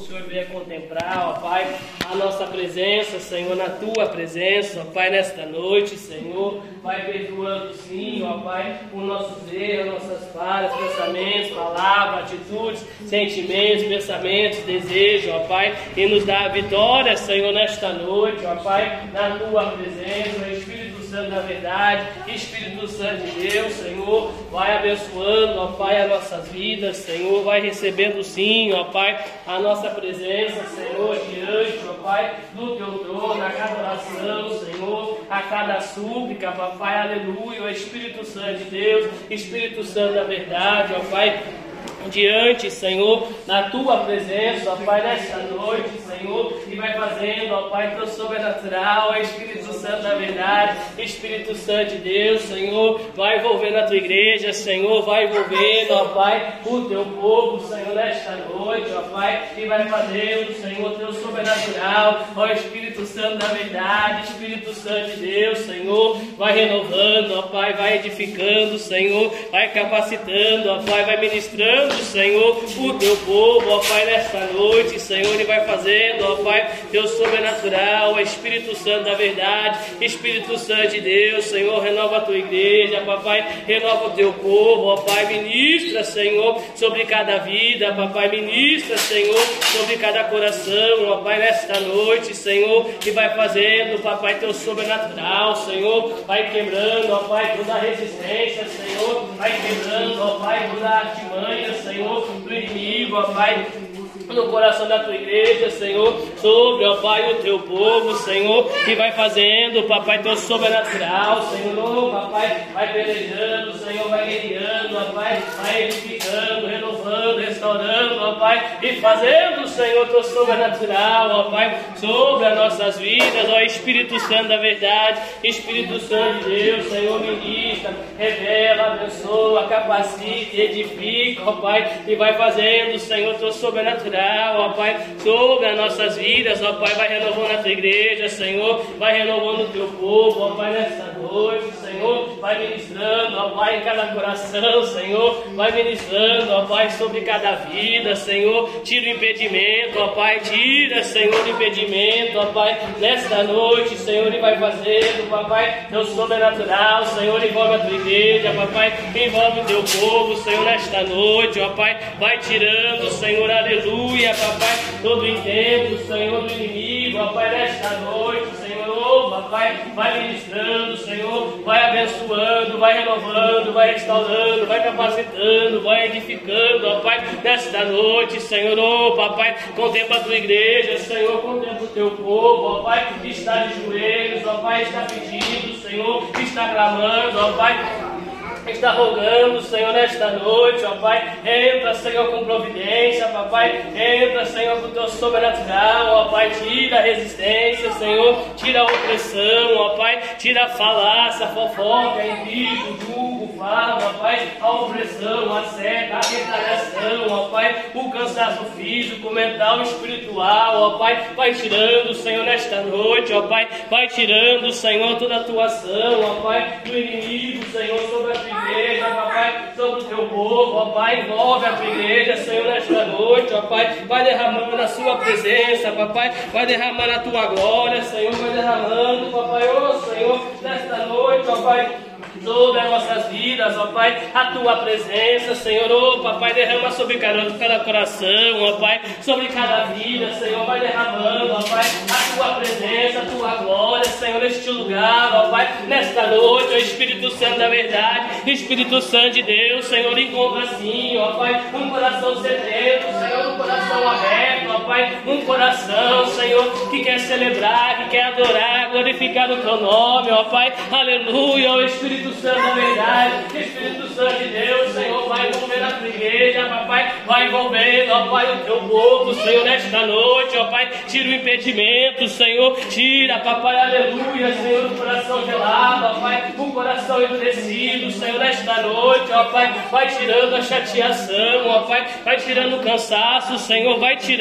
Senhor venha contemplar, ó Pai, a nossa presença, Senhor, na Tua presença, ó Pai, nesta noite, Senhor. Vai perdoando, sim, ó Pai, os nossos erros, nossas falhas, pensamentos, palavras, atitudes, sentimentos, pensamentos, desejos, ó Pai, e nos dá a vitória, Senhor, nesta noite, ó Pai, na Tua presença, Espírito Santo da verdade, Espírito Santo de Deus, Senhor, vai abençoando, ó Pai, as nossas vidas, Senhor, vai recebendo sim, ó Pai, a nossa presença, Senhor, diante, ó Pai, do Teu trono, a cada oração, Senhor, a cada súplica, Papai, aleluia, ó Espírito Santo de Deus, Espírito Santo da verdade, ó Pai, diante, Senhor, na Tua presença, ó Pai, nesta noite, Senhor, e vai fazendo, ó Pai, Teu sobrenatural, ó Espírito Santo da verdade, Espírito Santo de Deus, Senhor, vai envolvendo a Tua igreja, Senhor, vai envolvendo, ó Pai, o Teu povo, Senhor, nesta noite, ó Pai, e vai fazendo, Senhor, Teu sobrenatural, ó Espírito Santo da verdade, Espírito Santo de Deus, Senhor, vai renovando, ó Pai, vai edificando, Senhor, vai capacitando, ó Pai, vai ministrando, Senhor, o Teu povo, ó Pai, nesta noite, Senhor, e vai fazendo, ó Pai, Teu sobrenatural, ó Espírito Santo da verdade, Espírito Santo de Deus, Senhor, renova a Tua igreja, Papai, renova o Teu povo, ó Pai, ministra, Senhor, sobre cada vida, Papai, ministra, Senhor, sobre cada coração, ó Pai, nesta noite, Senhor, e vai fazendo, Papai, Teu sobrenatural, Senhor, vai quebrando, ó Pai, toda a resistência, Senhor, vai quebrando, ó Pai, toda a artimanha, Senhor, do inimigo, ó Pai, no coração da Tua igreja, Senhor, sobre, ó Pai, o Teu povo, Senhor, e vai fazendo, Papai, Teu sobrenatural, Senhor, Papai, vai pelejando, Senhor, vai guerreando, ó Pai, vai edificando, renovando, restaurando, ó Pai, e fazendo, Senhor, Teu sobrenatural, ó Pai, sobre as nossas vidas, ó Espírito Santo da verdade, Espírito Santo de Deus, Senhor, ministra, revela, abençoa, capacita, edifica, ó Pai, e vai fazendo, Senhor, Teu sobrenatural, ó Pai, sobre as nossas vidas, ó Pai, vai renovando a Tua igreja, Senhor, vai renovando o Teu povo, ó Pai, nesta noite, Senhor, vai ministrando, ó Pai, em cada coração, Senhor, vai ministrando, ó Pai, sobre cada vida, Senhor, tira o impedimento, ó Pai, tira, Senhor, o impedimento, ó Pai, nesta noite, Senhor, e vai fazendo, Papai, Teu sobrenatural, Senhor, envolve a Tua igreja, Papai, envolve o Teu povo, Senhor, nesta noite, ó Pai, vai tirando, Senhor, aleluia, Papai, todo o intento, Senhor, do inimigo, ó Pai, nesta noite, Senhor, Papai, vai ministrando, Senhor, vai abençoando, vai renovando, vai restaurando, vai capacitando, vai edificando, ó Pai, nesta noite, Senhor, ó Papai, contempla a Tua igreja, Senhor, contempla o Teu povo, ó Pai, está de joelhos, ó Pai, está pedindo, Senhor, está clamando, ó Pai, está rogando, Senhor, nesta noite, ó Pai, entra, Senhor, com providência, Papai, entra, Senhor, com o Teu sobrenatural, ó Pai, tira a resistência, Senhor, tira a opressão, ó Pai, tira a falácia, a fofoca, envio, julgo, falo, ó Pai, a opressão, a seta, a retaliação, ó Pai, o cansaço físico, mental, espiritual, ó Pai, vai tirando, Senhor, nesta noite, ó Pai, vai tirando, Senhor, toda a atuação, ó Pai, do inimigo, Senhor, sobre a Tua igreja, Papai, sobre o Teu povo, ó Pai, envolve a Tua igreja, Senhor, nesta noite, ó Pai, vai derramando a Sua presença, Papai, vai derramando a Tua glória, Senhor, vai derramando, Papai, ó Senhor, nesta noite, ó Pai, sobre as nossas vidas, ó Pai, a Tua presença, Senhor, ó Papai, derrama sobre cada coração, ó Pai, sobre cada vida, Senhor, vai derramando, ó Pai, a Tua presença, a Tua glória, Senhor, neste lugar, ó Pai, nesta noite, ó Espírito Santo da verdade, Espírito Santo de Deus, Senhor, encontra assim, ó Pai, um coração sedento, Senhor, um coração aberto, ó Pai, um coração, Senhor, que quer celebrar, que quer adorar, glorificar o Teu nome, ó Pai, aleluia, ó Espírito Santo da verdade, Espírito Santo de Deus, Senhor, vai envolver a Tua igreja, Papai, vai envolvendo, ó Pai, o Teu povo, Senhor, nesta noite, ó Pai, tira o impedimento, Senhor, tira, Papai, aleluia, Senhor, o coração gelado, ó Pai, o coração endurecido, Senhor, nesta noite, ó Pai, vai tirando a chateação, ó Pai, vai tirando o cansaço, Senhor, vai tirando,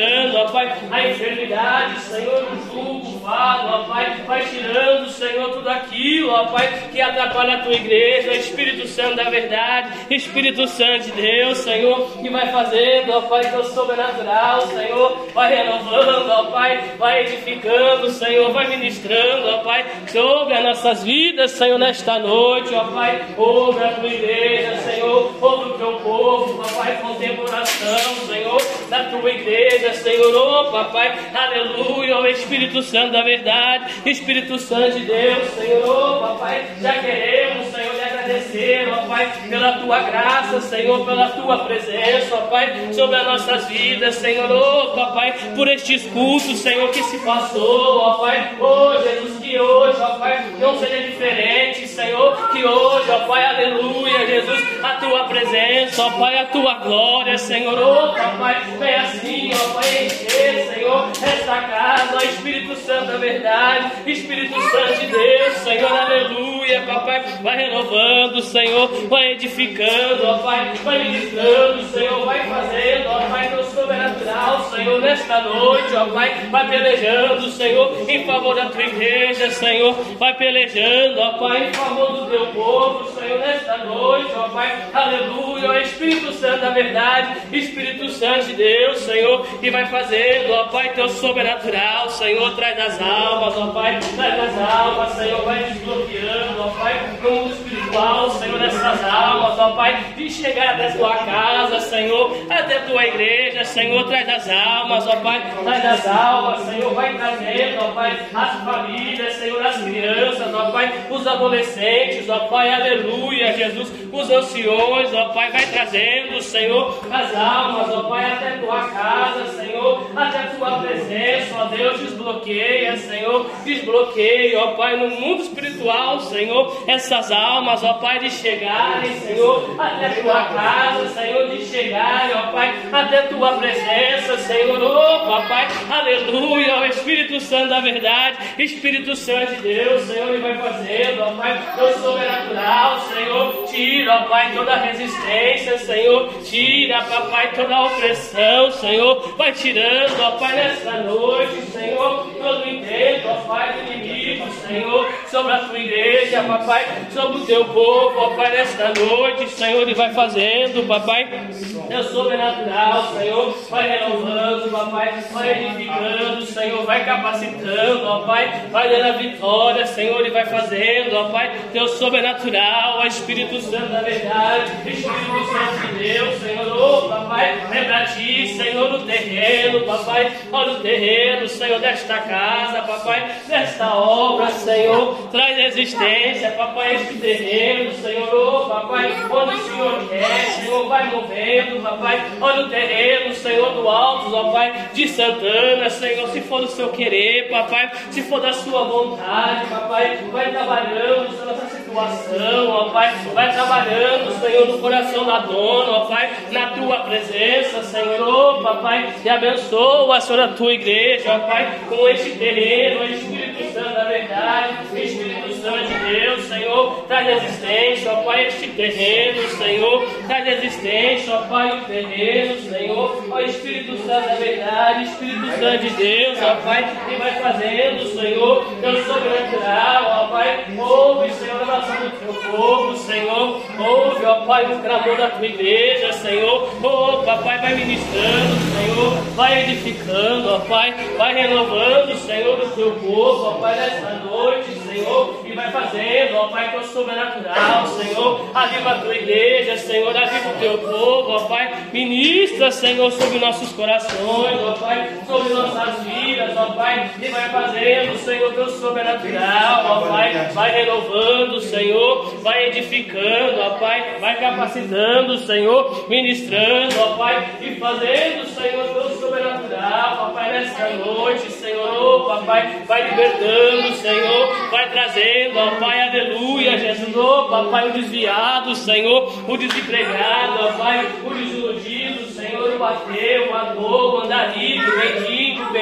ó Pai, a enfermidade, Senhor, o jugo, o fardo, ó Pai, vai tirando, Senhor, tudo aquilo, ó Pai, que atrapalha a tua igreja, o Espírito Santo da verdade, Espírito Santo de Deus, Senhor, que vai fazendo, ó Pai, teu sobrenatural, Senhor, vai renovando, ó Pai, vai edificando, Senhor, vai ministrando, ó Pai, sobre as nossas vidas, Senhor, nesta noite, ó Pai, ouve a tua igreja, Senhor, ouve o teu povo, ó Pai, contemplação, Senhor, da tua igreja, Senhor, ó Papai, aleluia, ó Espírito Santo da verdade, Espírito Santo de Deus, Senhor, ó Papai, já queremos, Senhor, lhe agradecer, ó Pai, pela tua graça, Senhor, pela tua presença, ó Pai, sobre as nossas vidas, Senhor, ó Papai, por estes cultos, Senhor, que se passou, ó Pai, ó Jesus, que hoje, ó Pai, não seja diferente, Senhor, que hoje, ó Pai, aleluia, Jesus, a tua presença, ó Pai, a tua glória, Senhor, ó Papai, vem assim, ó Pai, encher, Senhor, esta casa, ó Espírito Santo da verdade, Espírito Santo de Deus, Senhor, aleluia, Papai, vai renovando, Senhor, vai edificando, ó Pai, vai ministrando, Senhor, vai fazendo, ó Pai, teu sobrenatural, Senhor, nesta noite, ó Pai, vai pelejando, Senhor, em favor da tua igreja, Senhor, vai pelejando, ó Pai, em favor do teu povo, Senhor, nesta noite, ó Pai, aleluia, ó Espírito Santo da verdade, Espírito Santo de Deus, Senhor, e vai fazendo, ó Pai, teu sobrenatural, Senhor, traz as almas, ó Pai, traz as almas, Senhor, vai desbloqueando, ó Pai, no mundo espiritual, Senhor, nessas almas, ó Pai, de chegar até tua casa, Senhor, até tua igreja, Senhor, traz as almas, ó Pai, traz as almas, Senhor, vai trazendo, ó Pai, as famílias, Senhor, as crianças, ó Pai, os adolescentes, ó Pai, aleluia, Jesus, os anciões, ó Pai, vai trazendo, Senhor, as almas, ó Pai, até tua casa, Senhor, até tua presença, ó Deus, desbloqueia, Senhor, desbloqueia, ó Pai, no mundo espiritual, Senhor, essas almas, ó Pai, de chegarem, Senhor, até tua casa, Senhor, de chegarem, ó Pai, até tua presença, Senhor, ó Papai, aleluia, ó Espírito Santo da verdade, Espírito Santo de Deus, Senhor, e vai fazendo, ó Pai, teu sobrenatural, Senhor, tira, ó Pai, toda a resistência, Senhor, tira, Papai, toda a opressão, Senhor, vai tirando, ó Pai, nesta noite, Senhor, todo o intento, ó Pai, do inimigo, Senhor, sobre a tua igreja, Papai, sobre o teu povo, ó Pai, nesta noite, Senhor, e vai fazendo, Papai, teu sobrenatural, Senhor, vai renovando, Papai, vai edificando, Senhor, vai capacitando, ó Pai, vai dando a vitória, Senhor, e vai fazendo, ó Pai, teu sobrenatural, ó Espírito Santo da verdade, Espírito Santo de Deus, Senhor, ó Papai, lembra ti, Senhor, no terreno, Papai, olha o terreno, Senhor, desta casa, Papai, desta obra, Senhor, traz existência, Papai, este terreno, Senhor, ó Papai, onde o Senhor quer, Senhor, vai movendo, Papai, olha o terreno, Senhor, do alto, ó Pai, de Santana, Senhor, se for do seu querer, Papai, se for da sua vontade, Papai, vai trabalhando, Senhor, nessa situação, ó Pai, vai trabalhando, Senhor, no coração da dona, ó Pai, na tua presença, Senhor, ó Papai, e abençoa, Senhor, a tua igreja, ó Pai, com este terreno, ó Espírito Santo da verdade, Espírito Santo de Deus, Senhor, traz existência, ó Pai, este terreno, Senhor, traz existência, ó Pai, o terreno, Senhor, ó Espírito Santo da verdade, Espírito Santo de Deus, ó Pai, e vai fazendo, Senhor, teu sobrenatural, ó Pai, ouve, Senhor, a oração do teu povo, Senhor, ouve, ó Pai, o clamor da tua igreja, Senhor, ó Papai, vai ministrando, Senhor, vai edificando, ó Pai, vai renovando, Senhor, o teu povo, ó Pai, nesta noite, Senhor, e vai fazendo, ó Pai, teu sobrenatural, Senhor, aviva a tua igreja, Senhor, aviva o teu povo, ó Pai, ministra, Senhor, sobre nossos corações, ó Pai, sobre nossas vidas, ó Pai, e vai fazendo, Senhor, teu sobrenatural, ó Pai, vai renovando, Senhor, vai edificando, ó Pai, vai capacitando, Senhor, ministrando, ó Pai, e fazendo, Senhor, teu sobrenatural, ó Pai, nesta noite, Senhor, ó Papai, vai libertando, Senhor, vai trazendo, ó Pai, aleluia, Jesus, ó Papai, o desviado, Senhor, o desempregado, ó Pai, o desiludido, Senhor, o ateu, o adobo, o andarilho, o mendigo, o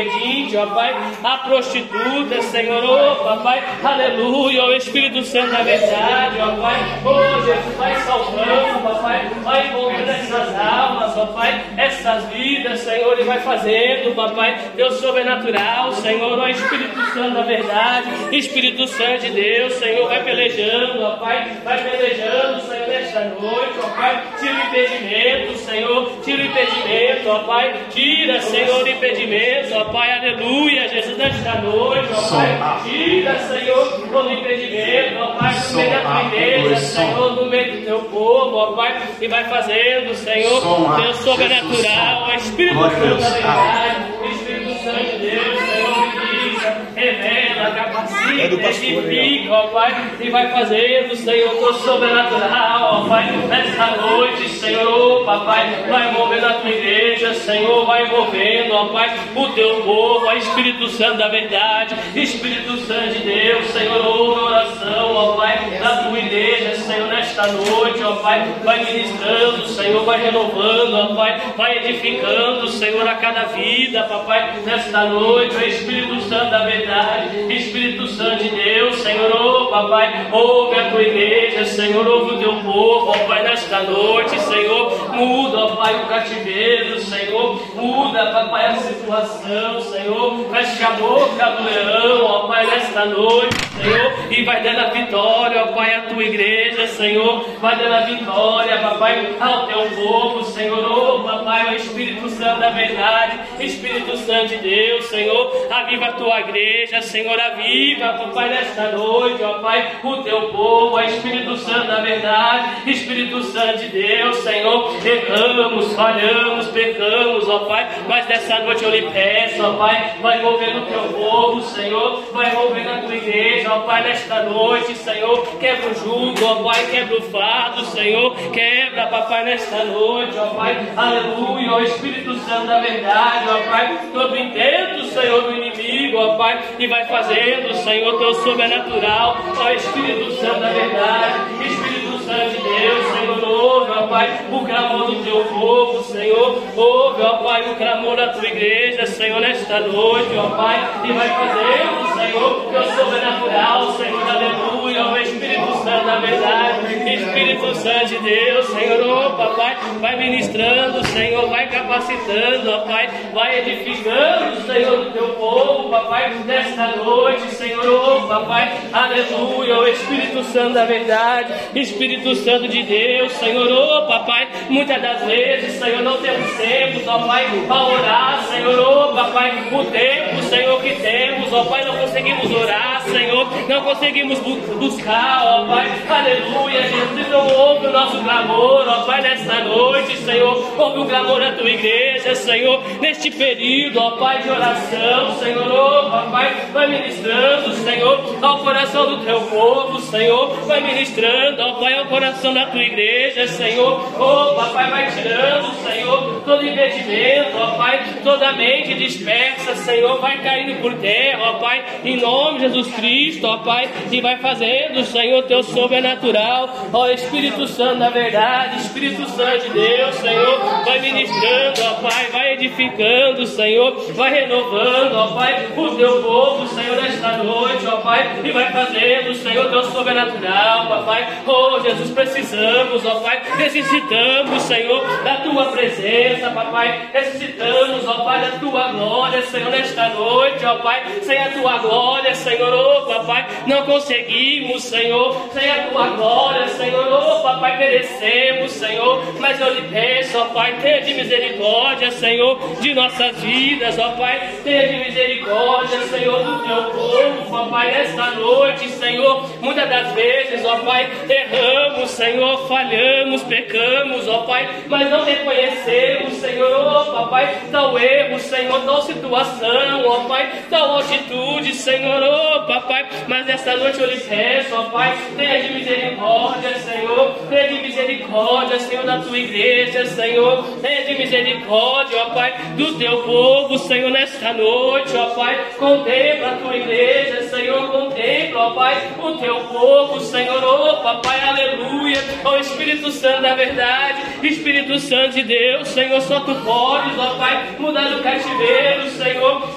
pedinte, ó Pai, a prostituta, Senhor, ó Papai, aleluia, ó Espírito Santo da verdade, ó Pai, ó Jesus, vai salvando, papai, vai envolvendo essas almas, ó Pai, essas vidas, Senhor, e vai fazendo, papai, Deus sobrenatural, Senhor, ó Espírito Santo da verdade, Espírito Santo de Deus, Senhor, vai pelejando, ó Pai, vai pelejando, Senhor, nesta noite, ó Pai, tira o impedimento, Senhor, tira o impedimento, ó Pai, tira, Senhor, o impedimento, ó Pai, aleluia, Jesus, nesta noite, ó Pai, tira, Senhor, todo impedimento, ó Pai, no meio da tua igreja, Senhor, no meio do teu povo, ó Pai, e vai fazendo, Senhor, Deus sobrenatural, ó Espírito Santo da verdade, Espírito Santo de Deus, Senhor, revela, capacita, edifica, ó Pai, e vai fazendo, Senhor, Deus sobrenatural, ó Pai, nesta noite, Senhor, papai, vai envolvendo a tua igreja, Senhor, vai envolvendo, ó Pai, o teu povo, ó Espírito Santo da verdade, Espírito Santo de Deus, Senhor, ouve a oração, ó Pai, da tua igreja, Senhor, nesta noite, ó Pai, vai ministrando, Senhor, vai renovando, ó Pai, vai edificando, Senhor, a cada vida, papai, nesta noite, ó Espírito Santo da verdade, Espírito Santo de Deus, Senhor, ó papai, ouve a tua igreja, Senhor, ouve o teu povo, ó Pai, nesta noite, Senhor, muda, ó Pai, o cativeiro, Senhor, muda, papai, a situação, Senhor, fecha a boca do leão, ó Pai, nesta noite, Senhor, e vai dando a vitória, ó Pai, à tua igreja, Senhor, vai dando a vitória, papai, ao teu povo, Senhor, ó papai, ó Espírito Santo da verdade, Espírito Santo de Deus, Senhor, aviva a tua igreja, Senhor, aviva, papai, nesta noite, ó Pai, o teu povo, ó Espírito Santo da verdade, Espírito Santo de Deus, Senhor, erramos, falhamos, pecamos, ó Pai, mas dessa noite eu lhe peço, ó Pai, vai envolvendo o teu povo, Senhor, vai envolvendo a tua igreja, ó Pai, nesta noite, Senhor, quebra o jugo, ó Pai, quebra o fardo, Senhor, quebra, papai, nesta noite, ó Pai, aleluia, ó Espírito Santo da verdade, ó Pai, todo intento, Senhor, do inimigo, ó Pai, e vai fazendo, Senhor, teu sobrenatural, ó Espírito Santo da verdade, Espírito Santo de Deus, Senhor, ouve, ó Pai, o clamor do teu povo, Senhor, ouve, ó Pai, o clamor da tua igreja, Senhor, nesta noite, ó Pai, e vai fazendo, Senhor, teu sobrenatural, Senhor, aleluia, ó Espírito Santo da verdade, Espírito Santo de Deus, Senhor, ó papai, vai ministrando, Senhor, vai capacitando, ó Pai, vai edificando, Senhor, do teu povo, papai, nesta noite, Senhor, ó papai, aleluia, ó Espírito Santo da verdade, Espírito Santo de Deus, Senhor, ó papai, muitas das vezes, Senhor, não temos tempo, ó Pai, para orar, Senhor, ó papai, o tempo, Senhor, que temos, ó Pai, não conseguimos orar, Senhor, não conseguimos buscar, ó Pai, aleluia, Jesus, não ouve o nosso clamor, ó Pai, nesta noite, Senhor, ouve o clamor da tua igreja, Senhor, neste período, ó Pai, de oração, Senhor, ó papai, vai ministrando, Senhor, ao coração do teu povo, Senhor, vai ministrando, ó Pai, ao coração da tua igreja, Senhor, ó papai, vai tirando, Senhor, todo impedimento, ó Pai, toda mente dispersa, Senhor, vai caindo por terra, ó Pai, em nome de Jesus Cristo, ó Pai, e vai fazendo, Senhor, teu sobrenatural, ó Espírito Santo da verdade, Espírito Santo de Deus, Senhor, vai ministrando, ó Pai, vai edificando, Senhor, vai renovando, ó Pai, o teu povo, Senhor, nesta noite, ó Pai, e vai fazendo, Senhor, teu sobrenatural, papai, oh Jesus, precisamos, ó Pai, necessitamos, Senhor, da tua presença, papai, necessitamos, ó Pai, da tua glória, Senhor, nesta noite, ó Pai, sem a tua glória, Senhor, oh papai, não conseguimos, Senhor, sem a tua glória, Senhor, oh papai, perecemos, Senhor, mas eu lhe peço, ó Pai, tenha de misericórdia, Senhor, de nossas vidas, ó Pai, tenha de misericórdia, Senhor, do teu povo, ó Pai, nesta noite, Senhor, muitas das vezes, ó Pai, erramos, Senhor, falhamos, pecamos, ó Pai, mas não reconhecemos, Senhor, ó papai, tal erro, Senhor, tal situação, ó Pai, tal atitude, Senhor, ó papai, mas nesta noite eu lhe peço, ó Pai, tenha de misericórdia, Senhor, tenha de misericórdia, Senhor, da tua igreja, Senhor, tenha de misericórdia, ó Pai, do teu povo, Senhor, nesta noite, ó Pai, contempla a tua igreja, Senhor, contempla, ó Pai, o teu povo, Senhor, ó papai, aleluia, ó Espírito Santo da verdade, Espírito Santo de Deus, Senhor, só tu podes, ó Pai, mudar o cativeiro, Senhor, só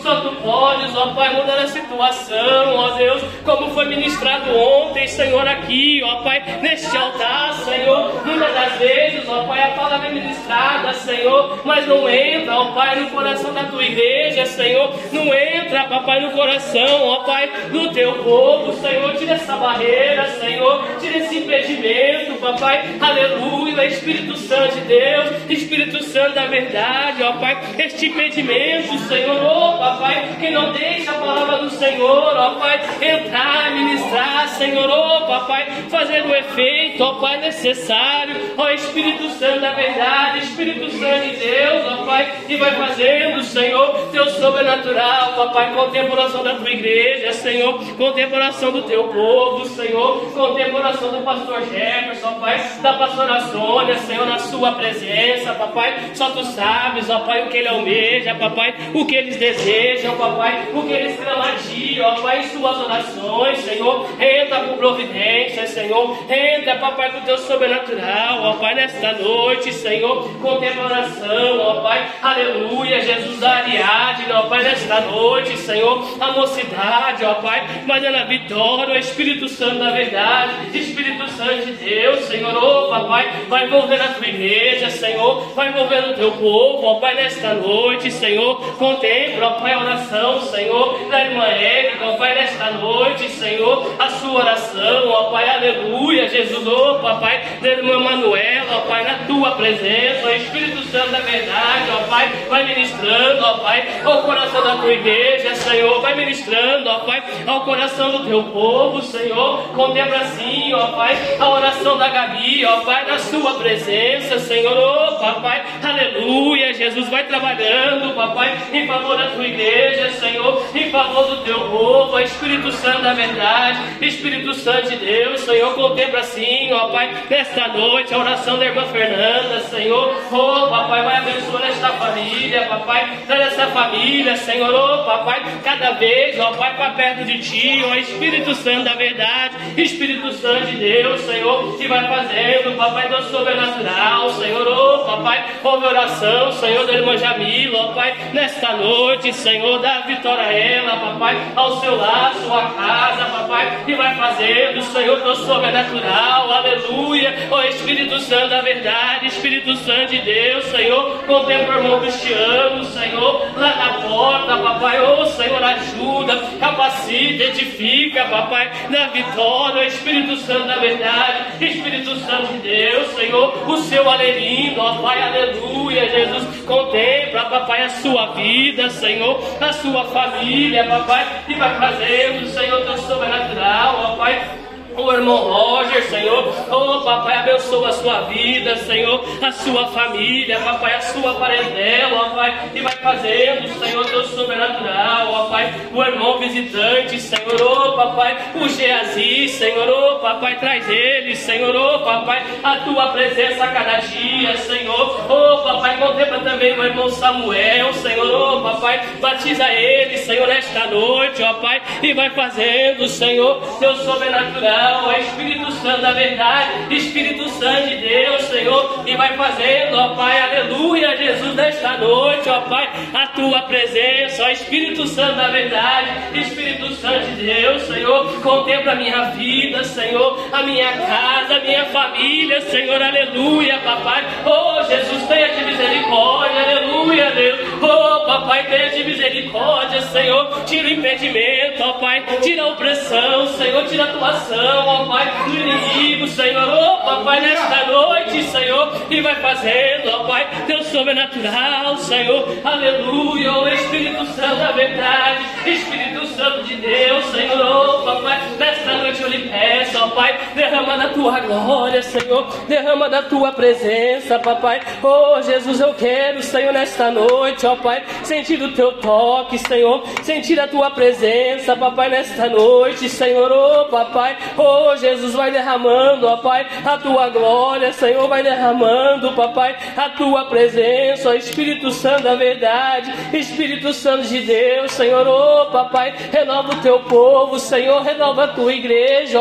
podes, ó Pai, mudar a situação, ó Deus, como foi ministrado ontem, Senhor, aqui, ó Pai, neste altar, Senhor. Muitas das vezes, ó Pai, a palavra é ministrada, Senhor, mas não entra, ó Pai, no coração da tua igreja, Senhor. Não entra, papai, no coração, ó Pai, do teu povo, Senhor. Tira essa barreira, Senhor, tira esse impedimento, papai, aleluia. Espírito Santo de Deus, Espírito Santo da verdade, ó Pai, este impedimento, Senhor, ó papai, que não deixa a palavra do Senhor, ó Pai, entrar, ministrar, Senhor, ó papai, fazer o efeito, ó Pai, necessário, ó Espírito Santo da verdade, Espírito Santo de Deus, ó Pai, e vai fazendo, Senhor, teu sobrenatural, papai, contemplação da tua igreja, Senhor, contemplação do teu povo, Senhor, contemplação do pastor Jefferson, ó Pai, da pastora Sônia, Senhor, na sua presença, papai, só tu sabes, ó Pai, o que ele almeja, papai, o que eles desejam, papai, o que eles clamam a ti, ó Pai, em suas orações, Senhor. Entra com providência, Senhor, entra, papai, com o teu sobrenatural, ó Pai, nesta noite, Senhor, contemplação, ó Pai, aleluia. Jesus da Ariadne, ó Pai, nesta noite, Senhor, a mocidade, ó Pai, vai dando a vitória, o Espírito Santo da verdade, Espírito Santo de Deus, Senhor, ó papai, vai envolver a tua igreja, Senhor, vai envolver o teu povo, ó Pai, nesta noite, Senhor. Contempla, ó Pai, a oração, Senhor, da irmã Érica, ó Pai, nesta noite, Senhor, a sua oração, ó Pai, aleluia. Jesus, ó papai, da irmã Manuela, ó Pai, na tua presença, o Espírito Santo da verdade, ó Pai, vai ministrando, ó Pai, ao coração da tua igreja, Senhor, vai ministrando, ó Pai, ao coração do teu povo, Senhor. Contempla assim, ó Pai, a oração da Gabi, ó Pai, na sua presença, Senhor, ó papai, aleluia. Jesus vai trabalhando, papai, em favor da tua igreja, Senhor, em favor do teu povo, Espírito Santo da verdade, Espírito Santo de Deus, Senhor. Contempla assim, ó Pai, nesta noite, a oração da irmã Fernanda, Senhor, ó papai, vai abençoar esta família, papai, toda essa família, Senhor, ó papai, cada vez, ó Pai, para perto de ti, ó Espírito Santo da verdade, Espírito Santo de Deus, Senhor, e vai fazendo, papai, do sobrenatural, Senhor, ó papai, ouve oração, Senhor, da irmã Jamila, ó Pai, nesta noite, Senhor, dá vitória a ela, papai, ao seu lar, sua casa, papai, e vai fazendo, Senhor, do sobrenatural, aleluia, ó Espírito Santo da verdade, Espírito Santo de Deus, Senhor. Contempla o irmão Cristiano, Senhor, lá na porta, papai, ô Senhor, ajuda, capacita, edifica, papai, na vitória, Espírito Santo da verdade, Espírito Santo de Deus, Senhor, o seu alelindo, ó Pai, aleluia. Jesus, contempla, papai, a sua vida, Senhor, a sua família, papai, e vai fazendo, Senhor, teu sobrenatural, ó Pai. O irmão Roger, Senhor, oh papai, abençoa a sua vida, Senhor, a sua família, papai, a sua parentela, ó Pai, e vai fazendo, Senhor, teu sobrenatural, ó Pai, o irmão visitante, Senhor, oh papai, o Geazi, Senhor, oh papai, traz ele, Senhor, oh papai, a tua presença a cada dia, Senhor, oh papai, contempla também o irmão Samuel, Senhor, oh papai, batiza ele, Senhor, esta noite, ó Pai, e vai fazendo, Senhor, teu sobrenatural, ó Espírito Santo da verdade, Espírito Santo de Deus, Senhor, e vai fazendo, ó Pai, aleluia. Jesus, nesta noite, ó Pai, a tua presença, ó Espírito Santo da verdade, Espírito Santo de Deus, Senhor, contempla a minha vida, Senhor, a minha casa, a minha família, Senhor, aleluia, papai, oh Jesus, tenha de misericórdia, aleluia, Deus, oh papai, tenha de misericórdia, Senhor, tira o impedimento, ó Pai, tira a opressão, Senhor, tira a atuação, ó Pai, do inimigo, Senhor, ó papai, nesta noite, Senhor, e vai fazendo, ó Pai, teu sobrenatural, Senhor, aleluia, ó Espírito Santo da verdade, Espírito Santo de Deus, Senhor, ó papai, nesta noite eu lhe peço, ó Pai, derrama da tua glória, Senhor, derrama da tua presença, papai, oh Jesus, eu quero, Senhor, nesta noite, ó Pai, sentir o teu toque, Senhor, sentir a tua presença, papai, nesta noite, Senhor, oh papai, oh Jesus, vai derramando, ó Pai, a tua glória, Senhor, vai derramando, papai, a tua presença, ó Espírito Santo da verdade, Espírito Santo de Deus, Senhor, oh papai, renova o teu povo, Senhor, renova a tua igreja, ó Pai,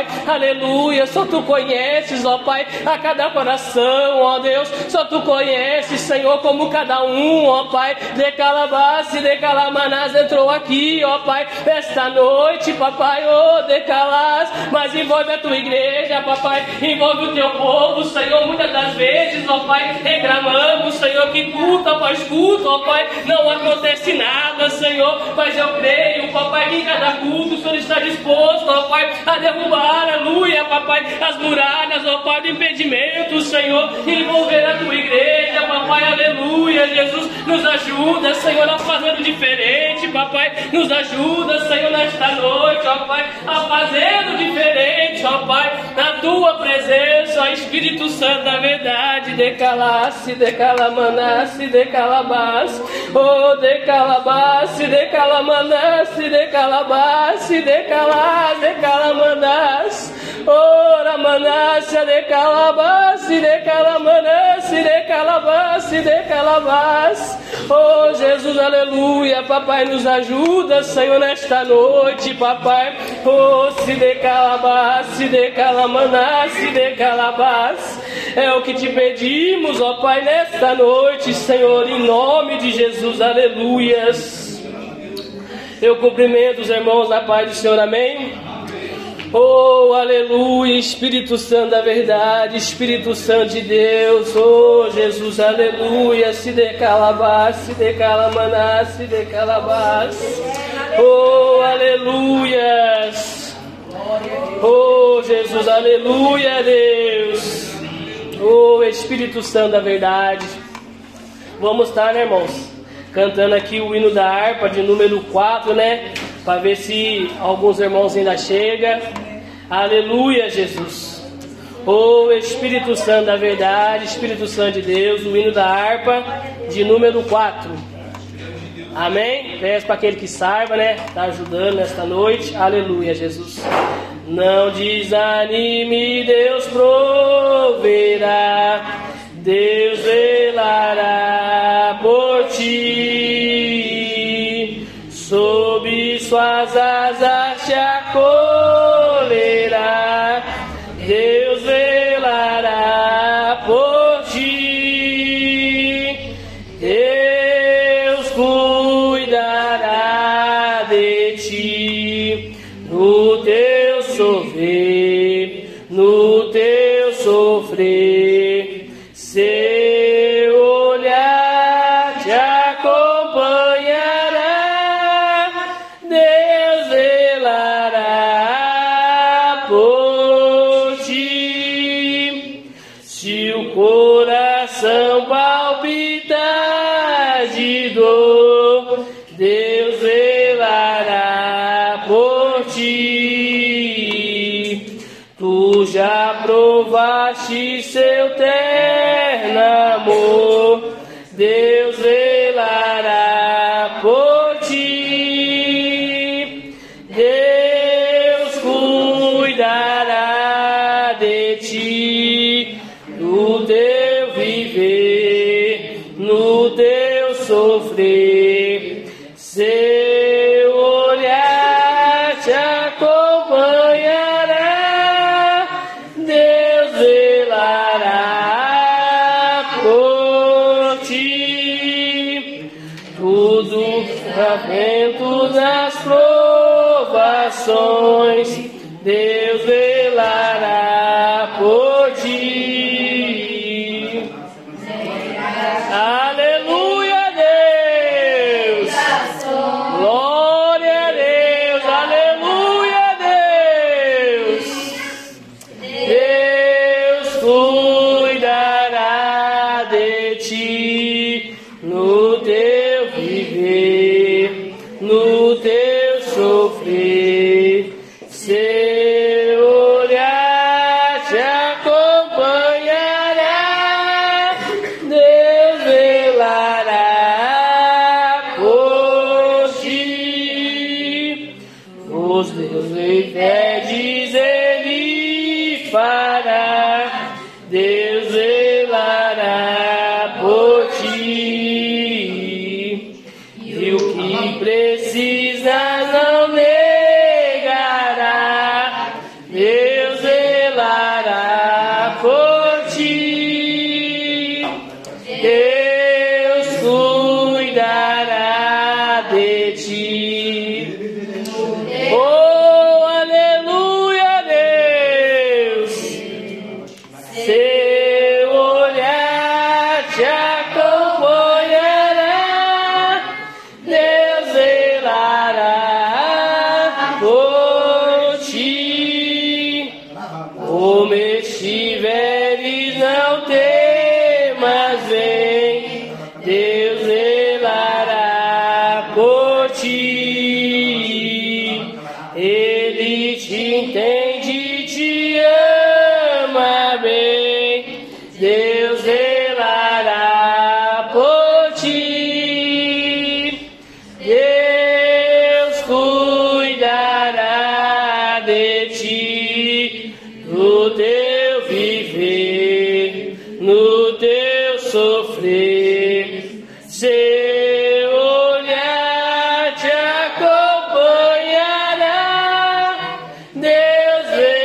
aleluia. Só Tu conheces, ó Pai, a cada coração, ó Deus. Só Tu conheces, Senhor, como cada um, ó Pai, de Calabás e de Calamanás entrou aqui, ó Pai, esta noite, papai, oh, de Calás, mas envolve a Tua igreja, papai, envolve o Teu povo, Senhor. Muitas das vezes, ó Pai, reclamamos, Senhor, que culto após culto, ó Pai, não acontece nada, Senhor, mas eu creio, papai, que em cada culto o Senhor está disposto, ó Pai, a derrubar, aleluia, papai, as muralhas, ó Pai, do impedimento, Senhor, envolver a Tua igreja, papai, aleluia. Jesus, nos ajuda, Senhor, a fazer o diferente, papai, nos ajuda, Senhor, nesta noite, ó Pai, a fazer o diferente, ó Pai, na Tua presença, ó Espírito Santo da verdade, de Calasse, de Calamanasse, de Calabás, oh, de Calabasse, de Calamanasse, de Calabasse, de Calás, de Calamanás, oh, Ramanasse, de Calabasse, de Calamanasse, de Calabasse, de Calabás, oh, Jesus, aleluia, papai, nos ajuda, Senhor, nesta noite, papai, oh, se de Calabasse, de Calamanasse, de Calabás, é o que Te pedimos, ó Pai, nesta noite, Senhor, em nome de Jesus, aleluias. Eu cumprimento os irmãos na paz do Senhor, amém? Oh, aleluia, Espírito Santo da verdade, Espírito Santo de Deus, oh, Jesus, aleluia, se de Calabás, se de Calamaná, se de Calabás, oh, aleluias, oh, Jesus, aleluia, Deus, oh, Espírito Santo da verdade. Vamos estar, né, irmãos, cantando aqui o hino da harpa de número 4, né? Para ver se alguns irmãos ainda chegam. Aleluia, Jesus. Oh, Espírito Santo da verdade, Espírito Santo de Deus, o hino da harpa de número 4. Amém? Peço para aquele que saiba, né? Está ajudando nesta noite. Aleluia, Jesus. Não desanime, Deus proverá, Deus velará por ti, sob suas asas te acolherá, Deus velará por ti, Deus cuidará de ti, no teu sofrer, no teu sofrer, seu olhar te acompanhará, Deus velará por ti. Se o coração palpitar de dor, Deus velará por ti. Tu já provaste seu terno amor, Deus velará por ti, Deus cuidará de ti, no teu viver, no teu sofrer, seu olhar te acompanhará, Deus velará por ti. Tudo ferramento das provações, Deus velará por ti. Aleluia, Deus! Glória a Deus! Aleluia, Deus! Deus cuidará de ti no teu viver, no teu sofrer, seu olhar te acompanhará, Deus velará por ti. Os teus pedes ele fará, Deus velará por ti. E o que precisa não negará, Deus de ti. Oh, aleluia, Deus. Seu olhar te acompanhará, Deus zelará por ti. Como estiveres, não temas, vem, Deus zelará por ti. Ele te entende, te ama bem, Deus zelará por ti. Deus cuidará de ti, no teu viver, no teu sofrer. Seu olhar te acompanhará, Deus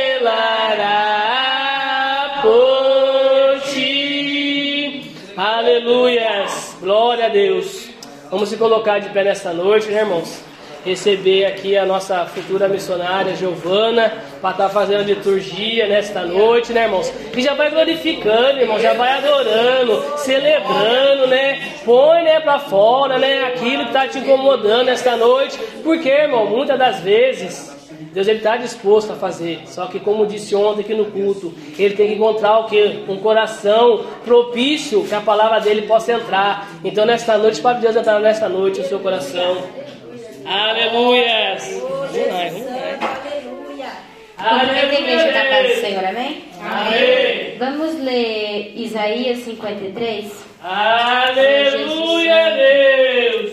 zelará por ti. Aleluias, glória a Deus. Vamos se colocar de pé nesta noite, né, irmãos? Receber aqui a nossa futura missionária Giovana para estar fazendo a liturgia nesta noite, né, irmãos? E já vai glorificando, irmão, já vai adorando, celebrando, né? Põe, né, para fora, né, aquilo que está te incomodando nesta noite. Porque, irmão, muitas das vezes Deus ele está disposto a fazer, só que como disse ontem aqui no culto, ele tem que encontrar o quê? Um coração propício que a palavra dele possa entrar. Então nesta noite, para Deus entrar nesta noite no seu coração. Aleluias! Cumprimenta a igreja da paz do Senhor, amém? Amém! Vamos ler Isaías 53. Aleluia, Deus!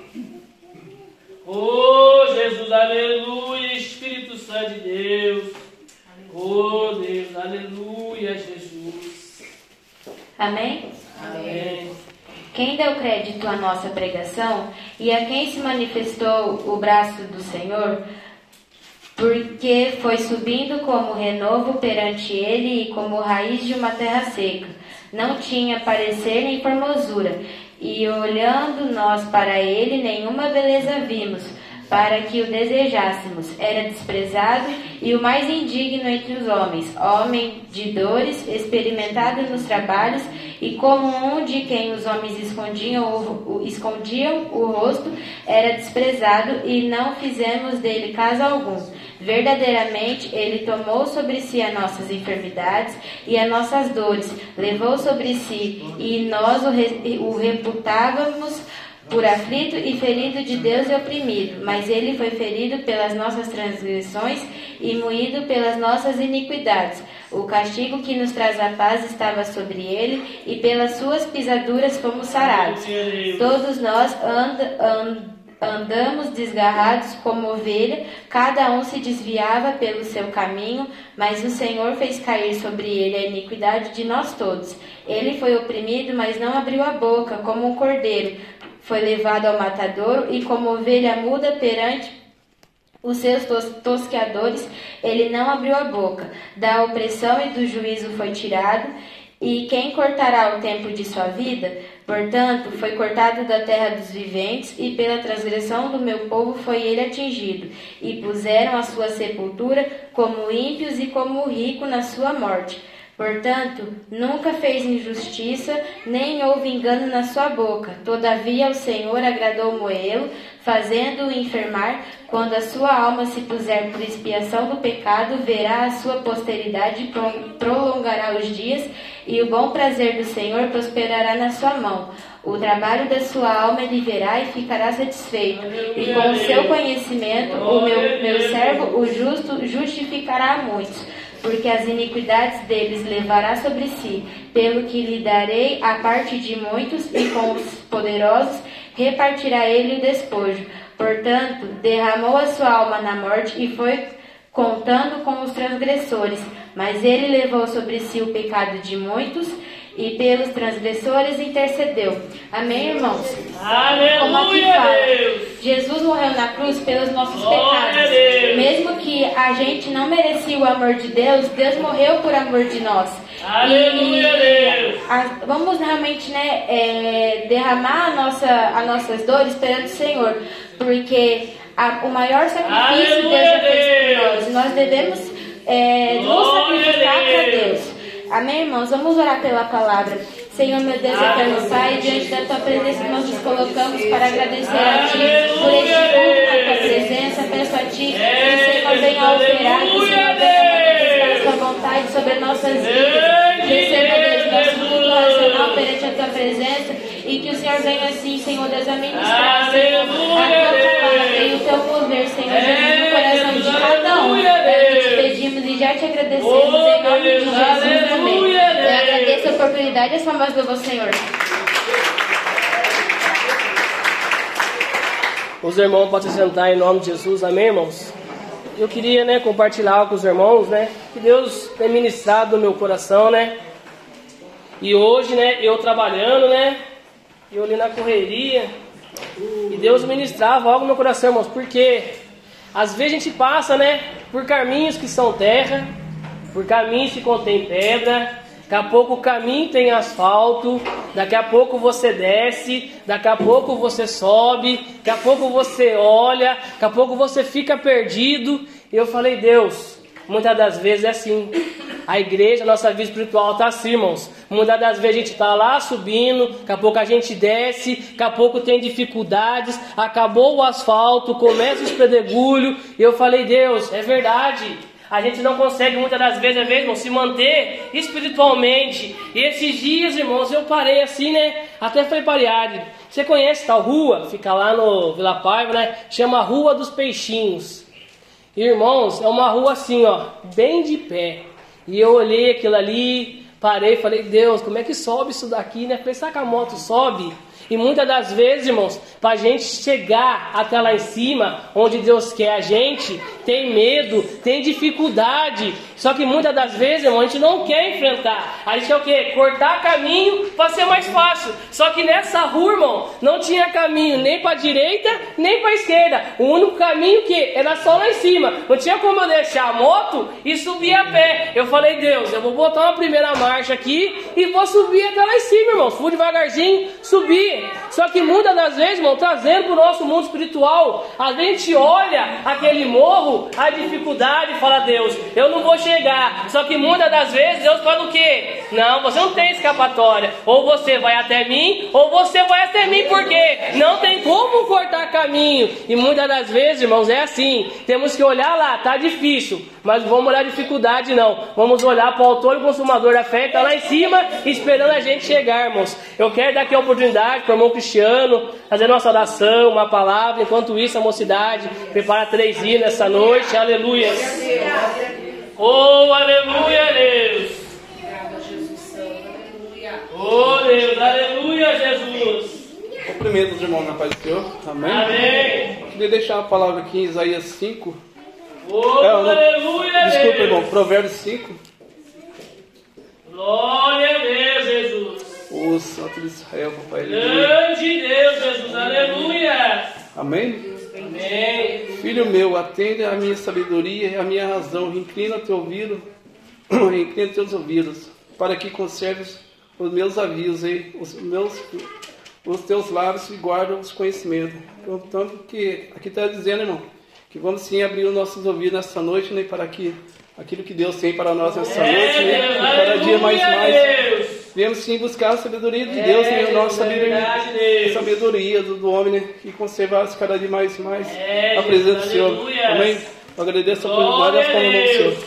Oh, Jesus, aleluia, Espírito Santo de Deus. Oh, Deus, aleluia, Jesus. Amém? Amém. Quem deu crédito à nossa pregação e a quem se manifestou o braço do Senhor, porque foi subindo como renovo perante ele e como raiz de uma terra seca. Não tinha parecer nem formosura, e olhando nós para ele, nenhuma beleza vimos, para que o desejássemos. Era desprezado e o mais indigno entre os homens, homem de dores, experimentado nos trabalhos, e como um de quem os homens escondiam o rosto, era desprezado, e não fizemos dele caso algum. Verdadeiramente, ele tomou sobre si as nossas enfermidades e as nossas dores, levou sobre si, e nós o reputávamos por aflito e ferido de Deus e oprimido. Mas ele foi ferido pelas nossas transgressões e moído pelas nossas iniquidades. O castigo que nos traz a paz estava sobre ele, e pelas suas pisaduras fomos sarados. Todos nós andamos desgarrados como ovelha, cada um se desviava pelo seu caminho, mas o Senhor fez cair sobre ele a iniquidade de nós todos. Ele foi oprimido, mas não abriu a boca, como um cordeiro. Foi levado ao matadouro, e como ovelha muda perante os seus tosqueadores, ele não abriu a boca. Da opressão e do juízo foi tirado. E quem cortará o tempo de sua vida? Portanto, foi cortado da terra dos viventes, e pela transgressão do meu povo foi ele atingido. E puseram a sua sepultura como ímpios e como rico na sua morte. Portanto, nunca fez injustiça, nem houve engano na sua boca. Todavia o Senhor agradou moê-lo, fazendo-o enfermar. Quando a sua alma se puser por expiação do pecado, verá a sua posteridade, prolongará os dias, e o bom prazer do Senhor prosperará na sua mão. O trabalho da sua alma ele verá e ficará satisfeito. E com o seu conhecimento, o meu servo, o justo, justificará a muitos, porque as iniquidades deles levará sobre si, pelo que lhe darei a parte de muitos, e com os poderosos repartirá ele o despojo. Portanto, derramou a sua alma na morte, e foi contando com os transgressores, mas ele levou sobre si o pecado de muitos, e pelos transgressores intercedeu. Amém, irmãos? Aleluia, Como aqui fala, Deus. Jesus morreu na cruz pelos nossos Glória pecados. a Deus. Mesmo que a gente não merecia o amor de Deus, Deus morreu por amor de nós. Aleluia, Deus. Vamos realmente, derramar as nossas dores perante o Senhor, porque o maior sacrifício Aleluia, Deus já fez por Deus. nós. E nós devemos nos sacrificar para Deus. Amém, irmãos? Vamos orar pela palavra. Senhor, meu Deus, eterno Pai, diante da Tua presença nós nos colocamos para agradecer a Ti por este culto na Tua presença. Peço a Ti que o Senhor venha operar, que o Senhor venha manifestar a Sua vontade sobre nossas vidas. Receba, Deus, nosso culto racional perante a Tua presença e que o Senhor venha assim, Senhor Deus, a ministrar, Senhor, a Tua palavra e o Teu mover, Senhor Jesus, no coração de cada um. É o que te pedimos e já te agradecemos em nome de Jesus. Amém. Eu agradeço a oportunidade e essa mais louva ao Senhor. Os irmãos podem se sentar em nome de Jesus, amém, irmãos? Eu queria, compartilhar com os irmãos, que Deus tem ministrado no meu coração, E hoje, eu trabalhando, eu ali na correria, e Deus ministrava algo no meu coração, irmãos, porque às vezes a gente passa, por caminhos que são terra, por caminhos que contêm pedra. Daqui a pouco o caminho tem asfalto, daqui a pouco você desce, daqui a pouco você sobe, daqui a pouco você olha, daqui a pouco você fica perdido. E eu falei, Deus, muitas das vezes é assim. A igreja, a nossa vida espiritual está assim, irmãos. Muitas das vezes a gente está lá subindo, daqui a pouco a gente desce, daqui a pouco tem dificuldades, acabou o asfalto, começa os pedregulhos. E eu falei, Deus, é verdade. A gente não consegue muitas das vezes, irmão, se manter espiritualmente. E esses dias, irmãos, eu parei assim, até falei para Ariadne, você conhece tal rua? Fica lá no Vila Paiva, chama Rua dos Peixinhos. Irmãos, é uma rua assim, bem de pé. E eu olhei aquilo ali, parei e falei, Deus, como é que sobe isso daqui, Falei, será que a moto sobe? E muitas das vezes, irmãos, para a gente chegar até lá em cima, onde Deus quer a gente, tem medo, tem dificuldade. Só que muitas das vezes, irmão, a gente não quer enfrentar. A gente quer o quê? Cortar caminho para ser mais fácil. Só que nessa rua, irmão, não tinha caminho nem para a direita, nem para a esquerda. O único caminho que era só lá em cima. Não tinha como eu deixar a moto e subir a pé. Eu falei, Deus, eu vou botar uma primeira marcha aqui e vou subir até lá em cima, irmão. Fui devagarzinho, subi. Só que muitas das vezes, irmão, trazendo para o nosso mundo espiritual, a gente olha aquele morro, a dificuldade e fala, Deus, eu não vou chegar. Só que muitas das vezes Deus fala o quê? Não, você não tem escapatória. Ou você vai até mim, ou você vai até mim, porque não tem como cortar caminho. E muitas das vezes, irmãos, é assim. Temos que olhar lá, tá difícil, mas não vamos olhar a dificuldade não. Vamos olhar para o autor e consumador da fé, que está lá em cima, esperando a gente chegar, irmãos. Eu quero dar aqui a oportunidade para o irmão Cristiano fazer nossa oração, uma palavra. Enquanto isso, a mocidade prepara 3 hinos essa noite. Aleluia. Oh, aleluia, Deus. Oh, Deus, aleluia, Jesus. Cumprimento os irmãos na paz do Senhor. Amém. Amém. Eu queria deixar uma palavra aqui em Isaías 5. Oh, aleluia, Desculpa, Deus. irmão. Provérbios 5. Glória a Deus, Jesus. O Santo de Israel, papai. Grande Deus, Jesus, aleluia. Amém. Amém. Filho meu, atende a minha sabedoria e a minha razão. Inclina teu ouvido, inclina teus ouvidos, para que conserves os meus avisos e os teus lábios e guardam os conhecimentos. Portanto, que aqui está dizendo, irmão, que vamos sim abrir os nossos ouvidos nessa noite, para que aquilo que Deus tem para nós nessa noite, e cada dia mais. Devemos sim buscar a sabedoria de Deus, a nossa sabedoria do homem, e conservar-se cada dia mais a presença do Senhor. Amém? Eu agradeço a oportunidade e a forma do Senhor.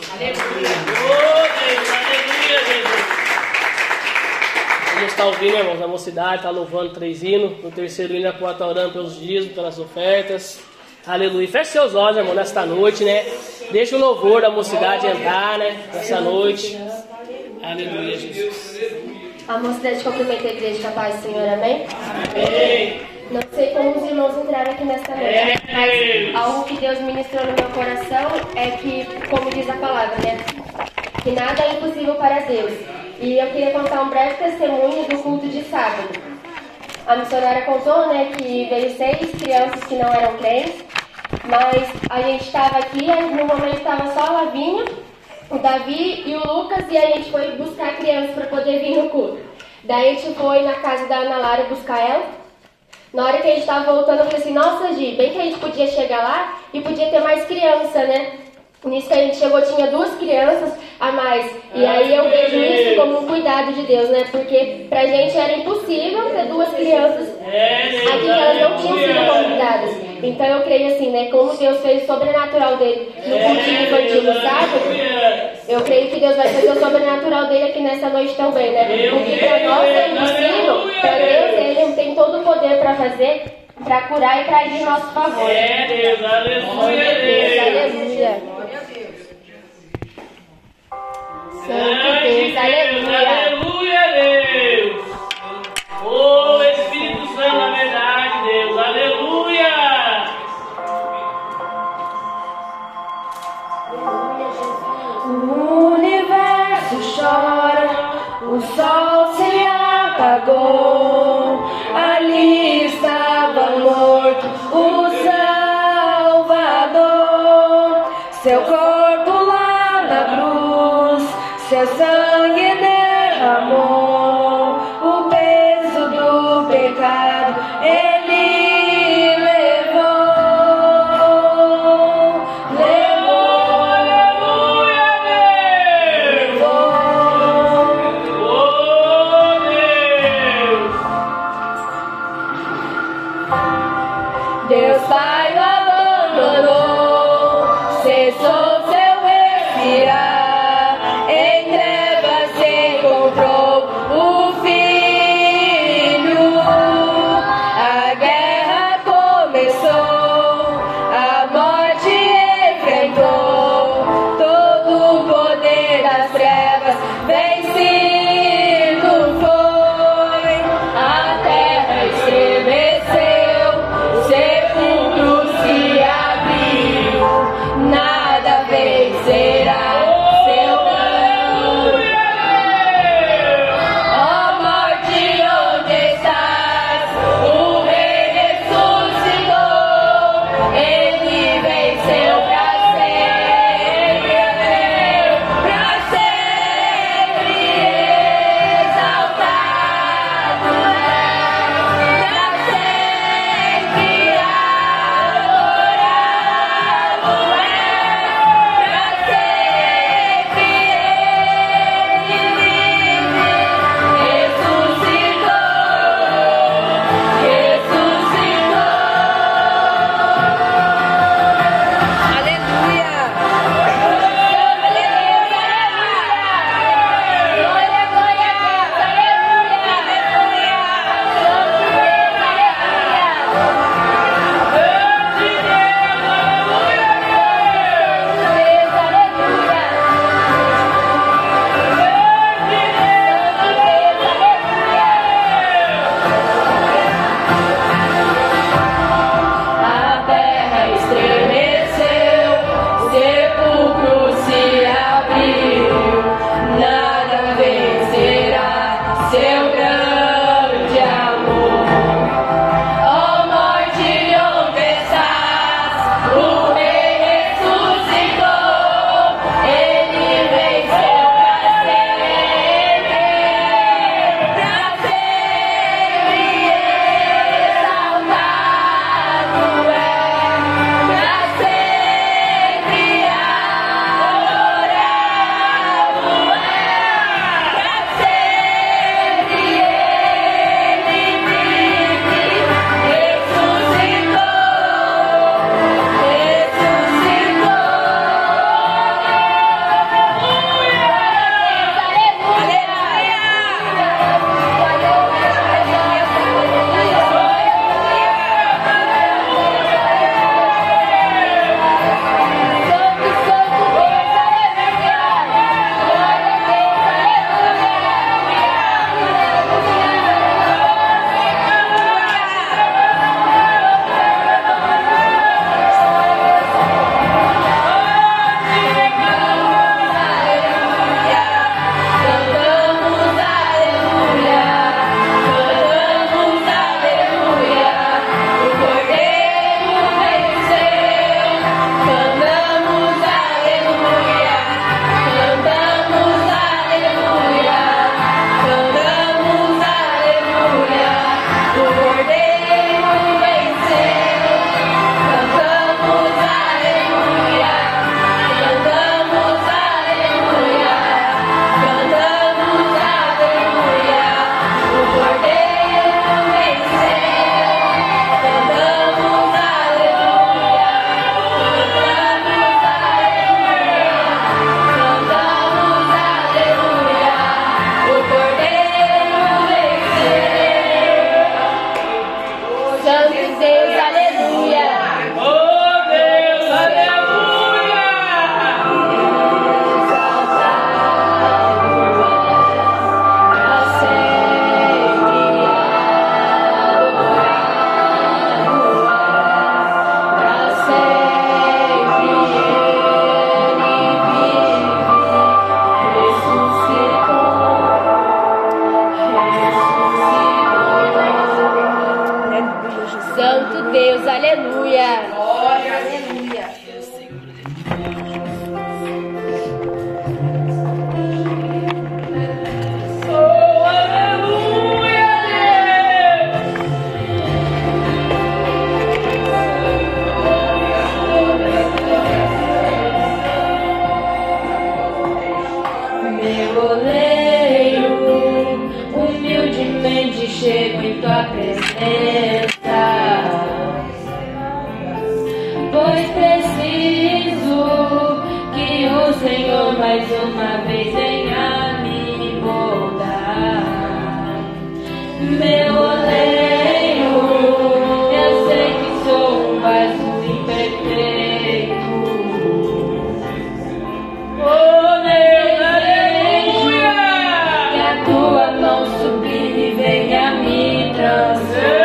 Vamos estar ouvindo, irmãos, a mocidade está louvando 3 hinos. No terceiro hino, a está orando pelos dízimos, pelas ofertas. Aleluia. Feche seus olhos, irmão, nesta noite, Deixa o louvor da mocidade entrar, nessa noite. Aleluia, Jesus. A mocidade cumprimenta a igreja com a paz do Senhor, amém? Amém. Não sei como os irmãos entraram aqui nesta noite, mas algo que Deus ministrou no meu coração é que, como diz a palavra, que nada é impossível para Deus. E eu queria contar um breve testemunho do culto de sábado. A missionária contou, né, que veio 6 crianças que não eram crentes, mas a gente estava aqui, no momento estava só a Lavinha, o Davi e o Lucas, e a gente foi buscar crianças para poder vir no culto. Daí a gente foi na casa da Ana Lara buscar ela. Na hora que a gente estava voltando, eu falei assim, nossa, Gi, bem que a gente podia chegar lá e podia ter mais criança, né? Nisso que a gente chegou, tinha 2 crianças a mais. E aí eu vejo isso como um cuidado de Deus, né? Porque pra gente era impossível ter 2 crianças aqui que elas não tinham sido convidadas. Então eu creio assim, né? Como Deus fez o sobrenatural dele no cultinho infantil no sábado, eu creio que Deus vai fazer o sobrenatural dele aqui nessa noite também, né? Porque pra nós é impossível, pra Deus ele tem todo o poder pra fazer, pra curar e pra agir em nosso favor. Deus, aleluia, Deus. Aleluia. Santo Deus, aleluia. Aleluia, Deus. Oh, Espírito Santo, na verdade, Deus, aleluia. O universo chora, o sol se apagou, ali estava morto o Salvador, seu corpo lá na cruz, seu sangue derramou, o peso do pecado ele levou. Deus Pai o abandonou, cessou seu respirar, em trevas se encontrou pois preciso que o Senhor mais uma vez venha me moldar. Meu oleiro, eu sei que sou um vaso imperfeito. Oh, meu aleluia, que a tua mão sublime venha me transformar.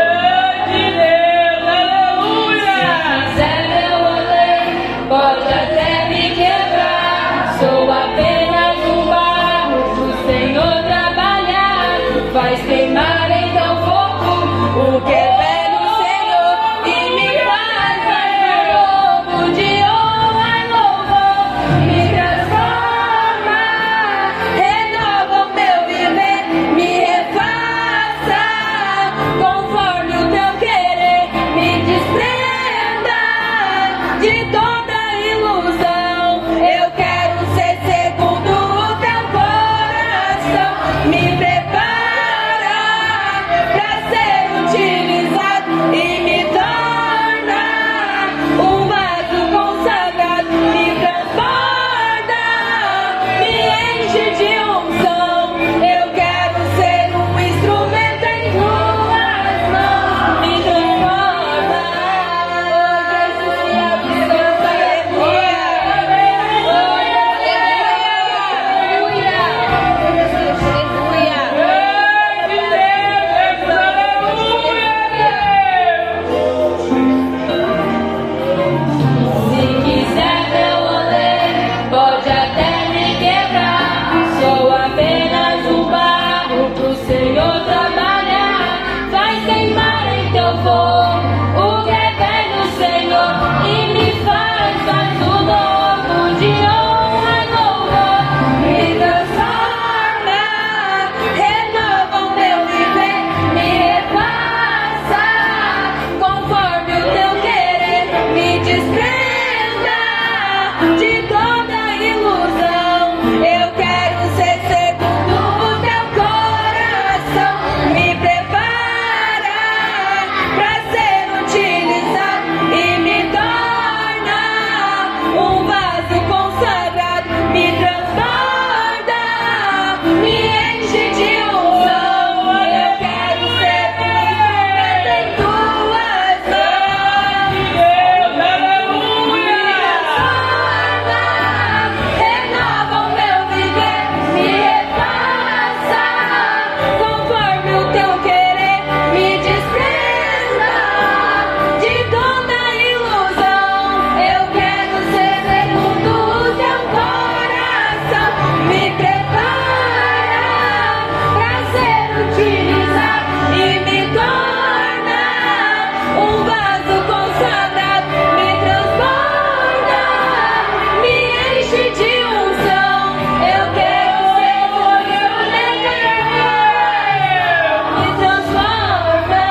Pode até me quebrar, sou apenas um barro pro Senhor trabalhar. Faz queimar então fogo o que é velho, Senhor, e me faz mais novo de honra e louvor. Me transforma, renova o meu viver, me refaça conforme o teu querer, me desprenda de toda ilusão. Eu quero ser segundo o teu coração. Me prepara pra ser utilizado e me torna um vaso consagrado. Me transborda, me enche de unção. Eu quero ser um instrumento em tuas mãos. Me transforma, oh Jesus, me absolva. Se quiser meu oleiro, pode até me quebrar. Sou apenas um barro pro Senhor trabalhar. Faz queimar em teu fogo o que é velho, Senhor, e me faz vaso novo de honra e louvor. Me transforma, renova o meu viver, me repassa conforme o teu querer, me desprenda de toda ilusão. Eu quero ser segundo o teu coração. Me prepara pra ser utilizado e me torna um vaso consagrado. Me transborda, me enche de unção. Eu quero ser instrumento em tuas mãos. Me transforma, renova o meu viver, me repassa conforme o teu querer, me desprenda de toda ilusão. Eu quero ser segundo o teu coração. Me prepara pra ser utilizado e me torna um vaso consagrado. Me transborda, me enche de unção. Eu quero ser o me transforma.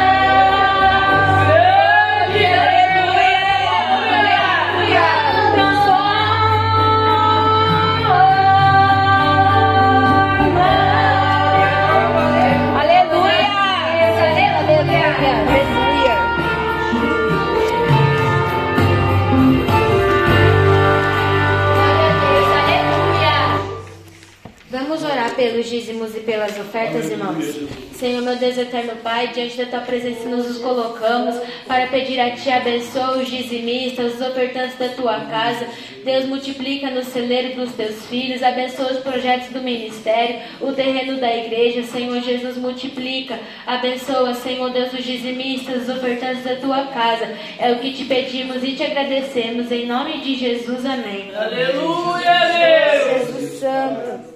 Vamos orar pelos dízimos e pelas ofertas, irmãos. Senhor, meu Deus eterno Pai, diante da Tua presença nos colocamos para pedir a Ti, abençoa os dizimistas, os ofertantes da Tua casa. Deus, multiplica no celeiro dos Teus filhos, abençoa os projetos do ministério, o terreno da igreja. Senhor Jesus, multiplica, abençoa, Senhor Deus, os dizimistas, os ofertantes da Tua casa. É o que Te pedimos e Te agradecemos, em nome de Jesus, amém. Aleluia, Deus! Jesus Santo.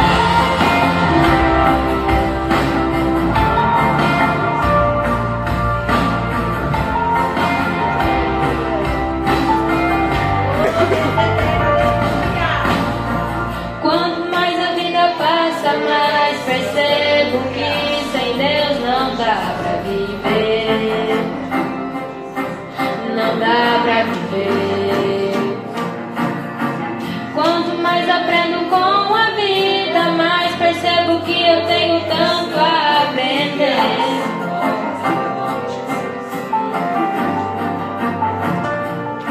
Quanto mais a vida passa, mais percebo que sem Deus não dá pra viver. Não dá pra viver. Quanto mais aprendo com a vida, mais percebo que eu tenho tanto a aprender.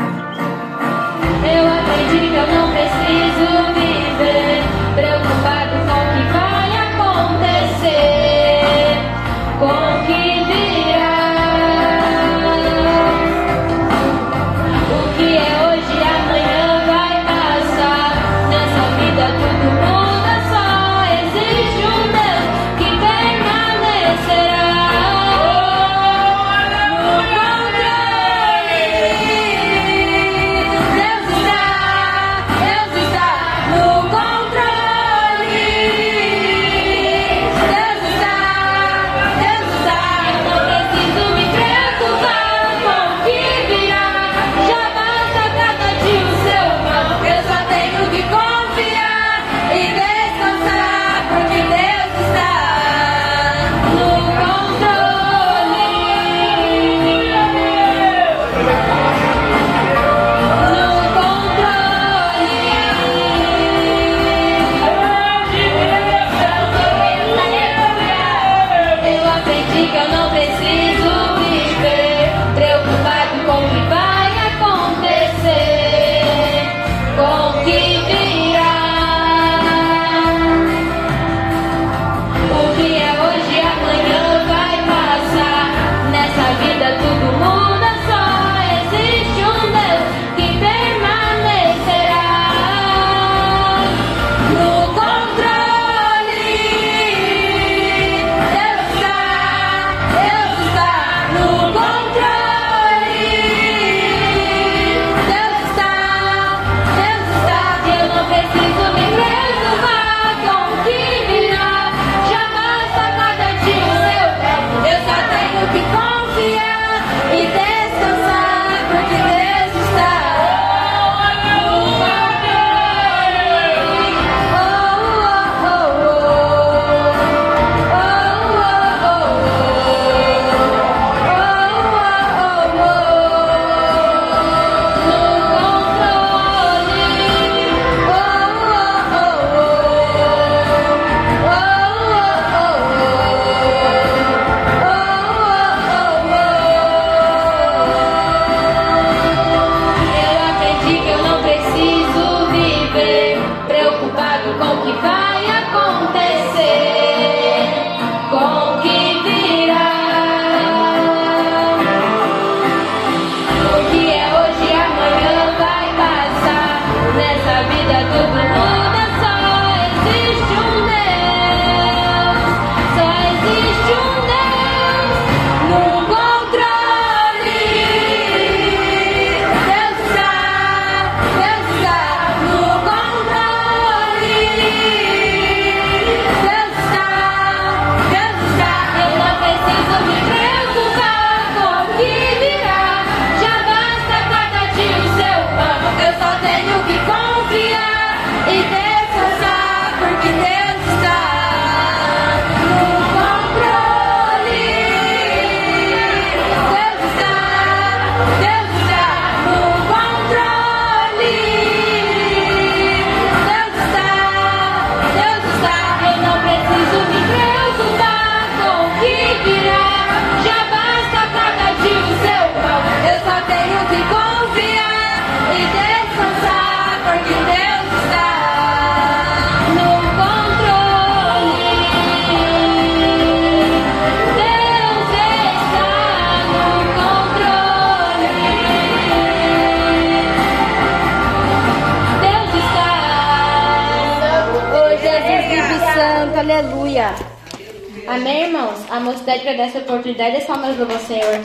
aleluia. Amém, irmãos? A mocidade agradece a oportunidade e salmas do Senhor.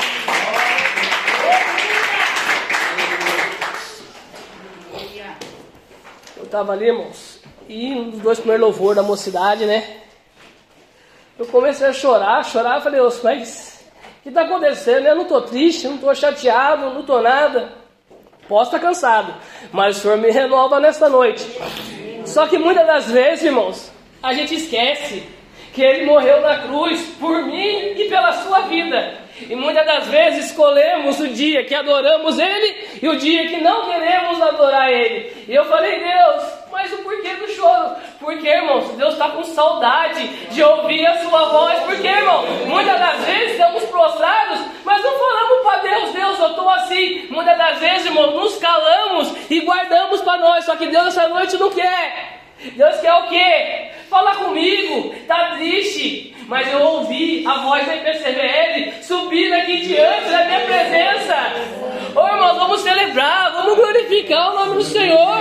Eu estava ali, irmãos, e um dos dois primeiros louvores da mocidade, né? Eu comecei a chorar, falei, mas o que está acontecendo? Eu não estou triste, não estou chateado, não estou nada. Posso estar cansado, mas o Senhor me renova nesta noite. Só que muitas das vezes, irmãos, a gente esquece que Ele morreu na cruz por mim e pela sua vida. E muitas das vezes escolhemos o dia que adoramos Ele e o dia que não queremos adorar Ele. E eu falei, Deus, mas o porquê do choro? Porque, irmãos, Deus está com saudade de ouvir a sua voz. Porque, irmão, muitas das vezes estamos prostrados, mas não falamos para Deus, Deus, eu estou assim. Muitas das vezes, irmãos, nos calamos e guardamos para nós. Só que Deus essa noite não quer. Deus quer o quê? Fala comigo, tá triste, mas eu ouvi a voz da IPCVL subindo aqui diante da minha presença. Ô irmãos, vamos celebrar, vamos glorificar o nome do Senhor.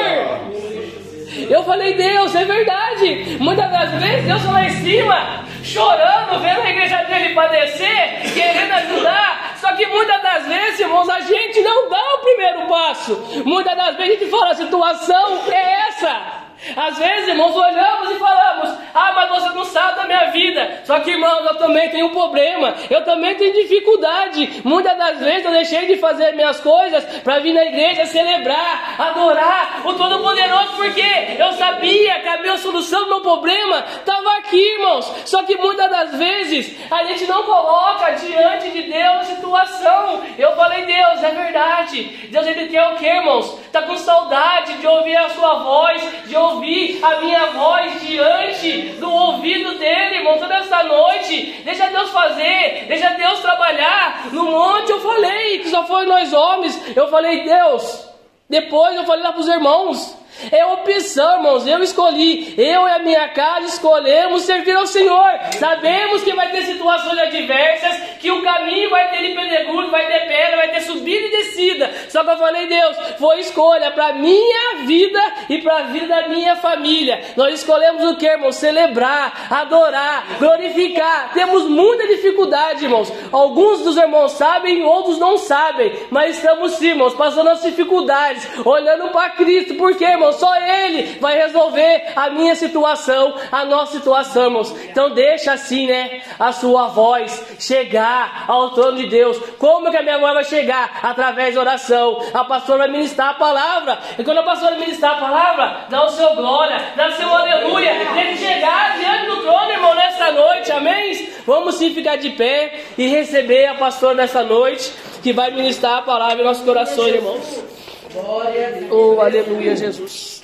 Eu falei, Deus, é verdade. Muitas das vezes Deus está lá em cima, chorando, vendo a igreja dele padecer, querendo ajudar. Só que muitas das vezes, irmãos, a gente não dá o primeiro passo. Muitas das vezes a gente fala, a situação é essa. Às vezes, irmãos, olhamos e falamos, mas você não sabe da minha vida. Só que, irmãos, eu também tenho um problema, eu também tenho dificuldade. Muitas das vezes eu deixei de fazer minhas coisas para vir na igreja celebrar, adorar o Todo-Poderoso, porque eu sabia que a minha solução do meu problema estava aqui, irmãos. Só que muitas das vezes a gente não coloca diante de Deus a situação. Eu falei, Deus, é verdade. Deus, Ele quer o quê, irmãos? Está com saudade de ouvir a sua voz, de ouvir a minha voz diante do ouvido dele, irmão, toda essa noite. Deixa Deus fazer, deixa Deus trabalhar. No monte eu falei que só foi nós homens. Eu falei, Deus. Depois eu falei lá para os irmãos, é opção, irmãos, eu escolhi, eu e a minha casa escolhemos servir ao Senhor. Sabemos que vai ter situações adversas, que o caminho vai ter pedregulho, vai ter pedra, vai ter subida e descida. Só que eu falei, Deus, foi escolha para minha vida e para a vida da minha família. Nós escolhemos o que, irmãos? Celebrar, adorar, glorificar. Temos muita dificuldade, irmãos. Alguns dos irmãos sabem, outros não sabem, mas estamos sim, irmãos, passando as dificuldades, olhando para Cristo. Por quê, irmãos? Só Ele vai resolver a minha situação, a nossa situação, irmãos. Então deixa assim, né, a sua voz chegar ao trono de Deus. Como que a minha voz vai chegar? Através da oração. A pastora vai ministrar a palavra. E quando a pastora ministrar a palavra, dá o seu glória, dá o seu aleluia. Tem que chegar diante do trono, irmão, nessa noite, amém? Vamos sim ficar de pé e receber a pastora nessa noite, que vai ministrar a palavra em nossos corações, irmãos. Glória a Deus. Oh, aleluia, Jesus.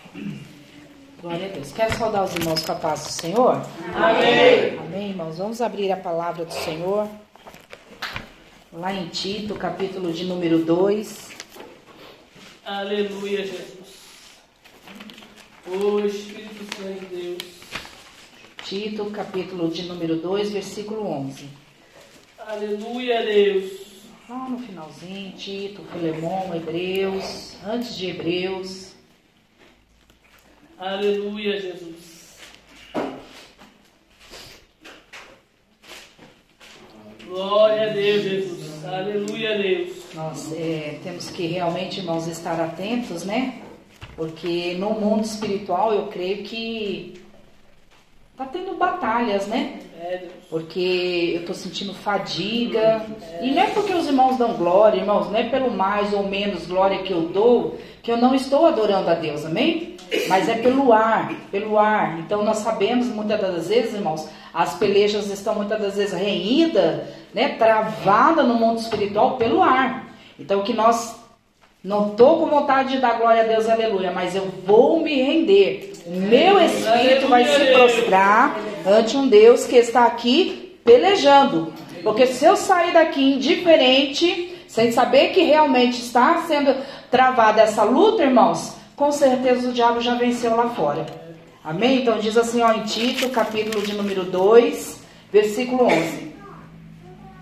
Glória a Deus. Quero saudar os irmãos com a paz do Senhor? Amém. Amém, irmãos. Vamos abrir a palavra do Senhor. Lá em Tito, capítulo de número 2. Aleluia, Jesus. Oh, Espírito Santo de Deus. Tito, capítulo de número 2, versículo 11. Aleluia, Deus. Lá no finalzinho, Tito, Filemão, Hebreus, antes de Hebreus. Aleluia, Jesus. Glória a Deus, Jesus. Aleluia, Deus. Nós temos que realmente, irmãos, estar atentos, né? Porque no mundo espiritual eu creio que tá tendo batalhas, né? Deus. Porque eu tô sentindo fadiga. E não é porque os irmãos dão glória, irmãos, não é pelo mais ou menos glória que eu dou, que eu não estou adorando a Deus, amém? Mas é pelo ar, pelo ar. Então nós sabemos muitas das vezes, irmãos, as pelejas estão muitas das vezes renhidas, né? Travada no mundo espiritual pelo ar. Então que nós não estou com vontade de dar glória a Deus, aleluia, mas eu vou me render. O meu espírito vai se prostrar ante um Deus que está aqui pelejando. Porque se eu sair daqui indiferente, sem saber que realmente está sendo travada essa luta, irmãos, com certeza o diabo já venceu lá fora. Amém? Então diz assim, ó, em Tito, capítulo de número 2, versículo 11.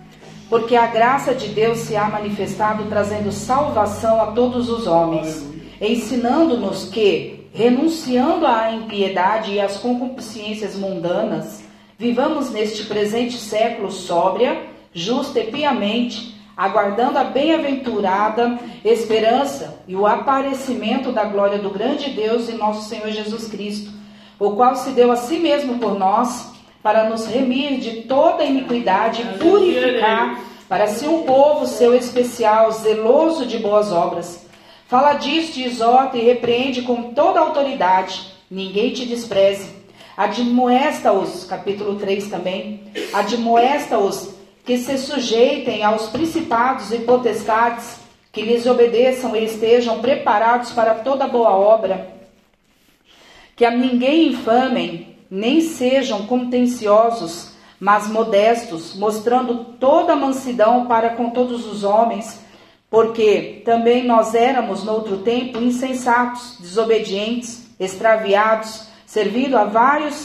Porque a graça de Deus se há manifestado, trazendo salvação a todos os homens, ensinando-nos que, renunciando à impiedade e às concupiscências mundanas, vivamos neste presente século sóbria, justa e piamente, aguardando a bem-aventurada esperança e o aparecimento da glória do grande Deus e nosso Senhor Jesus Cristo, o qual se deu a si mesmo por nós, para nos remir de toda iniquidade e purificar para si um povo seu especial, zeloso de boas obras. Fala disto, exorta e repreende com toda autoridade, ninguém te despreze. Admoesta-os, capítulo 3 também, admoesta-os que se sujeitem aos principados e potestades, que lhes obedeçam e estejam preparados para toda boa obra, que a ninguém infamem, nem sejam contenciosos, mas modestos, mostrando toda mansidão para com todos os homens, porque também nós éramos, noutro tempo, insensatos, desobedientes, extraviados, servindo a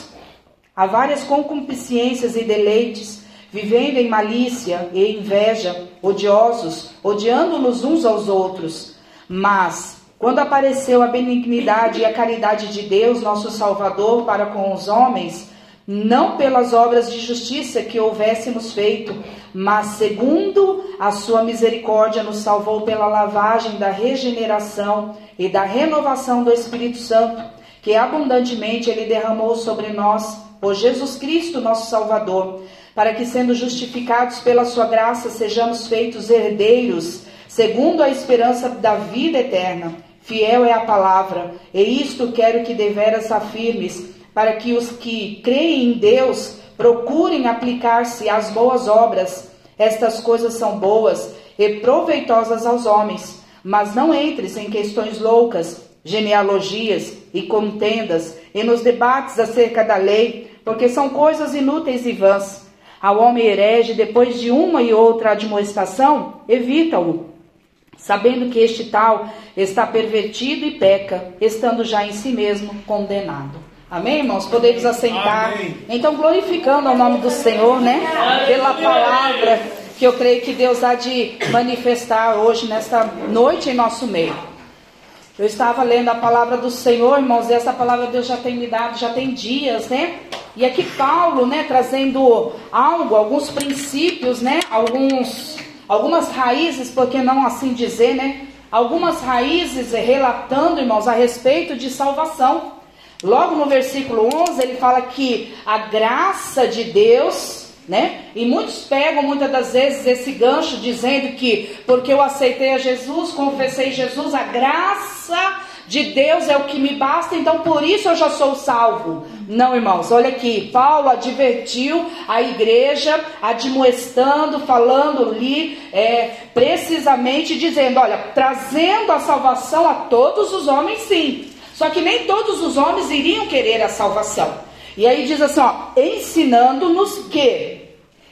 várias concupiscências e deleites, vivendo em malícia e inveja, odiosos, odiando-nos uns aos outros. Mas, quando apareceu a benignidade e a caridade de Deus, nosso Salvador, para com os homens, não pelas obras de justiça que houvéssemos feito, mas segundo a sua misericórdia nos salvou pela lavagem da regeneração e da renovação do Espírito Santo, que abundantemente Ele derramou sobre nós, por Jesus Cristo, nosso Salvador, para que, sendo justificados pela sua graça, sejamos feitos herdeiros, segundo a esperança da vida eterna. Fiel é a palavra, e isto quero que deveras afirmes, para que os que creem em Deus procurem aplicar-se às boas obras. Estas coisas são boas e proveitosas aos homens, mas não entres em questões loucas, genealogias e contendas, e nos debates acerca da lei, porque são coisas inúteis e vãs. Ao homem herege, depois de uma e outra admoestação, evita-o, sabendo que este tal está pervertido e peca, estando já em si mesmo condenado. Amém, irmãos? Podemos assentar. Amém. Então, glorificando ao nome do Senhor, né? Pela palavra que eu creio que Deus há de manifestar hoje, nesta noite, em nosso meio. Eu estava lendo a palavra do Senhor, irmãos, e essa palavra Deus já tem me dado, já tem dias, né? E aqui Paulo, né, trazendo alguns princípios, né? Algumas raízes, por que não assim dizer, né? Algumas raízes relatando, irmãos, a respeito de salvação. Logo no versículo 11, ele fala que a graça de Deus, né? E muitos pegam muitas das vezes esse gancho dizendo que porque eu aceitei a Jesus, confessei Jesus, a graça de Deus é o que me basta, então por isso eu já sou salvo. Não, irmãos, olha aqui, Paulo advertiu a igreja, admoestando, falando ali, precisamente dizendo, olha, trazendo a salvação a todos os homens, sim. Só que nem todos os homens iriam querer a salvação. E aí diz assim, ó, ensinando-nos que,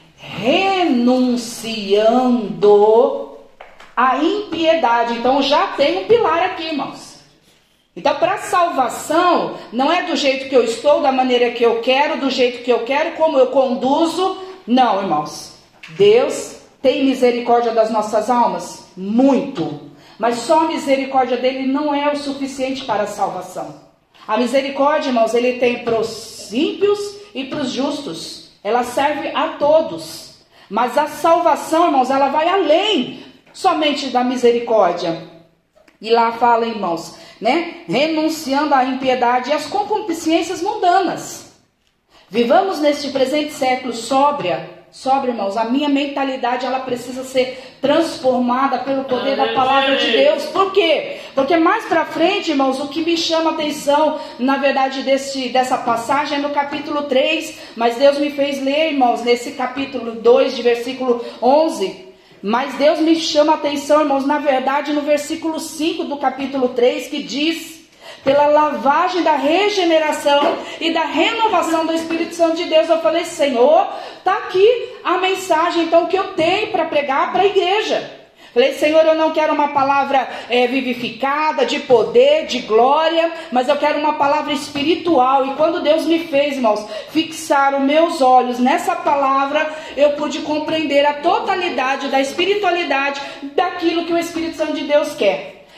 renunciando à impiedade. Então já tem um pilar aqui, irmãos. Então para a salvação, não é do jeito que eu estou, da maneira que eu quero, do jeito que eu quero, como eu conduzo. Não, irmãos. Deus tem misericórdia das nossas almas? Muito. Mas só a misericórdia dele não é o suficiente para a salvação. A misericórdia, irmãos, ele tem para os ímpios e para os justos. Ela serve a todos. Mas a salvação, irmãos, ela vai além somente da misericórdia. E lá fala, irmãos, né? Renunciando à impiedade e às concupiscências mundanas. Vivamos neste presente século sóbria, irmãos, a minha mentalidade ela precisa ser transformada pelo poder da palavra de Deus. Por quê? Porque mais para frente, irmãos, o que me chama a atenção, na verdade, dessa passagem é no capítulo 3, mas Deus me fez ler, irmãos, nesse capítulo 2, de versículo 11. Mas Deus me chama a atenção, irmãos, na verdade, no versículo 5 do capítulo 3, que diz: pela lavagem da regeneração e da renovação do Espírito Santo de Deus. Eu falei, Senhor, está aqui a mensagem então que eu tenho para pregar para a igreja. Falei, Senhor, eu não quero uma palavra vivificada, de poder, de glória, mas eu quero uma palavra espiritual. E quando Deus me fez, irmãos, fixar os meus olhos nessa palavra, eu pude compreender a totalidade da espiritualidade daquilo que o Espírito Santo de Deus quer.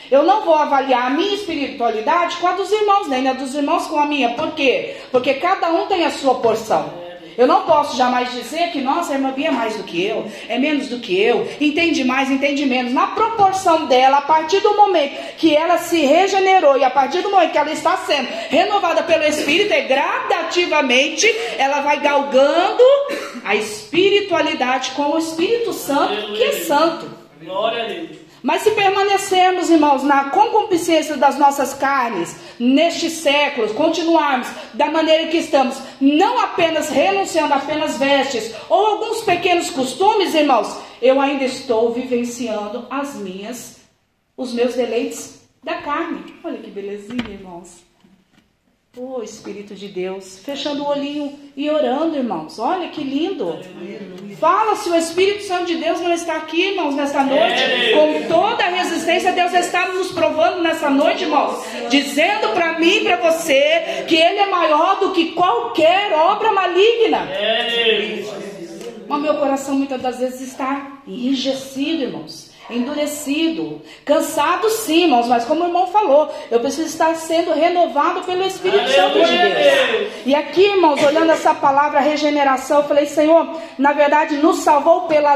Eu não vou avaliar a minha espiritualidade com a dos irmãos, nem a dos irmãos com a minha. Por quê? Porque cada um tem a sua porção. Eu não posso jamais dizer que, nossa, a irmã Bia é mais do que eu, é menos do que eu, entende mais, entende menos. Na proporção dela, a partir do momento que ela se regenerou e a partir do momento que ela está sendo renovada pelo Espírito, gradativamente ela vai galgando a espiritualidade com o Espírito Santo, que é santo. Glória a Deus. Mas se permanecermos, irmãos, na concupiscência das nossas carnes, nestes séculos, continuarmos da maneira que estamos, não apenas renunciando apenas vestes ou alguns pequenos costumes, irmãos, eu ainda estou vivenciando os meus deleites da carne. Olha que belezinha, irmãos. Oh, Espírito de Deus, fechando o olhinho e orando, irmãos. Olha que lindo. Fala se o Espírito Santo de Deus não está aqui, irmãos, nesta noite. Com toda a resistência, Deus está nos provando nessa noite, irmãos, dizendo para mim e para você que Ele é maior do que qualquer obra maligna. Mas meu coração muitas das vezes está enrijecido, irmãos, endurecido, cansado sim, irmãos, mas como o irmão falou, eu preciso estar sendo renovado pelo Espírito Santo de Deus. E aqui, irmãos, olhando essa palavra regeneração, eu falei, Senhor, na verdade nos salvou pela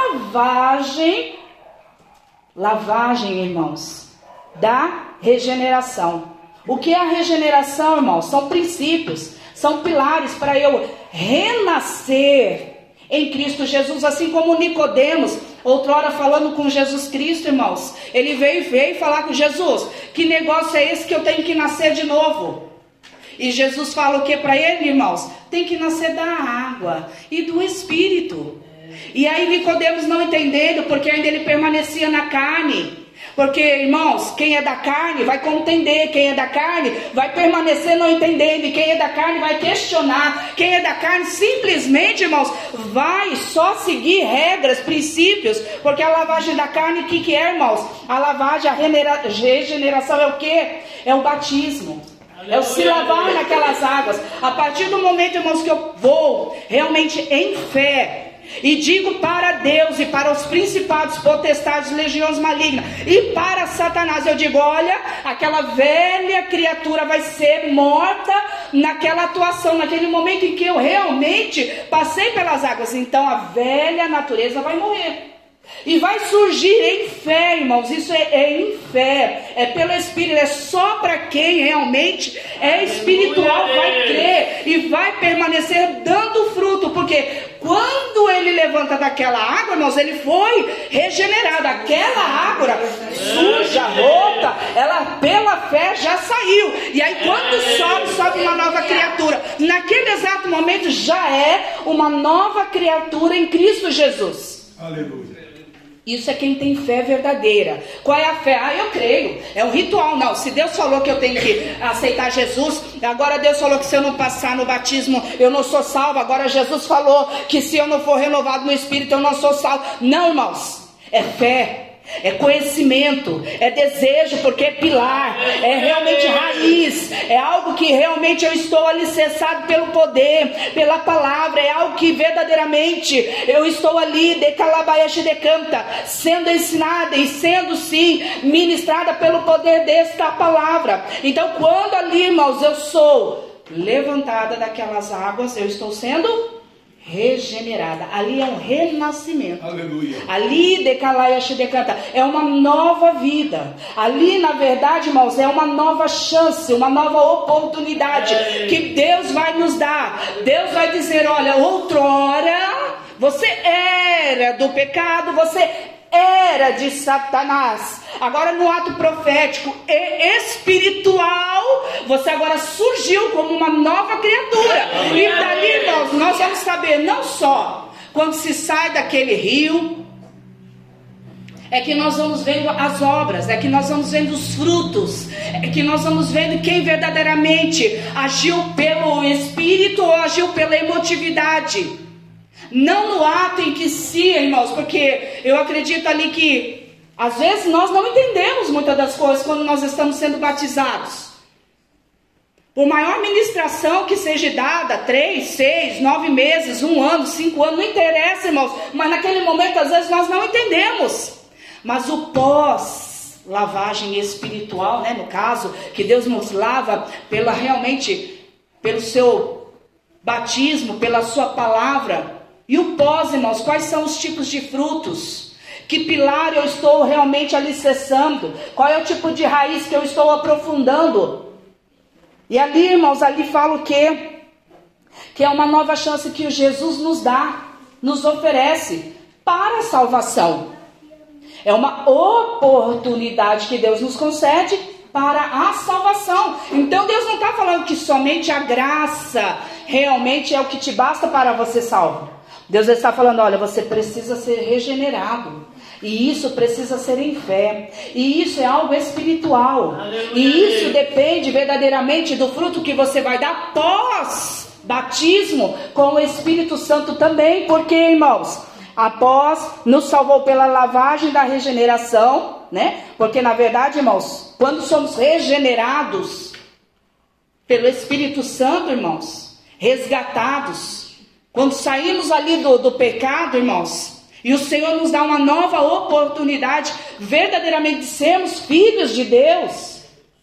lavagem, irmãos, da regeneração. O que é a regeneração, irmãos? São princípios, são pilares para eu renascer em Cristo Jesus, assim como Nicodemos, outrora falando com Jesus Cristo, irmãos, ele veio falar com Jesus, que negócio é esse que eu tenho que nascer de novo? E Jesus fala o que para ele, irmãos? Tem que nascer da água e do Espírito. E aí Nicodemos não entendendo, porque ainda ele permanecia na carne. Porque, irmãos, quem é da carne vai contender, quem é da carne vai permanecer não entendendo, e quem é da carne vai questionar, quem é da carne simplesmente, irmãos, vai só seguir regras, princípios, porque a lavagem da carne, o que é, irmãos? A lavagem, a regeneração é o que? É o batismo. É o se lavar naquelas águas. A partir do momento, irmãos, que eu vou realmente em fé e digo para Deus e para os principados, potestades, legiões malignas e para Satanás, eu digo, olha, aquela velha criatura vai ser morta naquela atuação, naquele momento em que eu realmente passei pelas águas. Então a velha natureza vai morrer. E vai surgir em fé, irmãos, isso é em fé, é pelo Espírito, é só para quem realmente é espiritual, vai crer e vai permanecer dando fruto, porque quando ele levanta daquela água, irmãos, ele foi regenerado, aquela água suja, rota, ela pela fé já saiu, e aí quando sobe uma nova criatura, naquele exato momento já é uma nova criatura em Cristo Jesus. Aleluia. Isso é quem tem fé verdadeira. Qual é a fé? Eu creio, é um ritual. Não, se Deus falou que eu tenho que aceitar Jesus, agora Deus falou que se eu não passar no batismo eu não sou salvo, agora Jesus falou que se eu não for renovado no Espírito eu não sou salvo. Não, irmãos, é fé, é conhecimento, é desejo, porque é pilar, é realmente raiz, é algo que realmente eu estou alicerçado pelo poder, pela palavra, é algo que verdadeiramente eu estou ali, de Calabaiaxi de Canta, sendo ensinada e sendo sim ministrada pelo poder desta palavra. Então quando ali, irmãos, eu sou levantada daquelas águas, eu estou sendo regenerada, ali é um renascimento. Aleluia. Ali decanta, é uma nova vida. Ali, na verdade, irmãos, é uma nova chance, uma nova oportunidade que Deus vai nos dar. Deus vai dizer, olha, outrora você era do pecado, você era de Satanás. Agora no ato profético e espiritual, você agora surgiu como uma nova criatura. E dali, irmãos, nós vamos saber, não só quando se sai daquele rio, é que nós vamos vendo as obras, é que nós vamos vendo os frutos, é que nós vamos vendo quem verdadeiramente agiu pelo Espírito ou agiu pela emotividade. Não no ato em que se, irmãos, porque eu acredito ali que às vezes nós não entendemos muitas das coisas quando nós estamos sendo batizados. Por maior ministração que seja dada, 3, 6, 9 meses, 1 ano, 5 anos, não interessa, irmãos, mas naquele momento às vezes nós não entendemos. Mas o lavagem espiritual, né? No caso, que Deus nos lava pelo seu batismo, pela sua palavra. E o pós, irmãos, quais são os tipos de frutos? Que pilar eu estou realmente alicerçando? Qual é o tipo de raiz que eu estou aprofundando? E ali, irmãos, ali fala o quê? Que é uma nova chance que Jesus nos dá, nos oferece para a salvação. É uma oportunidade que Deus nos concede para a salvação. Então Deus não está falando que somente a graça realmente é o que te basta para você salvo. Deus está falando, olha, você precisa ser regenerado. E isso precisa ser em fé. E isso é algo espiritual. E isso depende verdadeiramente do fruto que você vai dar pós batismo com o Espírito Santo também. Porque, irmãos, após nos salvou pela lavagem da regeneração, né? Porque na verdade, irmãos, quando somos regenerados pelo Espírito Santo, irmãos, resgatados, quando saímos ali do pecado, irmãos, e o Senhor nos dá uma nova oportunidade verdadeiramente de sermos filhos de Deus.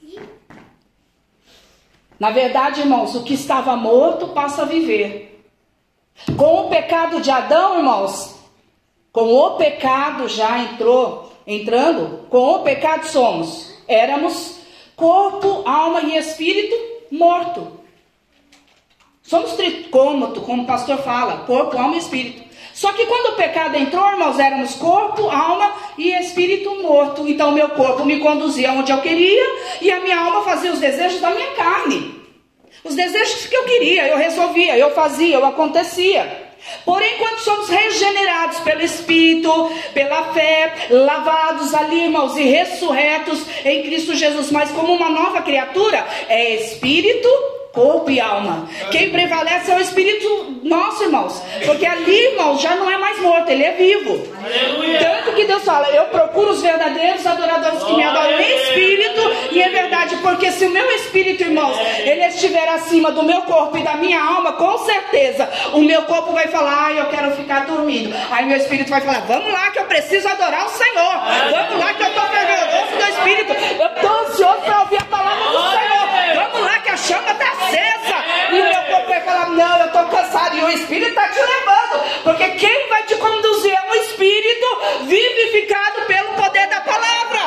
Na verdade, irmãos, o que estava morto passa a viver. Com o pecado de Adão, irmãos, com o pecado já entrando, com o pecado éramos corpo, alma e espírito morto. Somos tricômoto, como o pastor fala, corpo, alma e espírito. Só que quando o pecado entrou, irmãos, éramos corpo, alma e espírito morto. Então meu corpo me conduzia onde eu queria e a minha alma fazia os desejos da minha carne. Os desejos que eu queria, eu resolvia, eu fazia, eu acontecia. Porém, quando somos regenerados pelo Espírito, pela fé, lavados ali, irmãos, e ressurretos em Cristo Jesus, mas como uma nova criatura, é Espírito, corpo e alma. Quem prevalece é o Espírito nosso, irmãos. Porque ali, irmãos, já não é mais morto, ele é vivo. Aleluia. Tanto que Deus fala, eu procuro os verdadeiros adoradores que me adoram em Espírito e em verdade. Porque se o meu Espírito, irmãos, ele estiver acima do meu corpo e da minha alma, com certeza, o meu corpo vai falar, eu quero ficar dormindo. Aí meu Espírito vai falar, vamos lá que eu preciso adorar o Senhor. Vamos lá que eu estou fervoroso do Espírito. Eu estou ansioso para ouvir a palavra do Senhor. Vamos lá que a chama está acesa. E meu corpo vai falar, não, eu estou cansado. E o Espírito está te levando. Porque quem vai te conduzir é o Espírito vivificado pelo poder da palavra.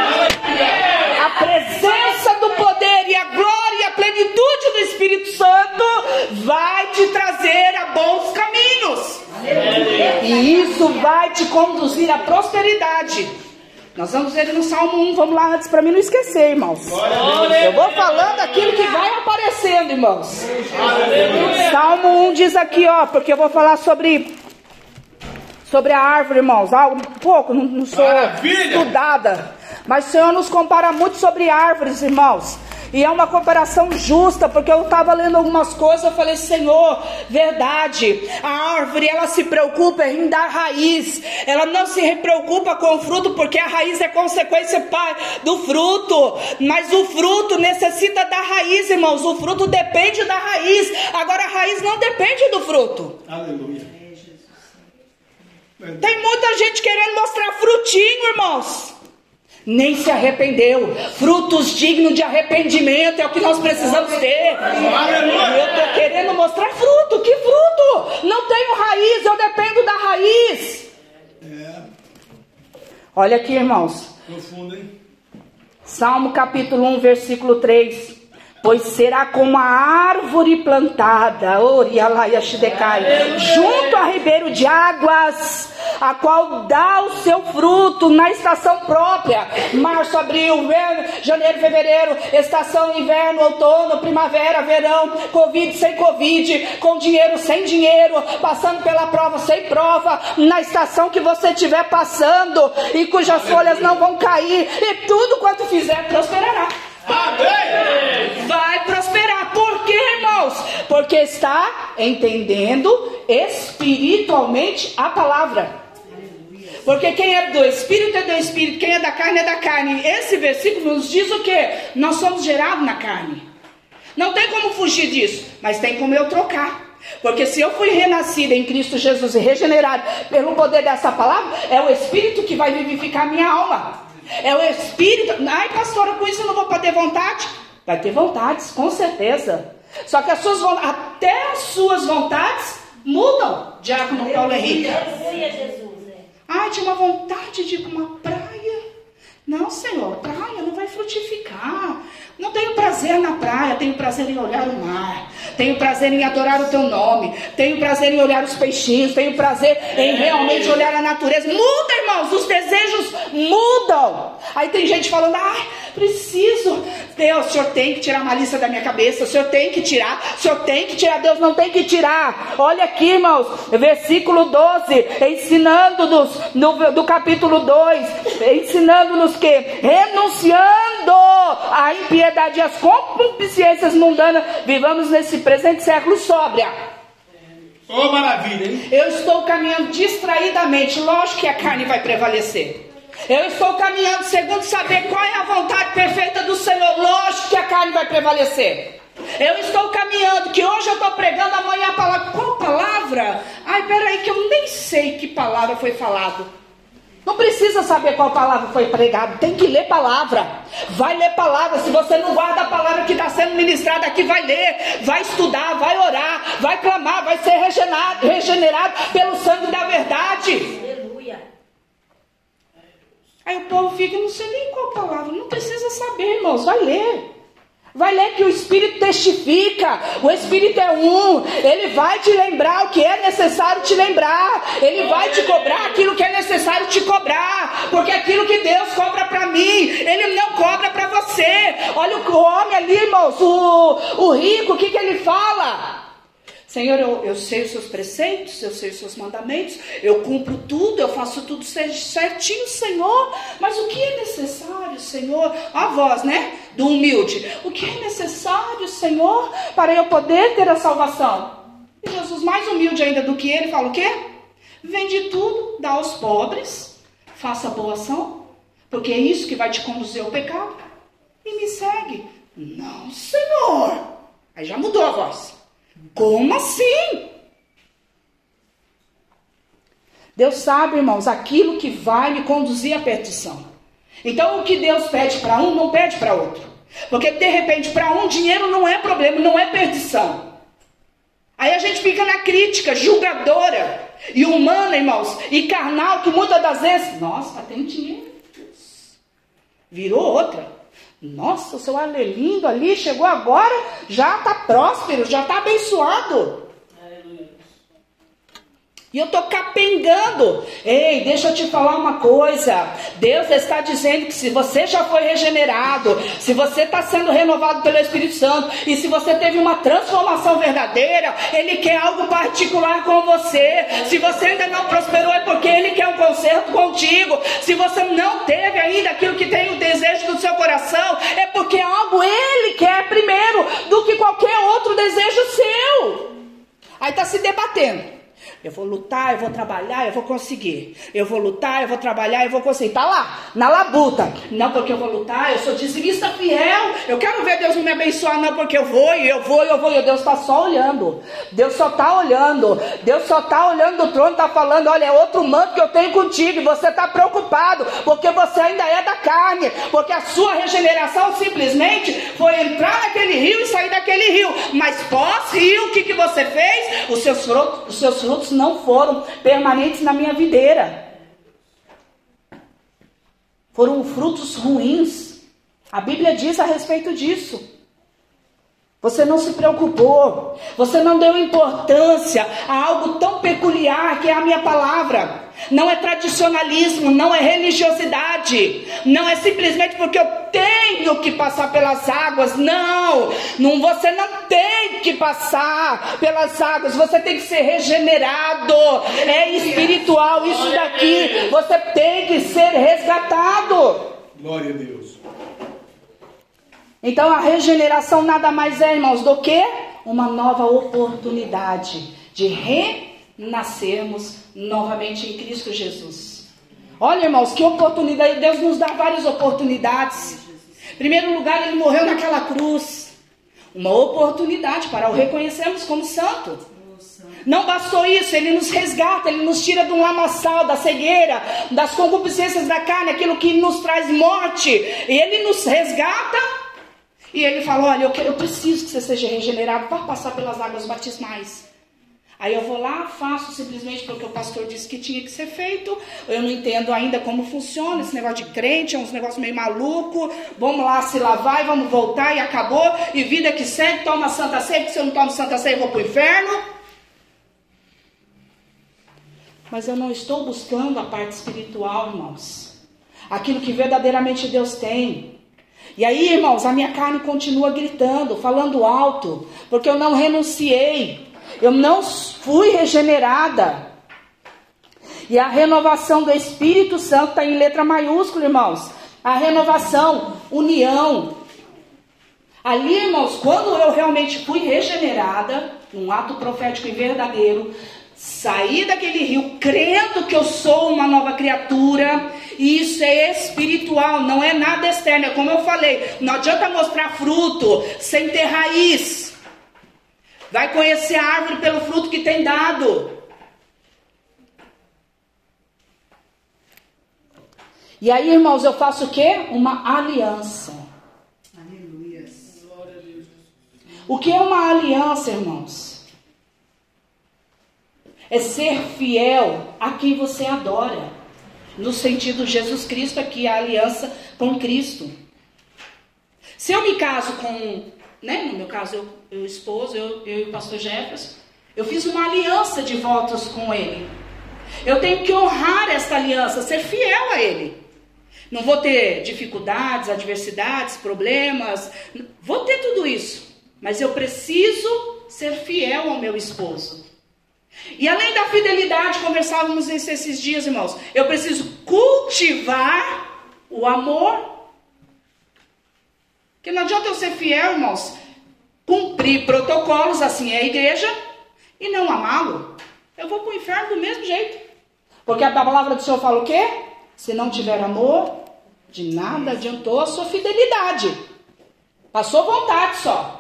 A presença do poder e a glória e a plenitude do Espírito Santo vai te trazer a bons caminhos. E isso vai te conduzir à prosperidade. Nós vamos ver no Salmo 1, vamos lá antes para mim não esquecer, irmãos. Eu vou falando aquilo que vai aparecendo, irmãos. Salmo 1 diz aqui, ó, porque eu vou falar sobre a árvore, irmãos. Um pouco, não sou estudada, mas o Senhor nos compara muito sobre árvores, irmãos. E é uma comparação justa, porque eu estava lendo algumas coisas, eu falei, Senhor, verdade, a árvore, ela se preocupa em dar raiz, ela não se preocupa com o fruto, porque a raiz é consequência do fruto, mas o fruto necessita da raiz, irmãos, o fruto depende da raiz, agora a raiz não depende do fruto. Aleluia. Tem muita gente querendo mostrar frutinho, irmãos, nem se arrependeu. Frutos dignos de arrependimento é o que nós precisamos ter. Eu estou querendo mostrar fruto. Que fruto? Não tenho raiz, eu dependo da raiz. Olha aqui, irmãos. Profundo, hein? Salmo capítulo 1, versículo 3. Pois será como a árvore plantada, junto a ribeiro de águas, a qual dá o seu fruto na estação própria. Março, abril, janeiro, fevereiro, estação inverno, outono, primavera, verão, Covid, sem Covid, com dinheiro, sem dinheiro, passando pela prova, sem prova, na estação que você estiver passando, e cujas folhas não vão cair, e tudo quanto fizer prosperará. Amém. Vai prosperar. Por quê, irmãos? Porque está entendendo espiritualmente a palavra. Porque quem é do Espírito é do Espírito, quem é da carne é da carne. Esse versículo nos diz o quê? Nós somos gerados na carne. Não tem como fugir disso, mas tem como eu trocar. Porque se eu fui renascida em Cristo Jesus e regenerado pelo poder dessa palavra, é o Espírito que vai vivificar minha alma. É o Espírito. Ai, pastora, com isso eu não vou ter vontade. Vai ter vontades, com certeza. Só que até as suas vontades mudam, Diácono Paulo Henrique. Ai, tinha uma vontade de ir para uma praia. Não, Senhor, praia não vai frutificar. Não tenho prazer na praia, tenho prazer em olhar o mar. Tenho prazer em adorar o teu nome. Tenho prazer em olhar os peixinhos. Tenho prazer em realmente olhar a natureza. Muda, irmãos, os desejos mudam. Aí tem gente falando, ai, preciso. Deus, o Senhor tem que tirar a malícia da minha cabeça. O Senhor tem que tirar. O Senhor tem que tirar. Deus não tem que tirar. Olha aqui, irmãos, versículo 12, ensinando-nos, do capítulo 2, ensinando-nos que, renunciando à impiedade e às concupiscências mundanas, vivamos nesse presente século sóbria. Oh, maravilha, hein? Eu estou caminhando distraidamente. Lógico que a carne vai prevalecer. Eu estou caminhando segundo saber qual é a vontade perfeita do Senhor. Lógico que a carne vai prevalecer. Eu estou caminhando, que hoje eu estou pregando, amanhã a palavra. Qual palavra? Ai, peraí, que eu nem sei que palavra foi falada. Não precisa saber qual palavra foi pregada, tem que ler palavra. Vai ler palavra. Se você não guarda a palavra que está sendo ministrada aqui, vai ler, vai estudar, vai orar, vai clamar, vai ser regenerado pelo sangue da verdade. Aleluia. Aí o povo fica, não sei nem qual palavra. Não precisa saber, irmãos, vai ler. Vai ler que o Espírito testifica. O Espírito é um. Ele vai te lembrar o que é necessário te lembrar. Ele vai te cobrar aquilo que é necessário te cobrar. Porque aquilo que Deus cobra para mim, Ele não cobra para você. Olha o homem ali, irmãos, o rico, o que ele fala? Senhor, eu sei os seus preceitos, eu sei os seus mandamentos, eu cumpro tudo, eu faço tudo certinho, Senhor. Mas o que é necessário, Senhor? A voz, né? Do humilde. O que é necessário, Senhor, para eu poder ter a salvação? E Jesus, mais humilde ainda do que ele, fala o quê? Vende tudo, dá aos pobres, faça boa ação, porque é isso que vai te conduzir ao pecado. E me segue. Não, Senhor. Aí já mudou a voz. Como assim? Deus sabe, irmãos, aquilo que vai me conduzir à perdição. Então o que Deus pede para um, não pede para outro. Porque de repente para um dinheiro não é problema, não é perdição. Aí a gente fica na crítica julgadora e humana, irmãos, e carnal, que muitas das vezes, nossa, tem dinheiro, virou outra. Nossa, o seu Arlindo ali chegou agora, já está próspero, já está abençoado. E eu estou capengando. Ei, deixa eu te falar uma coisa. Deus está dizendo que se você já foi regenerado, se você está sendo renovado pelo Espírito Santo, e se você teve uma transformação verdadeira, Ele quer algo particular com você. Se você ainda não prosperou, é porque Ele quer um conserto contigo. Se você não teve ainda aquilo que tem o desejo do seu coração, é porque algo Ele quer primeiro do que qualquer outro desejo seu. Aí está se debatendo. Eu vou lutar, eu vou trabalhar, eu vou conseguir. Eu vou lutar, eu vou trabalhar, eu vou conseguir. Tá lá, na labuta. Não porque eu vou lutar, eu sou dizimista fiel. Eu quero ver Deus não me abençoar, não porque eu vou. E Deus está só olhando. Deus só está olhando. Deus só está olhando do trono, está falando, olha, é outro manto que eu tenho contigo. E você está preocupado, porque você ainda é da carne. Porque a sua regeneração simplesmente foi entrar naquele rio e sair daquele rio. Mas pós-rio, o que você fez? Os seus frutos não foram permanentes na minha videira. Foram frutos ruins. A Bíblia diz a respeito disso. Você não se preocupou. Você não deu importância a algo tão peculiar que é a minha palavra. Não é tradicionalismo, não é religiosidade. Não é simplesmente porque eu tenho que passar pelas águas. Não, você não tem que passar pelas águas. Você tem que ser regenerado. É espiritual isso daqui. Você tem que ser resgatado. Glória a Deus. Então a regeneração nada mais é, irmãos, do que uma nova oportunidade de renascermos novamente em Cristo Jesus. Olha, irmãos, que oportunidade. Deus nos dá várias oportunidades. Em primeiro lugar, Ele morreu naquela cruz. Uma oportunidade para o reconhecermos como santo. Não bastou isso, Ele nos resgata, Ele nos tira do lamaçal, da cegueira, das concupiscências da carne, aquilo que nos traz morte. E Ele nos resgata e Ele fala, olha, eu preciso que você seja regenerado, vá passar pelas águas batismais. Aí eu vou lá, faço simplesmente porque o pastor disse que tinha que ser feito. Eu não entendo ainda como funciona esse negócio de crente, é uns negócios meio maluco. Vamos lá se lavar e vamos voltar e acabou. E vida que segue, toma Santa Ceia, porque se eu não tomo Santa Ceia eu vou para o inferno. Mas eu não estou buscando a parte espiritual, irmãos. Aquilo que verdadeiramente Deus tem. E aí, irmãos, a minha carne continua gritando, falando alto, porque eu não renunciei. Eu não fui regenerada. E a renovação do Espírito Santo está em letra maiúscula, irmãos. A renovação, união. Ali, irmãos, quando eu realmente fui regenerada, um ato profético e verdadeiro, saí daquele rio crendo que eu sou uma nova criatura. E isso é espiritual, não é nada externo. É como eu falei, não adianta mostrar fruto sem ter raiz. Vai conhecer a árvore pelo fruto que tem dado. E aí, irmãos, eu faço o quê? Uma aliança. Aleluia. O que é uma aliança, irmãos? É ser fiel a quem você adora. No sentido Jesus Cristo aqui, a aliança com Cristo. Se eu me caso com... no meu caso, eu esposo, eu e o pastor Jefferson, eu fiz uma aliança de votos com ele. Eu tenho que honrar esta aliança, ser fiel a ele. Não vou ter dificuldades, adversidades, problemas, vou ter tudo isso. Mas eu preciso ser fiel ao meu esposo. E além da fidelidade, conversávamos esses dias, irmãos, eu preciso cultivar o amor. Porque não adianta eu ser fiel, irmãos, cumprir protocolos, assim é a igreja, e não amá-lo. Eu vou para o inferno do mesmo jeito. Porque a palavra do Senhor fala o quê? Se não tiver amor, de nada adiantou a sua fidelidade. Passou vontade só.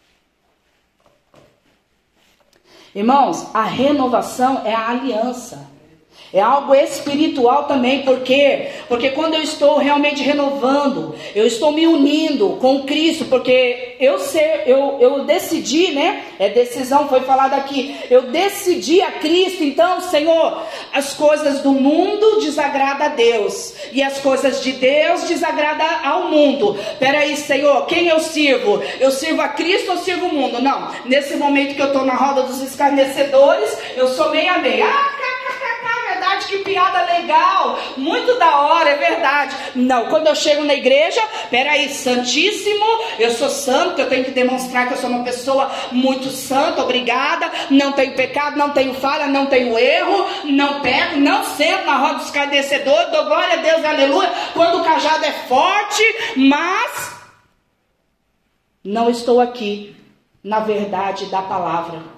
Irmãos, a renovação é a aliança. É algo espiritual também, por quê? Porque quando eu estou realmente renovando, eu estou me unindo com Cristo, porque eu decidi, né? É decisão, foi falado aqui. Eu decidi a Cristo, então, Senhor, as coisas do mundo desagradam a Deus, e as coisas de Deus desagradam ao mundo. Peraí, Senhor, quem eu sirvo? Eu sirvo a Cristo ou sirvo o mundo? Não, nesse momento que eu estou na roda dos escarnecedores, eu sou meio a meio. Verdade, que piada legal, muito da hora, é verdade. Não, quando eu chego na igreja, peraí, santíssimo, eu sou santo, eu tenho que demonstrar que eu sou uma pessoa muito santa, obrigada, não tenho pecado, não tenho falha, não tenho erro, não peco, não sento na roda dos escarnecedores, dou glória a Deus, aleluia, quando o cajado é forte, mas não estou aqui na verdade da palavra.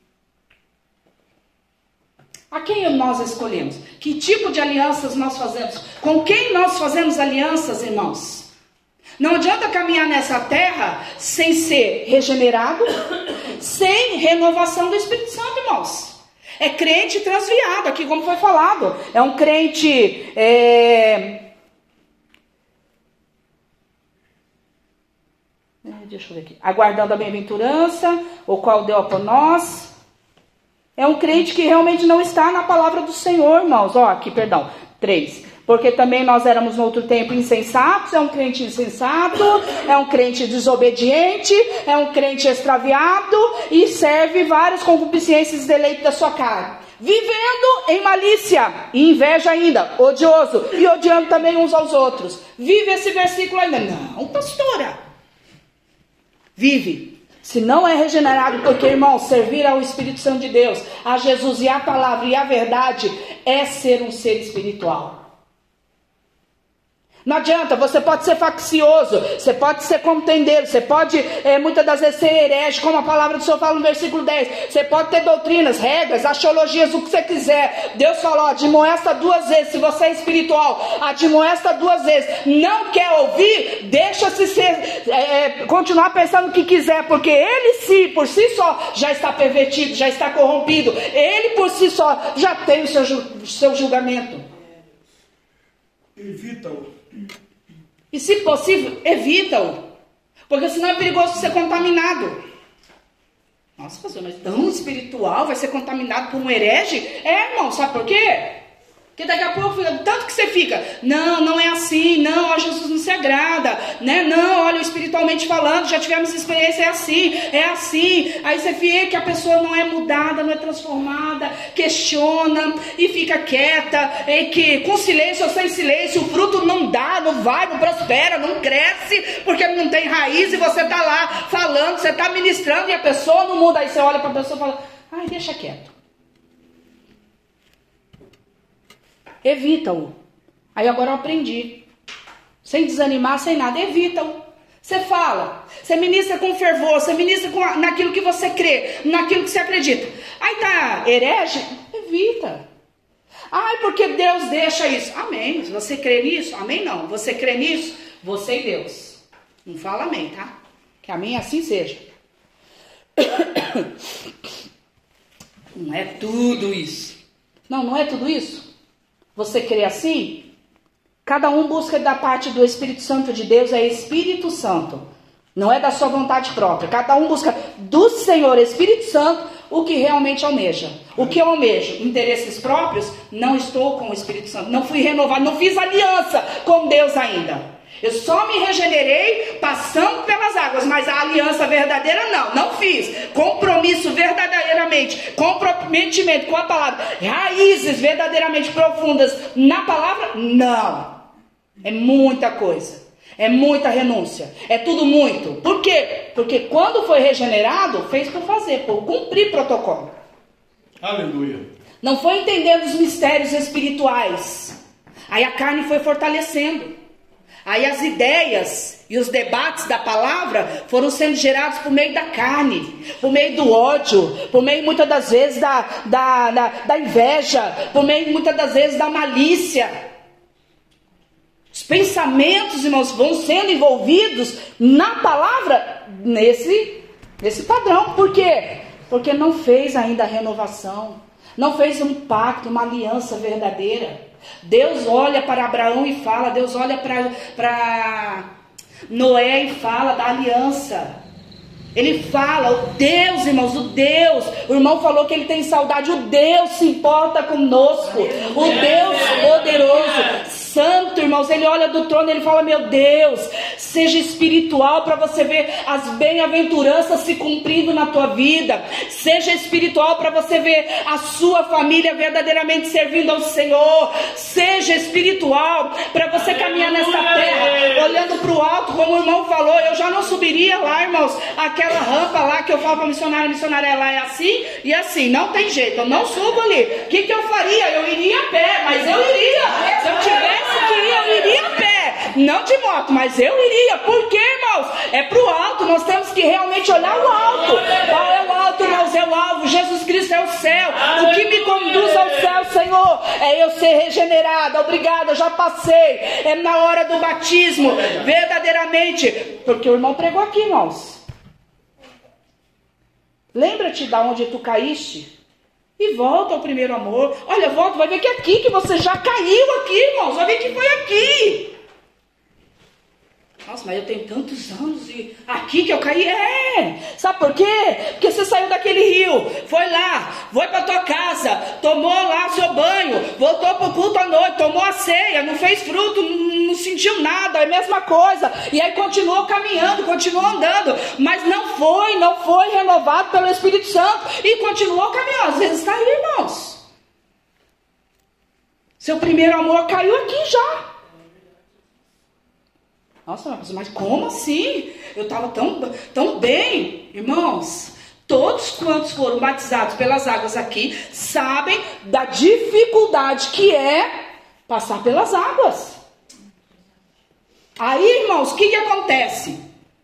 A quem nós escolhemos? Que tipo de alianças nós fazemos? Com quem nós fazemos alianças, irmãos? Não adianta caminhar nessa terra sem ser regenerado, sem renovação do Espírito Santo, irmãos. É crente transviado, aqui como foi falado. É um crente... Deixa eu ver aqui. Aguardando a bem-aventurança, o qual deu por nós... É um crente que realmente não está na palavra do Senhor, irmãos. Ó, aqui, perdão. 3. Porque também nós éramos no outro tempo insensatos. É um crente insensato. É um crente desobediente. É um crente extraviado. E serve várias concupiscências de deleite da sua carne. Vivendo em malícia e inveja ainda. Odioso. E odiando também uns aos outros. Vive esse versículo ainda. Não, pastora. Vive. Se não é regenerado, porque, irmão, servir ao Espírito Santo de Deus, a Jesus e a palavra e a verdade, é ser um ser espiritual. Não adianta, você pode ser faccioso, você pode ser contendeiro, você pode, muitas das vezes, ser herege, como a palavra do Senhor fala no versículo 10. Você pode ter doutrinas, regras, axiologias, o que você quiser. Deus falou, admoesta 2 vezes, se você é espiritual, admoesta 2 vezes. Não quer ouvir, deixa-se continuar pensando o que quiser, porque ele por si só já está pervertido, já está corrompido. Ele por si só já tem o seu julgamento. Evita-o. E se possível, evita-o. Porque senão é perigoso ser contaminado. Nossa, pastor, mas tão espiritual, vai ser contaminado por um herege? Irmão, sabe por quê? Porque daqui a pouco, tanto que você fica, não é assim, não, ó, Jesus não se agrada, né? Não, olha, espiritualmente falando, já tivemos experiência, é assim. Aí você vê que a pessoa não é mudada, não é transformada, questiona e fica quieta, e que com silêncio ou sem silêncio, o fruto não dá, não vai, não prospera, não cresce, porque não tem raiz, e você está lá falando, você está ministrando, e a pessoa não muda. Aí você olha para a pessoa e fala, ai, deixa quieto. Evita-o. Aí agora eu aprendi. Sem desanimar, sem nada. Evita-o. Você fala. Você ministra com fervor. Você ministra naquilo que você crê. Naquilo que você acredita. Aí tá herege? Evita. Ai, porque Deus deixa isso. Amém. Você crê nisso? Amém não. Você crê nisso? Você e Deus. Não fala amém, tá? Que amém assim seja. Não é tudo isso. Não é tudo isso. Você crê assim? Cada um busca da parte do Espírito Santo de Deus, é Espírito Santo. Não é da sua vontade própria. Cada um busca do Senhor, Espírito Santo, o que realmente almeja. O que eu almejo? Interesses próprios? Não estou com o Espírito Santo. Não fui renovado, não fiz aliança com Deus ainda. Eu só me regenerei passando pelas águas, mas a aliança verdadeira não fiz. Compromisso verdadeiramente, comprometimento com a palavra, raízes verdadeiramente profundas na palavra, não. É muita coisa, é muita renúncia, é tudo muito. Por quê? Porque quando foi regenerado, fez por fazer, por cumprir protocolo. Aleluia. Não foi entendendo os mistérios espirituais. Aí a carne foi fortalecendo. Aí as ideias e os debates da palavra foram sendo gerados por meio da carne, por meio do ódio, por meio muitas das vezes da inveja, por meio muitas das vezes da malícia. Os pensamentos, irmãos, vão sendo envolvidos na palavra nesse padrão. Por quê? Porque não fez ainda a renovação, não fez um pacto, uma aliança verdadeira. Deus olha para Abraão e fala, Deus olha para Noé e fala da aliança. Ele fala, o Deus, irmãos, o irmão falou que ele tem saudade, o Deus se importa conosco, o Deus poderoso, santo, irmãos, ele olha do trono e ele fala, meu Deus, seja espiritual para você ver as bem-aventuranças se cumprindo na tua vida, seja espiritual para você ver a sua família verdadeiramente servindo ao Senhor, seja espiritual para você caminhar nessa terra, olhando para o alto, como o irmão falou, eu já não subiria lá, irmãos, aquela rampa lá que eu falo para a missionária lá é assim e assim, não tem jeito, eu não subo ali. O que eu faria? Eu iria a pé, mas eu iria. Se eu tivesse que ir, eu iria a pé, não de moto, mas eu iria. Por quê, irmãos? É pro alto, nós temos que realmente olhar o alto. Qual é o alto, irmãos? É o alvo, Jesus Cristo é o céu. O que me conduz ao céu, Senhor, é eu ser regenerada. Obrigada, eu já passei. É na hora do batismo, verdadeiramente, porque o irmão pregou aqui, irmãos. Lembra-te de onde tu caíste e volta ao primeiro amor. Olha, volta, vai ver que é aqui que você já caiu aqui, irmãos. Vai ver que foi aqui. Nossa, mas eu tenho tantos anos e aqui que eu caí. Sabe por quê? Porque você saiu daquele rio, foi lá, foi para tua casa, tomou lá seu banho, voltou para o culto à noite, tomou a ceia, não fez fruto, não sentiu nada, é a mesma coisa. E aí continuou caminhando, continuou andando, mas não foi renovado pelo Espírito Santo e continuou caminhando. Às vezes está aí, irmãos. Seu primeiro amor caiu aqui já. Nossa, mas como assim? Eu estava tão bem. Irmãos, todos quantos foram batizados pelas águas aqui sabem da dificuldade que é passar pelas águas. Aí, irmãos, o que acontece?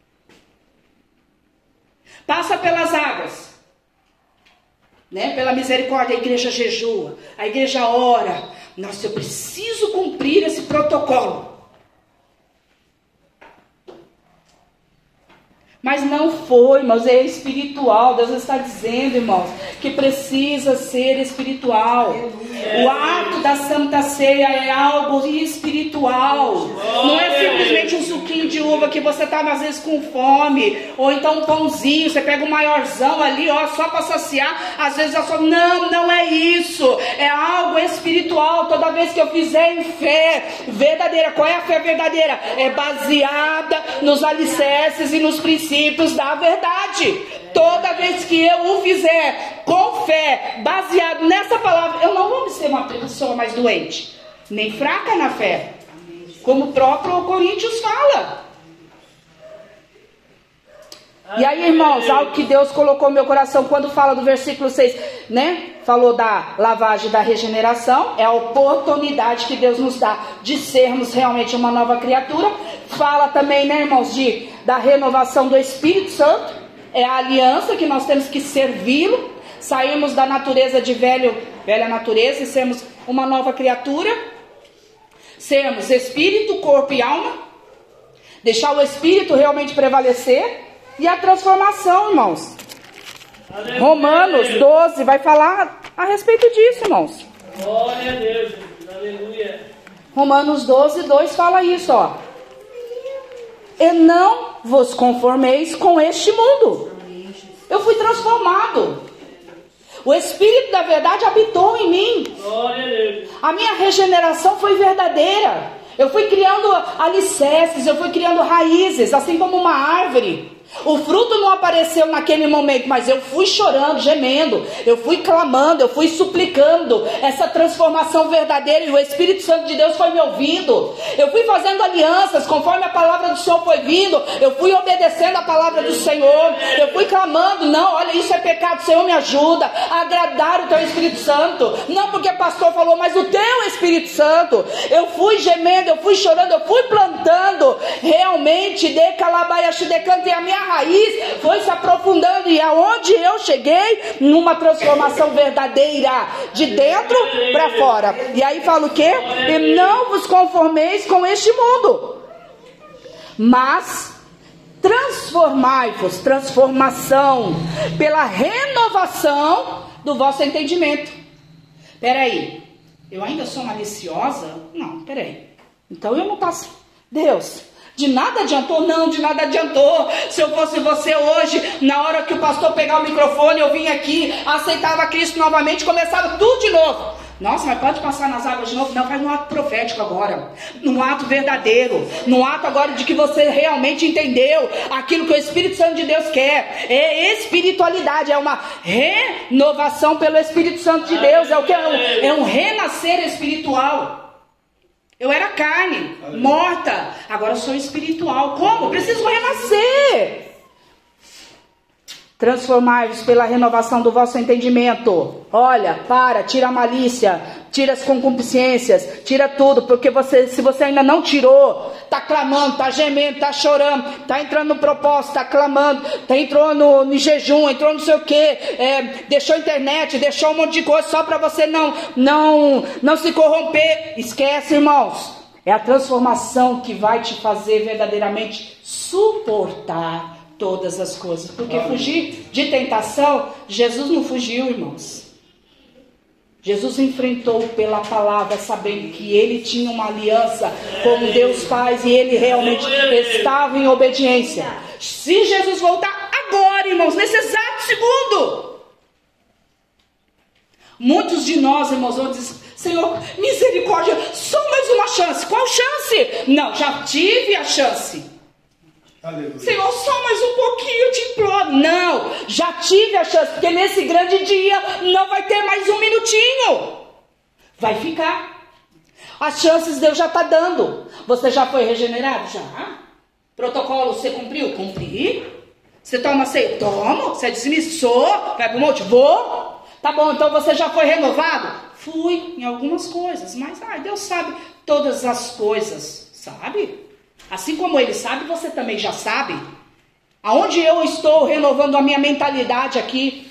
Passa pelas águas, né? Pela misericórdia, a igreja jejua, a igreja ora. Nossa, eu preciso cumprir esse protocolo. Mas não foi, irmãos, é espiritual. Deus está dizendo, irmãos, que precisa ser espiritual. O ato da Santa Ceia é algo espiritual. Não é simplesmente um suquinho de uva que você está às vezes com fome, ou então um pãozinho, você pega um maiorzão ali, ó, só para saciar, às vezes não é isso. É algo espiritual. Toda vez que eu fizer em fé verdadeira, qual é a fé verdadeira? É baseada nos alicerces e nos princípios da verdade. Toda vez que eu o fizer com fé, baseado nessa palavra, eu não vou ser uma pessoa mais doente, nem fraca na fé, como o próprio Coríntios fala. E aí, irmãos, algo que Deus colocou no meu coração quando fala do versículo 6, né? Falou da lavagem, da regeneração, é a oportunidade que Deus nos dá de sermos realmente uma nova criatura. Fala também, né, irmãos, da renovação do Espírito Santo, é a aliança que nós temos que servi-lo, sairmos da natureza de velha natureza e sermos uma nova criatura, sermos espírito, corpo e alma, deixar o Espírito realmente prevalecer. E a transformação, irmãos. Aleluia. Romanos 12 vai falar a respeito disso, irmãos. Glória a Deus, aleluia. Romanos 12, 2 fala isso, ó. E não vos conformeis com este mundo. Eu fui transformado. O Espírito da verdade habitou em mim. Glória a Deus. A minha regeneração foi verdadeira. Eu fui criando alicerces, eu fui criando raízes, assim como uma árvore. O fruto não apareceu naquele momento, mas eu fui chorando, gemendo, eu fui clamando, eu fui suplicando essa transformação verdadeira, e o Espírito Santo de Deus foi me ouvindo. Eu fui fazendo alianças conforme a palavra do Senhor foi vindo, eu fui obedecendo a palavra do Senhor, eu fui clamando, não, olha, isso é pecado, Senhor, me ajuda a agradar o teu Espírito Santo, não porque o pastor falou, mas o teu Espírito Santo. Eu fui gemendo, eu fui chorando, eu fui plantando, realmente, de calabaiaxi de canto, e a minha raiz foi se aprofundando, e aonde eu cheguei, numa transformação verdadeira, de dentro para fora. E aí fala o quê? E não vos conformeis com este mundo, mas transformai-vos, transformação, pela renovação do vosso entendimento. Peraí, eu ainda sou maliciosa? Não, peraí, então eu não passo, Deus, de nada adiantou? Não, de nada adiantou. Se eu fosse você hoje, na hora que o pastor pegar o microfone, eu vim aqui, aceitava Cristo novamente, começava tudo de novo. Nossa, mas pode passar nas águas de novo? Não, faz num ato profético agora, num ato verdadeiro, num ato agora de que você realmente entendeu aquilo que o Espírito Santo de Deus quer. É espiritualidade, é uma renovação pelo Espírito Santo de Deus, é o que é um renascer espiritual. Eu era carne, morta, agora eu sou espiritual. Como? Preciso renascer. Transformai-vos pela renovação do vosso entendimento. Olha, tira a malícia, tira as concupiscências, tira tudo, porque se você ainda não tirou, está clamando, está gemendo, está chorando, está entrando no propósito, está clamando, entrou no jejum, entrou não sei o que, deixou a internet, deixou um monte de coisa só para você não se corromper. Esquece, irmãos, é a transformação que vai te fazer verdadeiramente suportar todas as coisas, porque fugir de tentação, Jesus não fugiu, irmãos. Jesus enfrentou pela palavra, sabendo que ele tinha uma aliança com Deus Pai e ele realmente estava em obediência. Se Jesus voltar agora, irmãos, nesse exato segundo, muitos de nós, irmãos, vão dizer: Senhor, misericórdia, só mais uma chance. Qual chance? Não, já tive a chance. Aleluia. Senhor, só mais um pouquinho, eu te imploro. Não, já tive a chance, porque nesse grande dia não vai ter mais um minutinho. Vai ficar. As chances Deus já está dando. Você já foi regenerado? Já. Protocolo você cumpriu? Cumpri. Você toma ceia? Tomo. Você dismissou? Vai pro monte? Vou. Tá bom, então você já foi renovado? Fui em algumas coisas, mas Deus sabe todas as coisas, sabe? Assim como ele sabe, você também já sabe. Aonde eu estou renovando a minha mentalidade aqui?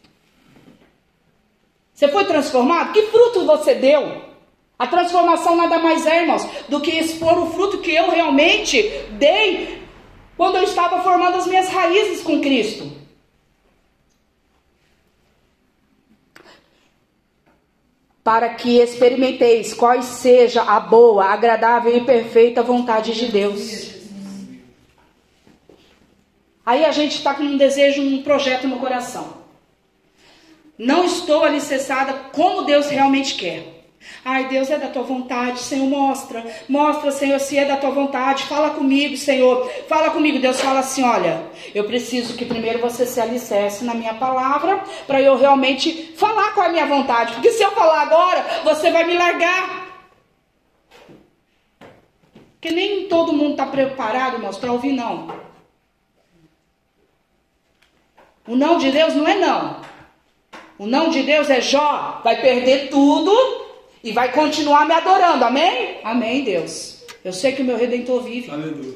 Você foi transformado? Que fruto você deu? A transformação nada mais é, irmãos, do que expor o fruto que eu realmente dei quando eu estava formando as minhas raízes com Cristo. Para que experimenteis qual seja a boa, agradável e perfeita vontade de Deus. Aí a gente está com um desejo, um projeto no coração. Não estou alicerçada como Deus realmente quer. Ai, Deus, é da tua vontade, Senhor, mostra. Mostra, Senhor, se é da tua vontade. Fala comigo, Senhor. Fala comigo. Deus fala assim, olha, eu preciso que primeiro você se alicerce na minha palavra, para eu realmente falar qual é a minha vontade. Porque se eu falar agora, você vai me largar. Porque nem todo mundo está preparado, irmãos, para ouvir não. O não de Deus não é não. O não de Deus é Jó, vai perder tudo e vai continuar me adorando. Amém? Amém, Deus. Eu sei que o meu Redentor vive. Aleluia.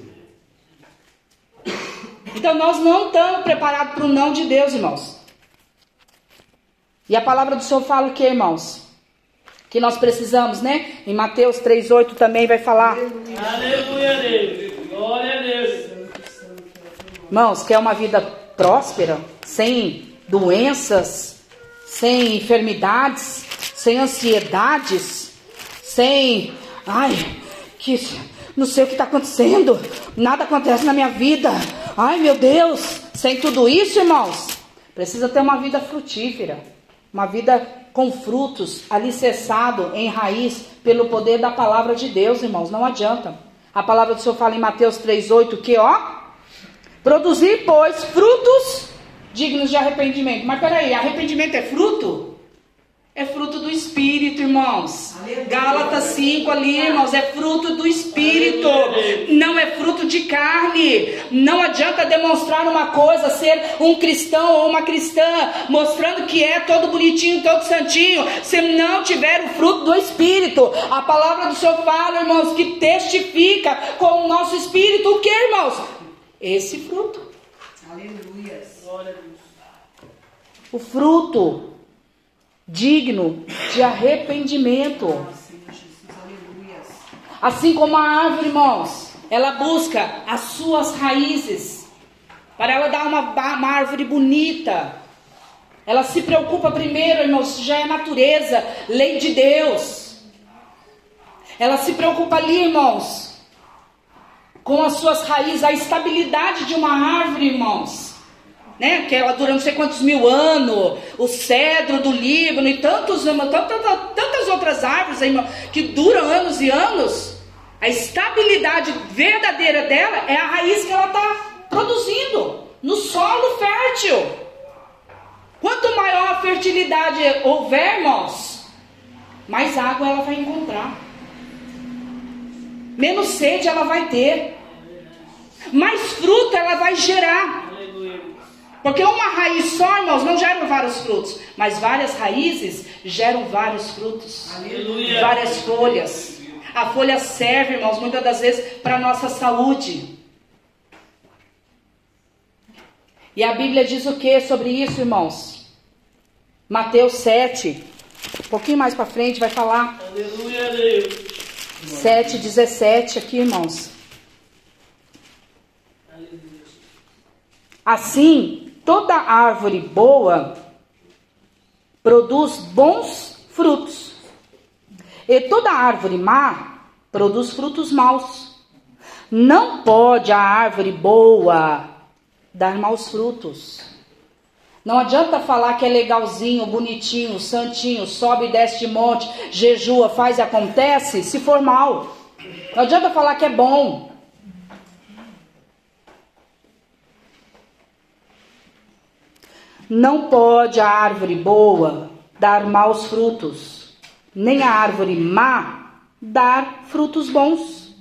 Então nós não estamos preparados para o não de Deus, irmãos. E a palavra do Senhor fala o que, irmãos? Que nós precisamos, né? Em Mateus 3,8 também vai falar. Aleluia, Deus. Glória a Deus. Irmãos, quer uma vida próspera, sem doenças, sem enfermidades, sem ansiedades, sem, que não sei o que está acontecendo, nada acontece na minha vida, ai meu Deus, sem tudo isso, irmãos, precisa ter uma vida frutífera, uma vida com frutos, alicerçado em raiz, pelo poder da palavra de Deus, irmãos, não adianta. A palavra do Senhor fala em Mateus 3,8 que, produzir, pois, frutos dignos de arrependimento. Mas peraí, arrependimento é fruto? É fruto do Espírito, irmãos. Gálatas 5 ali, irmãos, é fruto do Espírito. Não é fruto de carne. Não adianta demonstrar uma coisa, ser um cristão ou uma cristã, mostrando que é todo bonitinho, todo santinho, se não tiver o fruto do Espírito. A palavra do Senhor fala, irmãos, que testifica com o nosso Espírito o que, irmãos? Esse fruto. Aleluia. O fruto digno de arrependimento. Assim como a árvore, irmãos, ela busca as suas raízes para ela dar uma árvore bonita. Ela se preocupa primeiro, irmãos, já é natureza, lei de Deus. Ela se preocupa ali, irmãos, com as suas raízes, a estabilidade de uma árvore, irmãos. Né? Que ela dura não sei quantos mil anos, o cedro do Líbano e tantas outras árvores aí, que duram anos e anos. A estabilidade verdadeira dela é a raiz que ela está produzindo no solo fértil. Quanto maior a fertilidade houver, irmãos, mais água ela vai encontrar, menos sede ela vai ter, mais fruto ela vai gerar. Porque uma raiz só, irmãos, não gera vários frutos, mas várias raízes geram vários frutos. Aleluia. Várias folhas. A folha serve, irmãos, muitas das vezes para a nossa saúde. E a Bíblia diz o que sobre isso, irmãos? Mateus 7, um pouquinho mais para frente vai falar. Aleluia, Deus. 7:17 aqui, irmãos. Assim, toda árvore boa produz bons frutos, e toda árvore má produz frutos maus. Não pode a árvore boa dar maus frutos. Não adianta falar que é legalzinho, bonitinho, santinho, sobe e desce de monte, jejua, faz e acontece, se for mal. Não adianta falar que é bom. Não pode a árvore boa dar maus frutos, nem a árvore má dar frutos bons.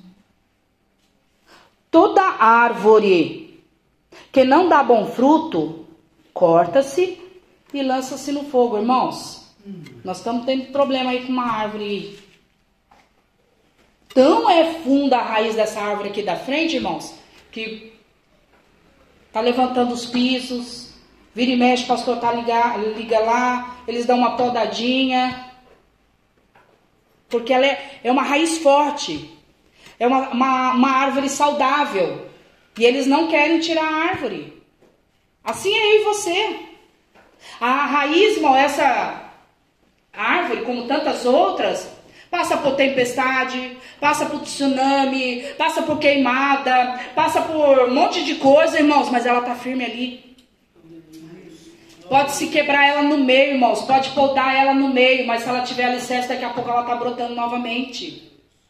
Toda árvore que não dá bom fruto, corta-se e lança-se no fogo, irmãos. Nós estamos tendo problema aí com uma árvore. Tão é funda a raiz dessa árvore aqui da frente, irmãos, que está levantando os pisos. Vira e mexe, o pastor liga lá, eles dão uma podadinha. Porque ela é uma raiz forte. É uma árvore saudável. E eles não querem tirar a árvore. Assim é eu e você. A raiz, irmão, essa árvore, como tantas outras, passa por tempestade, passa por tsunami, passa por queimada, passa por um monte de coisa, irmãos, mas ela está firme ali. Pode se quebrar ela no meio, irmãos, pode podar ela no meio, mas se ela tiver alicerce, daqui a pouco ela está brotando novamente.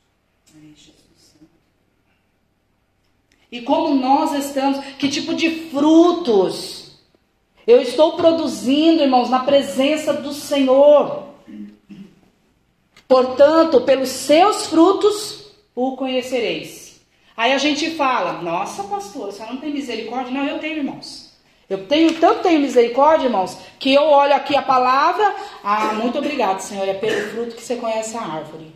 E como nós estamos, que tipo de frutos eu estou produzindo, irmãos, na presença do Senhor. Portanto, pelos seus frutos o conhecereis. Aí a gente fala, nossa, pastor, você não tem misericórdia? Não, eu tenho, irmãos. Eu tenho misericórdia, irmãos, que eu olho aqui a palavra, muito obrigado, Senhor, é pelo fruto que você conhece a árvore.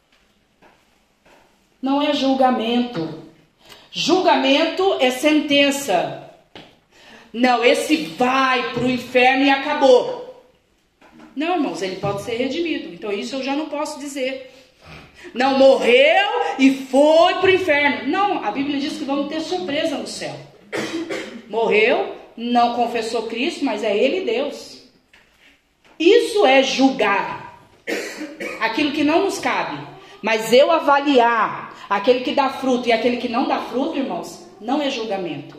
Não é julgamento. Julgamento é sentença. Não, esse vai para o inferno e acabou. Não, irmãos, ele pode ser redimido. Então isso eu já não posso dizer. Não, morreu e foi para o inferno. Não, a Bíblia diz que vamos ter surpresa no céu. Morreu, não confessou Cristo, mas é ele Deus. Isso é julgar aquilo que não nos cabe. Mas eu avaliar aquele que dá fruto e aquele que não dá fruto, irmãos, não é julgamento.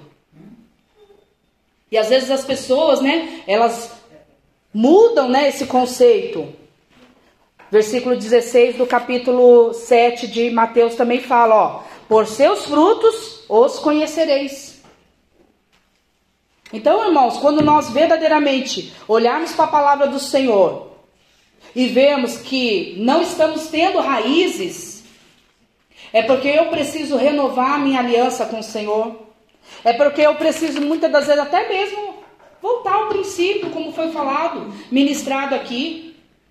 E às vezes as pessoas, né, elas mudam, né, esse conceito. Versículo 16 do capítulo 7 de Mateus também fala, ó, por seus frutos os conhecereis. Então, irmãos, quando nós verdadeiramente olharmos para a palavra do Senhor e vemos que não estamos tendo raízes, é porque eu preciso renovar a minha aliança com o Senhor. É porque eu preciso muitas das vezes até mesmo voltar ao princípio, como foi falado, ministrado aqui.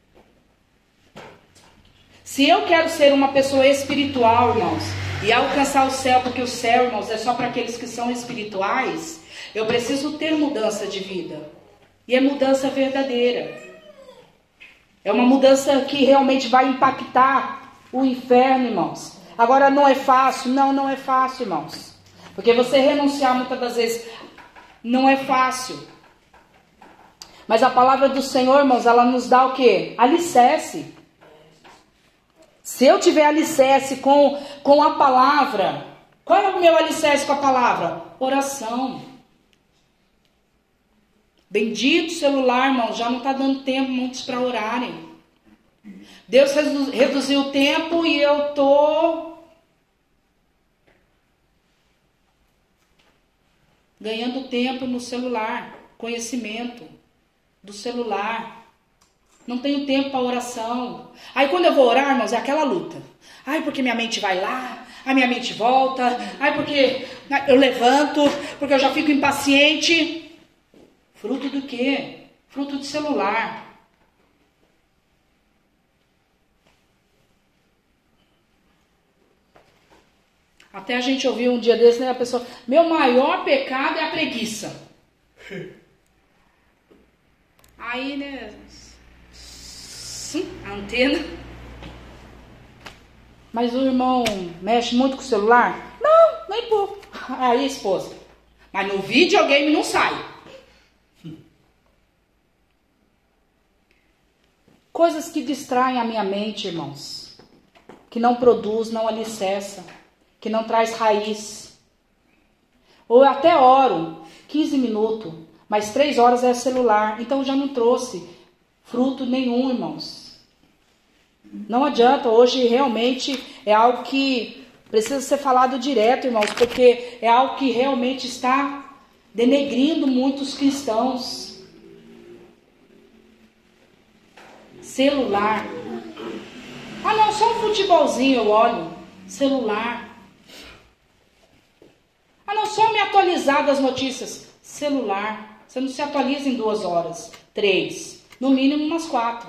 Se eu quero ser uma pessoa espiritual, irmãos, e alcançar o céu, porque o céu, irmãos, é só para aqueles que são espirituais, eu preciso ter mudança de vida. E é mudança verdadeira. É uma mudança que realmente vai impactar o inferno, irmãos. Agora, não é fácil? Não, não é fácil, irmãos. Porque você renunciar muitas das vezes não é fácil. Mas a palavra do Senhor, irmãos, ela nos dá o quê? Alicerce. Se eu tiver alicerce com a palavra, qual é o meu alicerce com a palavra? Oração. Bendito celular, irmãos, já não está dando tempo muitos para orarem. Deus reduziu o tempo e eu estou ganhando tempo no celular, conhecimento do celular. Não tenho tempo para oração. Aí quando eu vou orar, irmãos, é aquela luta. Ai, porque minha mente vai lá, a minha mente volta. Ai, porque eu levanto, porque eu já fico impaciente. Fruto do quê? Fruto de celular. Até a gente ouviu um dia desse, né, a pessoa, meu maior pecado é a preguiça. Aí, né, a antena. Mas o irmão mexe muito com o celular? Não, nem pouco. Aí, esposa. Mas no videogame não sai. Coisas que distraem a minha mente, irmãos. Que não produz, não alicerça. Que não traz raiz. Ou eu até oro 15 minutos, mas 3 horas é celular. Então já não trouxe fruto nenhum, irmãos. Não adianta, hoje realmente é algo que precisa ser falado direto, irmãos, porque é algo que realmente está denegrindo muitos cristãos. Celular. Ah não, só um futebolzinho eu olho. Celular. Ah não, só me atualizar das notícias. Celular. Você não se atualiza em 2 horas. 3. No mínimo umas 4.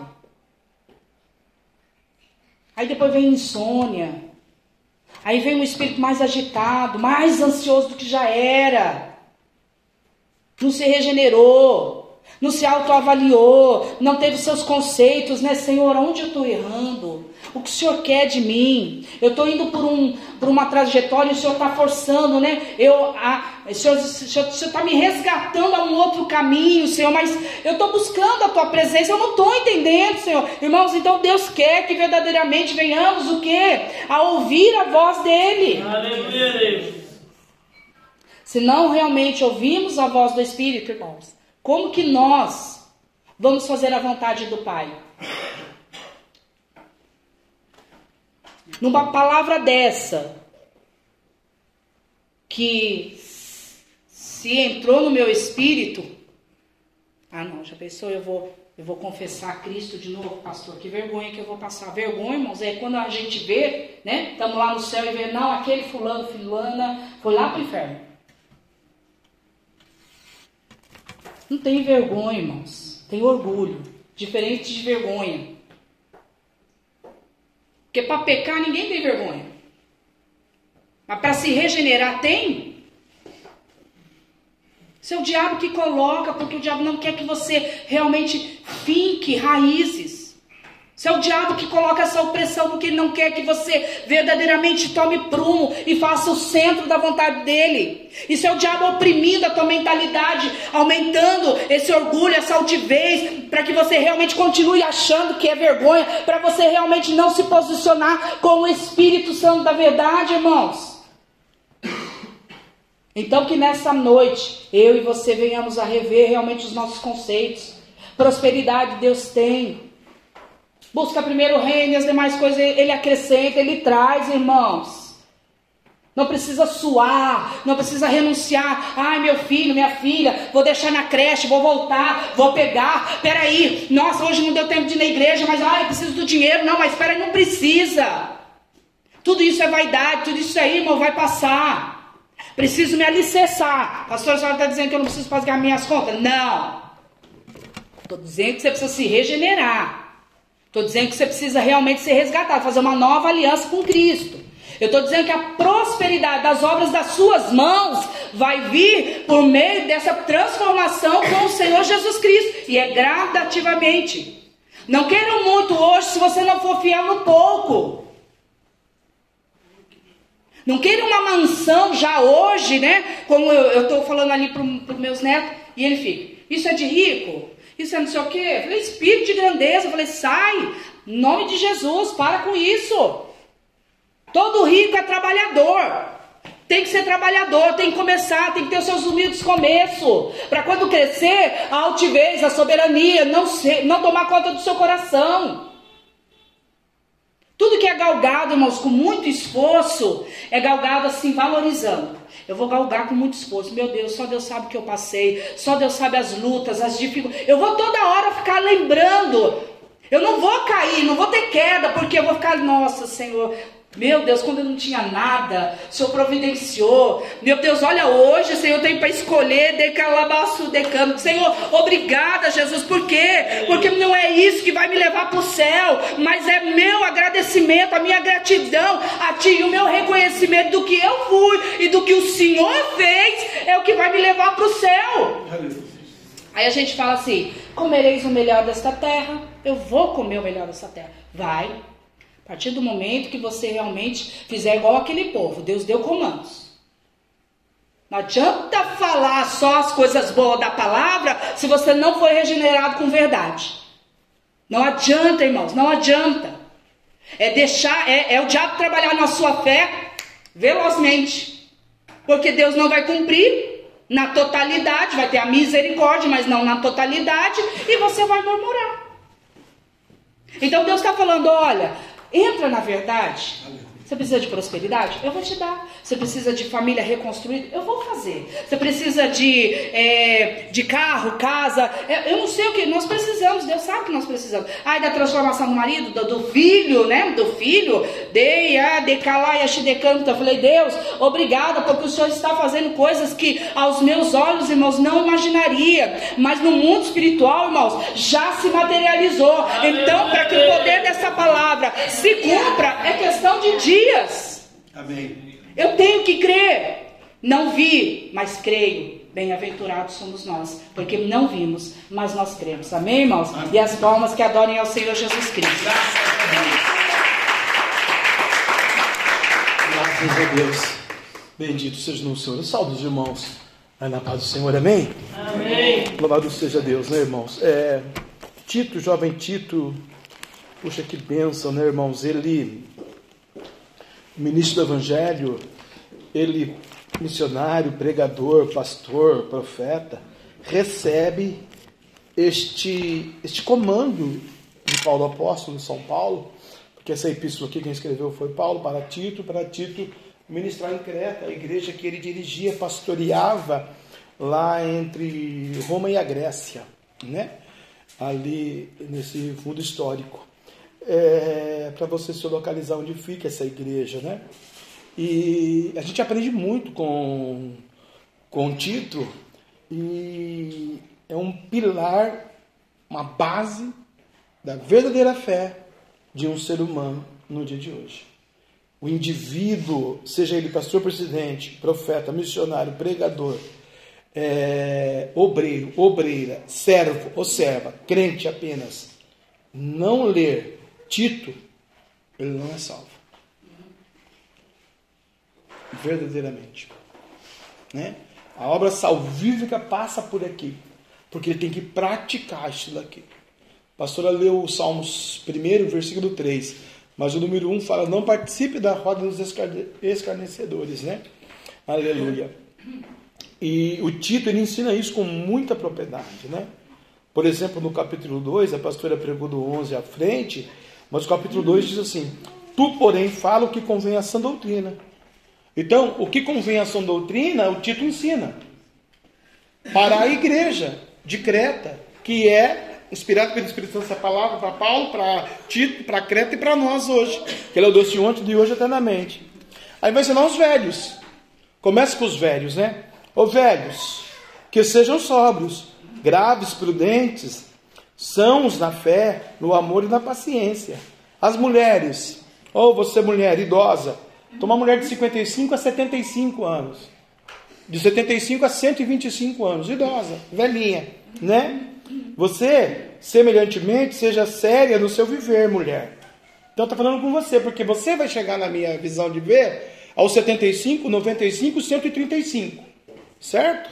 Aí depois vem insônia. Aí vem um espírito mais agitado, mais ansioso do que já era. Não se regenerou. não se autoavaliou, não teve seus conceitos, né? Senhor, onde eu estou errando? O que o Senhor quer de mim? Eu estou indo por uma trajetória e o Senhor está forçando, né? O Senhor está me resgatando a um outro caminho, Senhor, mas eu estou buscando a Tua presença, eu não estou entendendo, Senhor. Irmãos, então Deus quer que verdadeiramente venhamos o quê? A ouvir a voz dEle. Aleluia, Deus. Se não realmente ouvimos a voz do Espírito, irmãos, como que nós vamos fazer a vontade do Pai? Numa palavra dessa, que se entrou no meu espírito, não, já pensou, eu vou confessar a Cristo de novo, pastor, que vergonha que eu vou passar. Vergonha, irmãos, é quando a gente vê, né, estamos lá no céu e vê, não, aquele fulano, fulana, foi lá para o inferno. Não tem vergonha, irmãos, tem orgulho, diferente de vergonha. Porque para pecar ninguém tem vergonha. Mas para se regenerar tem. Isso é o diabo que coloca, porque o diabo não quer que você realmente finque raízes. Isso é o diabo que coloca essa opressão, porque ele não quer que você verdadeiramente tome prumo e faça o centro da vontade dele. Isso é o diabo oprimindo a tua mentalidade, aumentando esse orgulho, essa altivez, para que você realmente continue achando que é vergonha, para você realmente não se posicionar com o Espírito Santo da verdade, irmãos. Então que nessa noite, eu e você venhamos a rever realmente os nossos conceitos. Prosperidade Deus tem. Busca primeiro o reino e as demais coisas Ele acrescenta, Ele traz, irmãos. Não precisa suar, não precisa renunciar. Ai, meu filho, minha filha, vou deixar na creche, vou voltar, vou pegar. Peraí, nossa, hoje não deu tempo de ir na igreja, mas eu preciso do dinheiro. Não, mas peraí, não precisa. Tudo isso é vaidade, tudo isso aí, irmão, vai passar. Preciso me alicerçar. Pastor, a senhora está dizendo que eu não preciso pagar minhas contas? Não. Estou dizendo que você precisa se regenerar. Estou dizendo que você precisa realmente ser resgatado, fazer uma nova aliança com Cristo. Eu estou dizendo que a prosperidade das obras das suas mãos vai vir por meio dessa transformação com o Senhor Jesus Cristo. E é gradativamente. Não queiram muito hoje se você não for fiel no pouco. Não queiram uma mansão já hoje, né? Como eu estou falando ali para os meus netos. E ele fica, isso é de rico? Isso é não sei o quê? Eu falei, espírito de grandeza. Eu falei, sai, em nome de Jesus, para com isso. Todo rico é trabalhador. Tem que ser trabalhador, tem que começar, tem que ter os seus humildes começos. Para quando crescer, a altivez, a soberania, não tomar conta do seu coração. Tudo que é galgado, irmãos, com muito esforço, é galgado assim, valorizando. Eu vou galgar com muito esforço. Meu Deus, só Deus sabe o que eu passei. Só Deus sabe as lutas, as dificuldades. Eu vou toda hora ficar lembrando. Eu não vou cair, não vou ter queda, porque eu vou ficar, nossa, Senhor, meu Deus, quando eu não tinha nada, o Senhor providenciou. Meu Deus, olha hoje, Senhor, eu tenho para escolher decalabaço decano. Senhor, obrigada, Jesus. Por quê? Porque não é isso que vai me levar para o céu, mas é meu agradecimento, a minha gratidão a Ti, o meu reconhecimento do que eu fui e do que o Senhor fez, é o que vai me levar para o céu. Aí a gente fala assim, comereis o melhor desta terra. Eu vou comer o melhor desta terra. Vai. A partir do momento que você realmente fizer igual aquele povo, Deus deu comandos. Não adianta falar só as coisas boas da palavra se você não for regenerado com verdade. Não adianta, irmãos, não adianta. É deixar, é o diabo trabalhar na sua fé velozmente. Porque Deus não vai cumprir na totalidade, vai ter a misericórdia, mas não na totalidade, e você vai murmurar. Então Deus está falando, olha, entra na verdade. Você precisa de prosperidade? Eu vou te dar. Você precisa de família reconstruída? Eu vou fazer. Você precisa de carro, casa? Eu não sei o que. Nós precisamos. Deus sabe que nós precisamos. Ai, da transformação do marido, do filho, né? Do filho. Eu falei, Deus, obrigada, porque o Senhor está fazendo coisas que aos meus olhos, irmãos, não imaginaria. Mas no mundo espiritual, irmãos, já se materializou. Então, para que o poder dessa palavra se cumpra, é questão de dias. Amém. Eu tenho que crer. Não vi, mas creio. Bem-aventurados somos nós, porque não vimos, mas nós cremos. Amém, irmãos? Amém. E as palmas que adorem ao Senhor Jesus Cristo. Graças a Deus. Bendito seja o Senhor. Salve os irmãos. Vai na paz do Senhor, amém? Amém. Louvado seja Deus, né, irmãos? Tito, jovem Tito, puxa que bênção, né, irmãos? Ele, ministro do Evangelho, ele, missionário, pregador, pastor, profeta, recebe este comando de Paulo Apóstolo, em São Paulo, porque essa epístola aqui quem escreveu foi Paulo, para Tito ministrar em Creta, a igreja que ele dirigia, pastoreava lá entre Roma e a Grécia, né? Ali nesse fundo histórico. Para você se localizar onde fica essa igreja, né? E a gente aprende muito com Tito, e é um pilar, uma base da verdadeira fé de um ser humano no dia de hoje. O indivíduo, seja ele pastor, presidente, profeta, missionário, pregador, obreiro, obreira, servo ou serva, crente apenas, não ler Tito, ele não é salvo. Verdadeiramente. Né? A obra salvífica passa por aqui, porque ele tem que praticar isso daqui. A pastora leu o Salmos 1, versículo 3. Mas o número 1 fala, não participe da roda dos escarnecedores, né? Aleluia. E o Tito, ele ensina isso com muita propriedade, né? Por exemplo, no capítulo 2, a pastora pregou do 11 à frente, mas o capítulo 2 diz assim, tu, porém, fala o que convém à sã doutrina. Então, o que convém à sã doutrina, o Tito ensina. Para a igreja de Creta, que é inspirado pelo Espírito Santo, essa palavra para Paulo, para Tito, para Creta e para nós hoje. Que ele é o doce ontem, de hoje eternamente. Aí vai ensinar os velhos. Começa com os velhos, né? Ô velhos, que sejam sóbrios, graves, prudentes, sãos na fé, no amor e na paciência. As mulheres, você mulher idosa, uma mulher de 55 a 75 anos. De 75 a 125 anos, idosa, velhinha, né? Você, semelhantemente, seja séria no seu viver, mulher. Então está falando com você, porque você vai chegar na minha visão de ver aos 75, 95, 135. Certo?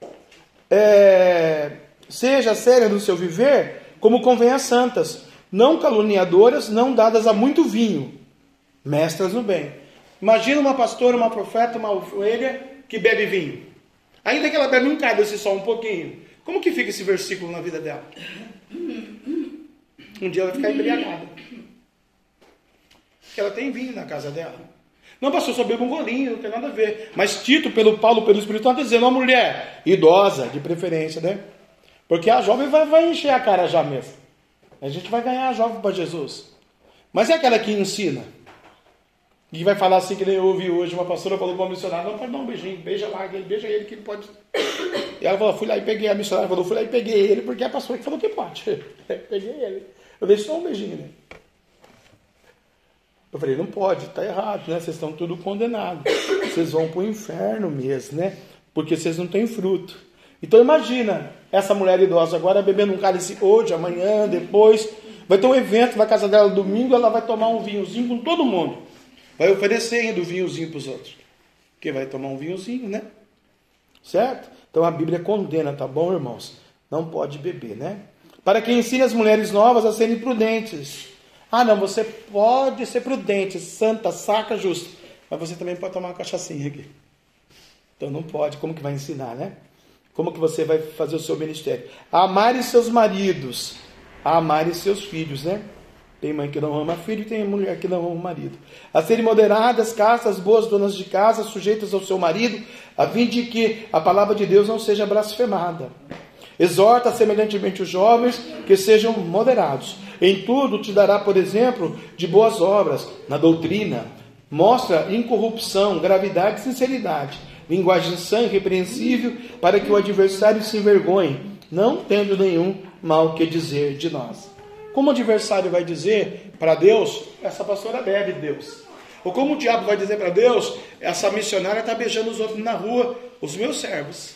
Seja séria no seu viver, como convém às santas, não caluniadoras, não dadas a muito vinho, mestras no bem. Imagina uma pastora, uma profeta, uma ovelha que bebe vinho. Ainda que ela bebe um cálice só um pouquinho. Como que fica esse versículo na vida dela? Um dia ela vai ficar embriagada. Porque ela tem vinho na casa dela. Não, pastor, só bebe um golinho, não tem nada a ver. Mas Tito, pelo Paulo, pelo Espírito Santo, está dizendo, uma mulher idosa, de preferência, né? Porque a jovem vai encher a cara já mesmo. A gente vai ganhar a jovem para Jesus. Mas é aquela que ensina. E vai falar assim, que nem eu ouvi hoje, uma pastora falou para o missionário, não, pode dar um beijinho, beija lá, beija ele que ele pode. E ela falou, fui lá e peguei, a missionária falou, fui lá e peguei ele, porque a pastora que falou que pode. Peguei ele. Eu dei só um beijinho, né? Eu falei, não pode, está errado, né? Vocês estão tudo condenados. Vocês vão para o inferno mesmo, né? Porque vocês não têm fruto. Então imagina, essa mulher idosa agora bebendo um cálice hoje, amanhã, depois. Vai ter um evento, vai à casa dela domingo, ela vai tomar um vinhozinho com todo mundo. Vai oferecer ainda o vinhozinho para os outros. Porque vai tomar um vinhozinho, né? Certo? Então a Bíblia condena, tá bom, irmãos? Não pode beber, né? Para que ensine as mulheres novas a serem prudentes. Ah, não, você pode ser prudente, santa, sacra, justa. Mas você também pode tomar uma cachaçinha aqui. Então não pode. Como que vai ensinar, né? Como que você vai fazer o seu ministério? A amarem seus maridos. A amarem seus filhos, né? Tem mãe que não ama filho e tem mulher que não ama o marido. A serem moderadas, castas, boas donas de casa, sujeitas ao seu marido, a fim de que a palavra de Deus não seja blasfemada. Exorta semelhantemente os jovens que sejam moderados. Em tudo te dará, por exemplo, de boas obras, na doutrina. Mostra incorrupção, gravidade e sinceridade. Linguagem sã e irrepreensível, para que o adversário se envergonhe, não tendo nenhum mal que dizer de nós. Como o adversário vai dizer para Deus, essa pastora bebe Deus. Ou como o diabo vai dizer para Deus, essa missionária está beijando os outros na rua, os meus servos.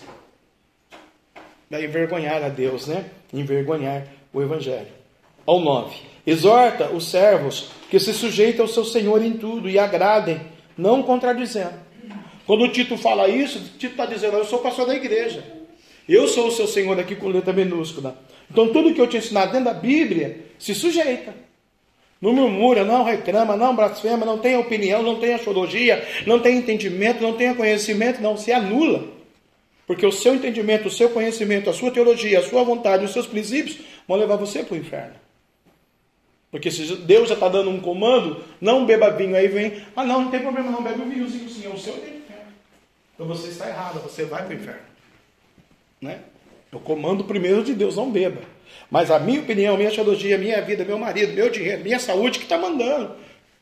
Vai envergonhar a Deus, né? Envergonhar o Evangelho. Ao 9. Exorta os servos que se sujeitem ao seu Senhor em tudo e agradem, não contradizendo. Quando o Tito fala isso, o Tito está dizendo, eu sou pastor da igreja. Eu sou o seu Senhor aqui com letra minúscula. Então tudo que eu te ensinar dentro da Bíblia, se sujeita. Não murmura, não reclama, não blasfema, não tem opinião, não tem teologia, não tem entendimento, não tem conhecimento, não se anula. Porque o seu entendimento, o seu conhecimento, a sua teologia, a sua vontade, os seus princípios vão levar você para o inferno. Porque se Deus já está dando um comando, não beba vinho, aí vem, não tem problema não, bebe um vinhozinho sim, é o seu inferno. Então você está errado, você vai para o inferno. Né? O comando primeiro de Deus, não beba. Mas a minha opinião, minha teologia, minha vida, meu marido, meu dinheiro, minha saúde que está mandando.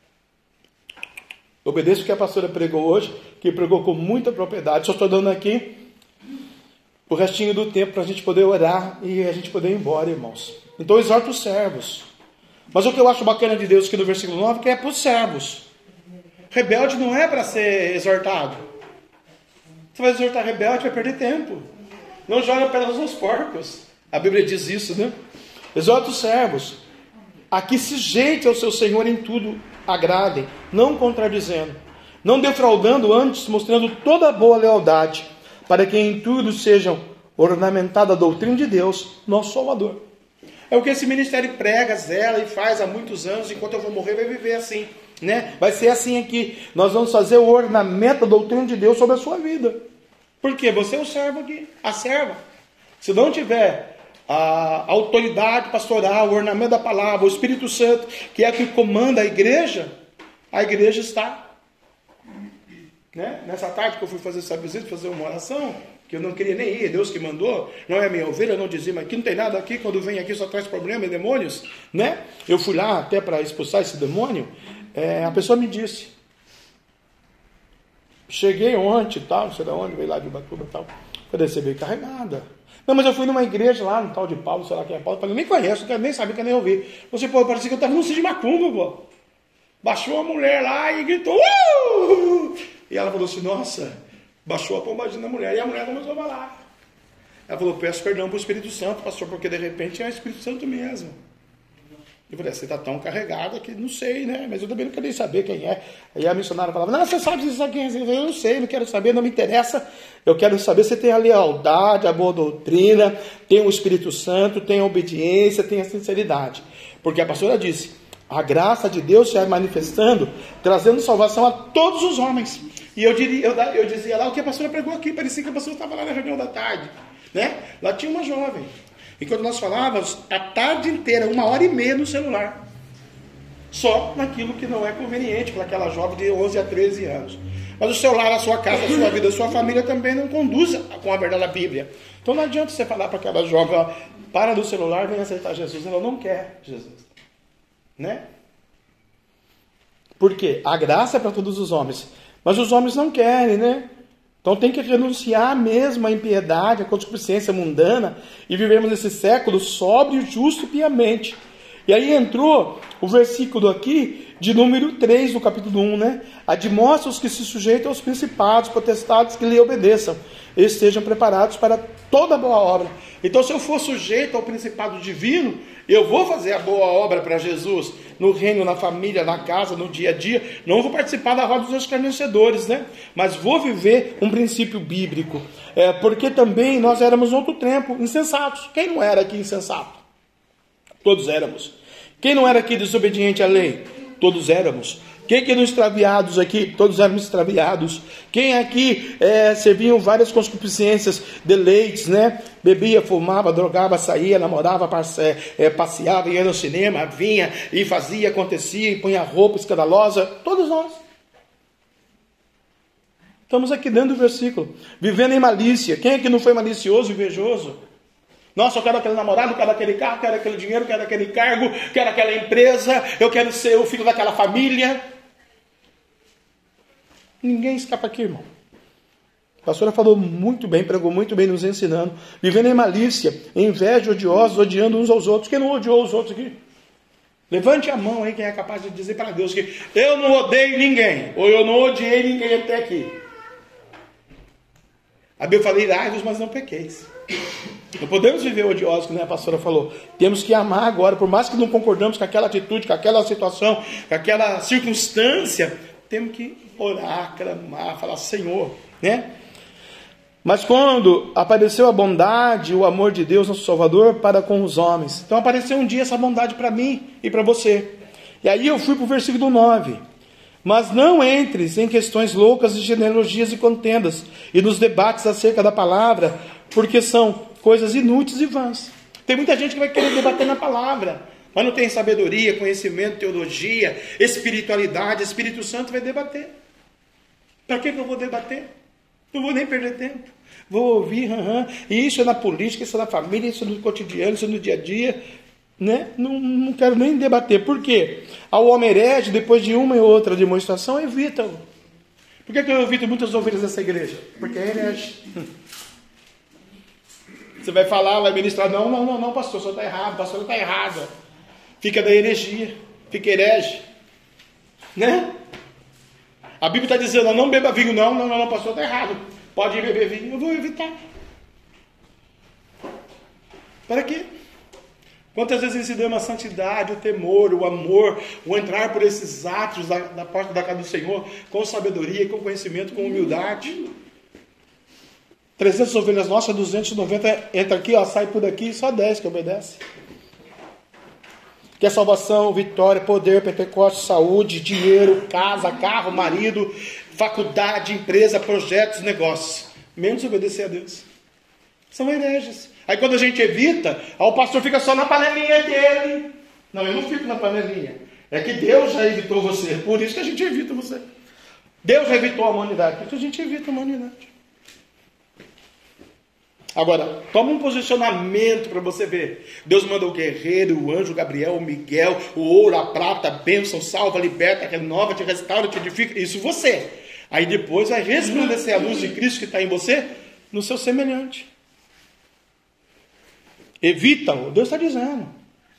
Obedeço o que a pastora pregou hoje, que pregou com muita propriedade. Só estou dando aqui o restinho do tempo para a gente poder orar e a gente poder ir embora, irmãos. Então exorta os servos. Mas o que eu acho bacana de Deus aqui no versículo 9, que é para os servos. Rebelde não é para ser exortado. Você vai exortar rebelde, vai perder tempo. Não joga pelas aos porcos. A Bíblia diz isso, né? Exorta os servos a que se sujeite ao seu Senhor em tudo, agradem, não contradizendo, não defraudando, antes mostrando toda a boa lealdade, para que em tudo sejam ornamentada a doutrina de Deus, nosso Salvador. É o que esse ministério prega, zela e faz há muitos anos. Enquanto eu vou morrer, vai viver assim, né? Vai ser assim aqui. Nós vamos fazer o ornamento da doutrina de Deus sobre a sua vida. Por quê? Você é o servo aqui, a serva. Se não tiver a autoridade pastoral, o ornamento da palavra, o Espírito Santo, que é o que comanda a igreja está... Né? Nessa tarde que eu fui fazer essa visita, fazer uma oração, que eu não queria nem ir, Deus que mandou, não é minha ovelha, não dizima aqui, não tem nada aqui, quando vem aqui só traz problema e demônios, né? Eu fui lá até para expulsar esse demônio, a pessoa me disse, cheguei ontem, tal, não sei de onde, veio lá de Ubatuba e tal, falei, você veio carregada. Não, mas eu fui numa igreja lá, no tal de Paulo, sei lá quem é Paulo, falei, nem conheço, nem sabia, que nem ouvi. Você, pô, parecia que eu estava num sítio de macumba, pô. Baixou a mulher lá e gritou, E ela falou assim, nossa, baixou a pombadinha da mulher. E a mulher começou a falar. Ela falou, peço perdão para o Espírito Santo, pastor, porque de repente é o Espírito Santo mesmo. Eu falei, você está tão carregada que não sei, né? Mas eu também não queria saber quem é. Aí a missionária falava, não, você sabe disso aqui. Eu não sei, não quero saber, não me interessa. Eu quero saber se tem a lealdade, a boa doutrina, tem o Espírito Santo, tem a obediência, tem a sinceridade. Porque a pastora disse, a graça de Deus se vai manifestando, trazendo salvação a todos os homens. E eu dizia lá o que a pastora pregou aqui, parecia que a pastora estava lá na reunião da tarde, né? Lá tinha uma jovem. Enquanto nós falávamos, a tarde inteira, 1h30 no celular. Só naquilo que não é conveniente para aquela jovem de 11 a 13 anos. Mas o celular, a sua casa, a sua vida, a sua família também não conduz com a verdade da Bíblia. Então não adianta você falar para aquela jovem, ó, para do celular, vem aceitar Jesus. Ela não quer Jesus. Né? Por quê? A graça é para todos os homens. Mas os homens não querem, né? Então tem que renunciar mesmo à impiedade, à concupiscência mundana e vivermos nesse século sóbrio, justo e piamente. E aí entrou o versículo aqui de número 3 do capítulo 1, né? Admoesta os que se sujeitam aos principados, potestades que lhe obedeçam, e estejam preparados para toda boa obra. Então, se eu for sujeito ao principado divino, eu vou fazer a boa obra para Jesus, no reino, na família, na casa, no dia a dia. Não vou participar da roda dos escarnecedores, né? Mas vou viver um princípio bíblico. Porque também nós éramos, no outro tempo, insensatos. Quem não era aqui insensato? Todos éramos. Quem não era aqui desobediente à lei? Todos éramos. Quem que não extraviados aqui? Todos éramos extraviados. Quem aqui serviam várias concupiscências, deleites, né? Bebia, fumava, drogava, saía, namorava, passeava, ia no cinema, vinha e fazia, acontecia, e punha roupa escandalosa. Todos nós. Estamos aqui dentro do versículo. Vivendo em malícia. Quem aqui não foi malicioso e invejoso? Nossa, eu quero aquele namorado, eu quero aquele carro, eu quero aquele dinheiro, eu quero aquele cargo, eu quero aquela empresa, eu quero ser o filho daquela família. Ninguém escapa aqui, irmão. A pastora falou muito bem, pregou muito bem, nos ensinando. Vivendo em malícia, em inveja, odiosos, odiando uns aos outros. Quem não odiou os outros aqui? Levante a mão aí quem é capaz de dizer para Deus que eu não odeio ninguém, ou eu não odiei ninguém até aqui. A Bíblia fala, irai-vos, mas não pequeis. Não podemos viver odiosos, como a pastora falou. Temos que amar agora, por mais que não concordamos com aquela atitude, com aquela situação, com aquela circunstância, temos que orar, clamar, falar, Senhor, né? Mas quando apareceu a bondade, o amor de Deus, nosso Salvador, para com os homens. Então apareceu um dia essa bondade para mim e para você. E aí eu fui para o versículo 9. Mas não entres em questões loucas de genealogias e contendas, e nos debates acerca da palavra, porque são coisas inúteis e vãs. Tem muita gente que vai querer debater na palavra, mas não tem sabedoria, conhecimento, teologia, espiritualidade. Espírito Santo vai debater. Para que eu vou debater? Não vou nem perder tempo. Vou ouvir, e isso é na política, isso é na família, isso é no cotidiano, isso é no dia a dia, né? Não quero nem debater. Por quê? Ao homem herege, depois de uma e outra demonstração, evita-o. Por que eu evito muitas ovelhas dessa igreja? Porque é herege. Você vai falar, vai ministrar, não, pastor, o senhor está errado, o pastor está errado. Fica da heresia, fica herege, né? A Bíblia está dizendo, não beba vinho, não, pastor, está errado. Pode beber vinho, eu vou evitar. Para quê? Quantas vezes ensinamos a santidade, o temor, o amor, o entrar por esses atos da porta da casa do Senhor, com sabedoria, com conhecimento, com humildade. 300 ovelhas nossas, 290 entra aqui, sai por aqui, só 10 que obedece. Que é salvação, vitória, poder, Pentecostes, saúde, dinheiro, casa, carro, marido, faculdade, empresa, projetos, negócios. Menos obedecer a Deus. São hereges. Aí quando a gente evita, o pastor fica só na panelinha dele. Não, eu não fico na panelinha. É que Deus já evitou você. Por isso que a gente evita você. Deus já evitou a humanidade. Por isso a gente evita a humanidade. Agora, toma um posicionamento para você ver. Deus manda o guerreiro, o anjo Gabriel, o Miguel, o ouro, a prata, a bênção, salva, liberta, renova, te restaura, te edifica. Isso você. Aí depois vai resplandecer a luz de Cristo que está em você, no seu semelhante. Evita-o. Deus está dizendo.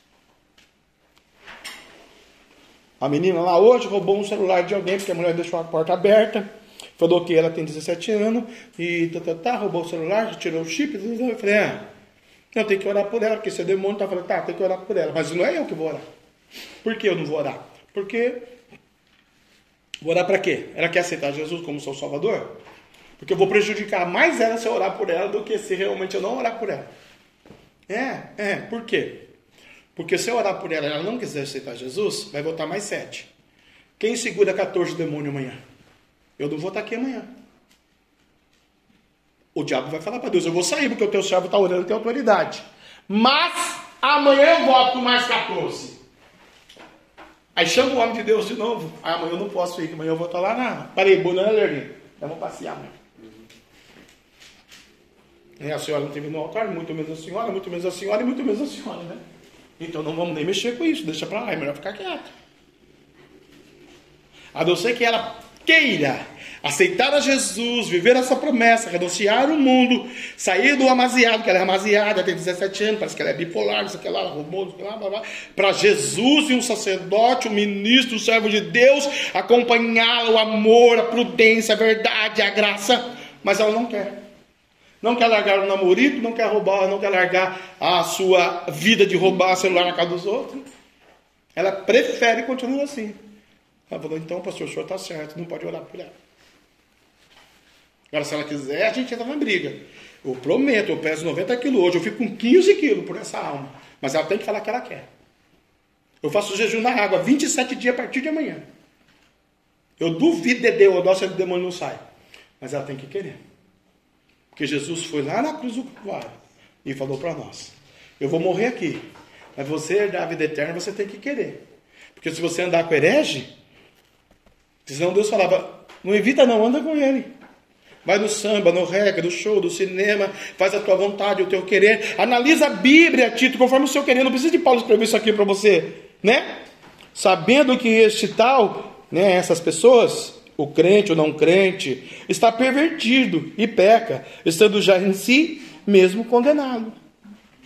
A menina lá hoje roubou um celular de alguém, porque a mulher deixou a porta aberta. Falou que ela tem 17 anos e roubou o celular, tirou o chip. Eu falei, eu tenho que orar por ela, porque se é demônio, tá falando, tem que orar por ela. Mas não é eu que vou orar. Por que eu não vou orar? Porque, vou orar para quê? Ela quer aceitar Jesus como seu Salvador? Porque eu vou prejudicar mais ela se eu orar por ela do que se realmente eu não orar por ela. Por quê? Porque se eu orar por ela e ela não quiser aceitar Jesus, vai voltar mais 7. Quem segura 14 demônios amanhã? Eu não vou estar aqui amanhã. O diabo vai falar para Deus, eu vou sair porque o teu servo está orando e tem autoridade. Mas amanhã eu volto com mais 14. Aí chama o homem de Deus de novo. Amanhã eu não posso ir, amanhã eu vou estar lá na Pareibuna, né, Lerlinho? Nós vamos passear amanhã. A senhora não teve no altar, muito menos a senhora, muito menos a senhora e muito menos a senhora, né? Então não vamos nem mexer com isso, deixa para lá, é melhor ficar quieto. A não ser que ela queira aceitar a Jesus, viver essa promessa, renunciar o mundo, sair do amaziado, que ela é amaziada, tem 17 anos, parece que ela é bipolar, não sei o que lá, ela roubou, não sei o que lá, blá, blá, para Jesus e um sacerdote, um ministro, um servo de Deus, acompanhá-la, o amor, a prudência, a verdade, a graça, mas ela não quer. Não quer largar o namorito, não quer roubar, não quer largar a sua vida de roubar celular na casa dos outros. Ela prefere continuar assim. Ela falou, então, pastor, o senhor está certo, não pode orar por ela. Agora, se ela quiser, a gente entra na briga. Eu prometo, eu peso 90 quilos hoje, eu fico com 15 quilos por essa alma. Mas ela tem que falar o que ela quer. Eu faço jejum na água, 27 dias a partir de amanhã. Eu duvido de Deus, o nosso demônio não sai. Mas ela tem que querer. Porque Jesus foi lá na cruz do Calvário e falou para nós, eu vou morrer aqui, mas você herdar a vida eterna, você tem que querer. Porque se você andar com herege, senão Deus falava, não evita não, anda com ele. Vai no samba, no reggae, no show, no cinema, faz a tua vontade, o teu querer. Analisa a Bíblia, Tito, conforme o seu querer. Não precisa de Paulo escrever isso aqui para você, né? Sabendo que este tal, né, essas pessoas, o crente ou não crente, está pervertido e peca, estando já em si mesmo condenado.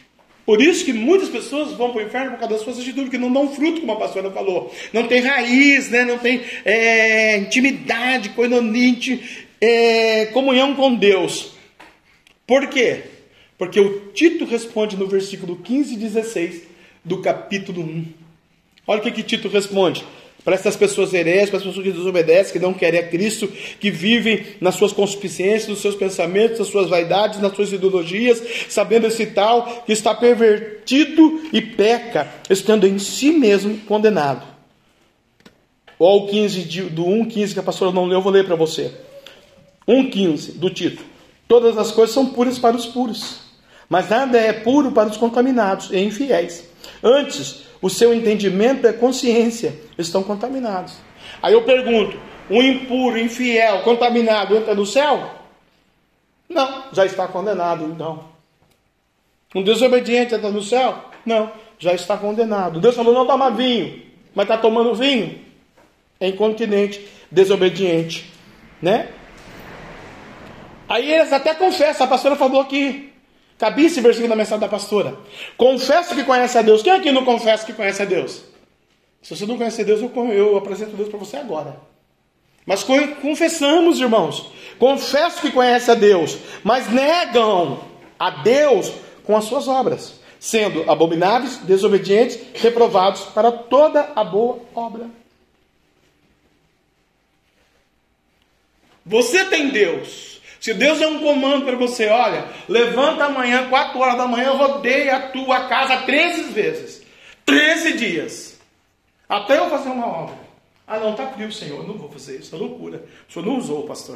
Por isso que muitas pessoas vão para o inferno por causa das suas atitudes, que não dão fruto, como a pastora falou. Não tem raiz, né? Não tem intimidade, coinonite, comunhão com Deus. Por quê? Porque o Tito responde no versículo 15 e 16 do capítulo 1. Olha o que Tito responde. Para essas pessoas heréticas, para as pessoas que desobedecem, que não querem a Cristo, que vivem nas suas concupiscências, nos seus pensamentos, nas suas vaidades, nas suas ideologias, sabendo esse tal que está pervertido e peca, estando em si mesmo condenado. Olha o 15 do 1,15 que a pastora não leu, eu vou ler para você. 1,15 do Tito. Todas as coisas são puras para os puros, mas nada é puro para os contaminados e infiéis. Antes, o seu entendimento e a consciência estão contaminados. Aí eu pergunto, um impuro, infiel, contaminado entra no céu? Não, já está condenado então. Um desobediente entra no céu? Não, já está condenado. Deus falou, não toma vinho, mas está tomando vinho? É incontinente, desobediente, né? Aí eles até confessam, a pastora falou aqui, cabia esse versículo na mensagem da pastora. Confessa que conhece a Deus. Quem aqui não confessa que conhece a Deus? Se você não conhece a Deus, eu apresento Deus para você agora. Mas confessamos, irmãos. Confesso que conhece a Deus, mas negam a Deus com as suas obras, sendo abomináveis, desobedientes, reprovados para toda a boa obra. Você tem Deus. Se Deus é um comando para você, olha, levanta amanhã, 4 horas da manhã, rodeia a tua casa 13 vezes. 13 dias. Até eu fazer uma obra. Ah não, está frio, Senhor, eu não vou fazer isso, é loucura. O Senhor não usou, pastor.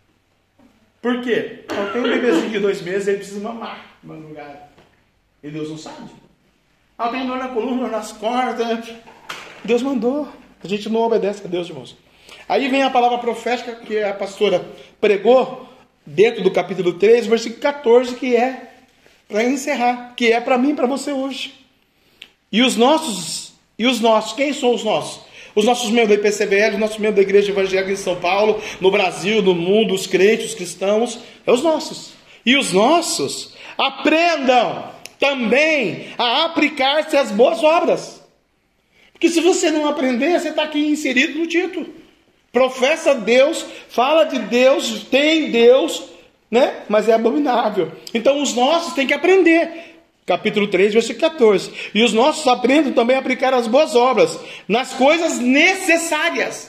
Por quê? Eu tenho um bebezinho de 2 meses, ele precisa mamar em madrugada. E Deus não sabe. Eu tenho dor na coluna, dor nas cordas. Deus mandou. A gente não obedece a Deus, irmãos. Aí vem a palavra profética que a pastora pregou, dentro do capítulo 3, versículo 14, que é para encerrar, que é para mim e para você hoje. E os nossos, quem são os nossos? Os nossos membros da IPCBL, os nossos membros da Igreja Evangélica em São Paulo, no Brasil, no mundo, os crentes, os cristãos, é os nossos. E os nossos aprendam também a aplicar-se às boas obras. Porque se você não aprender, você está aqui inserido no título. Professa Deus, fala de Deus, tem Deus, né? Mas é abominável. Então os nossos têm que aprender. Capítulo 3, versículo 14. E os nossos aprendem também a aplicar as boas obras nas coisas necessárias,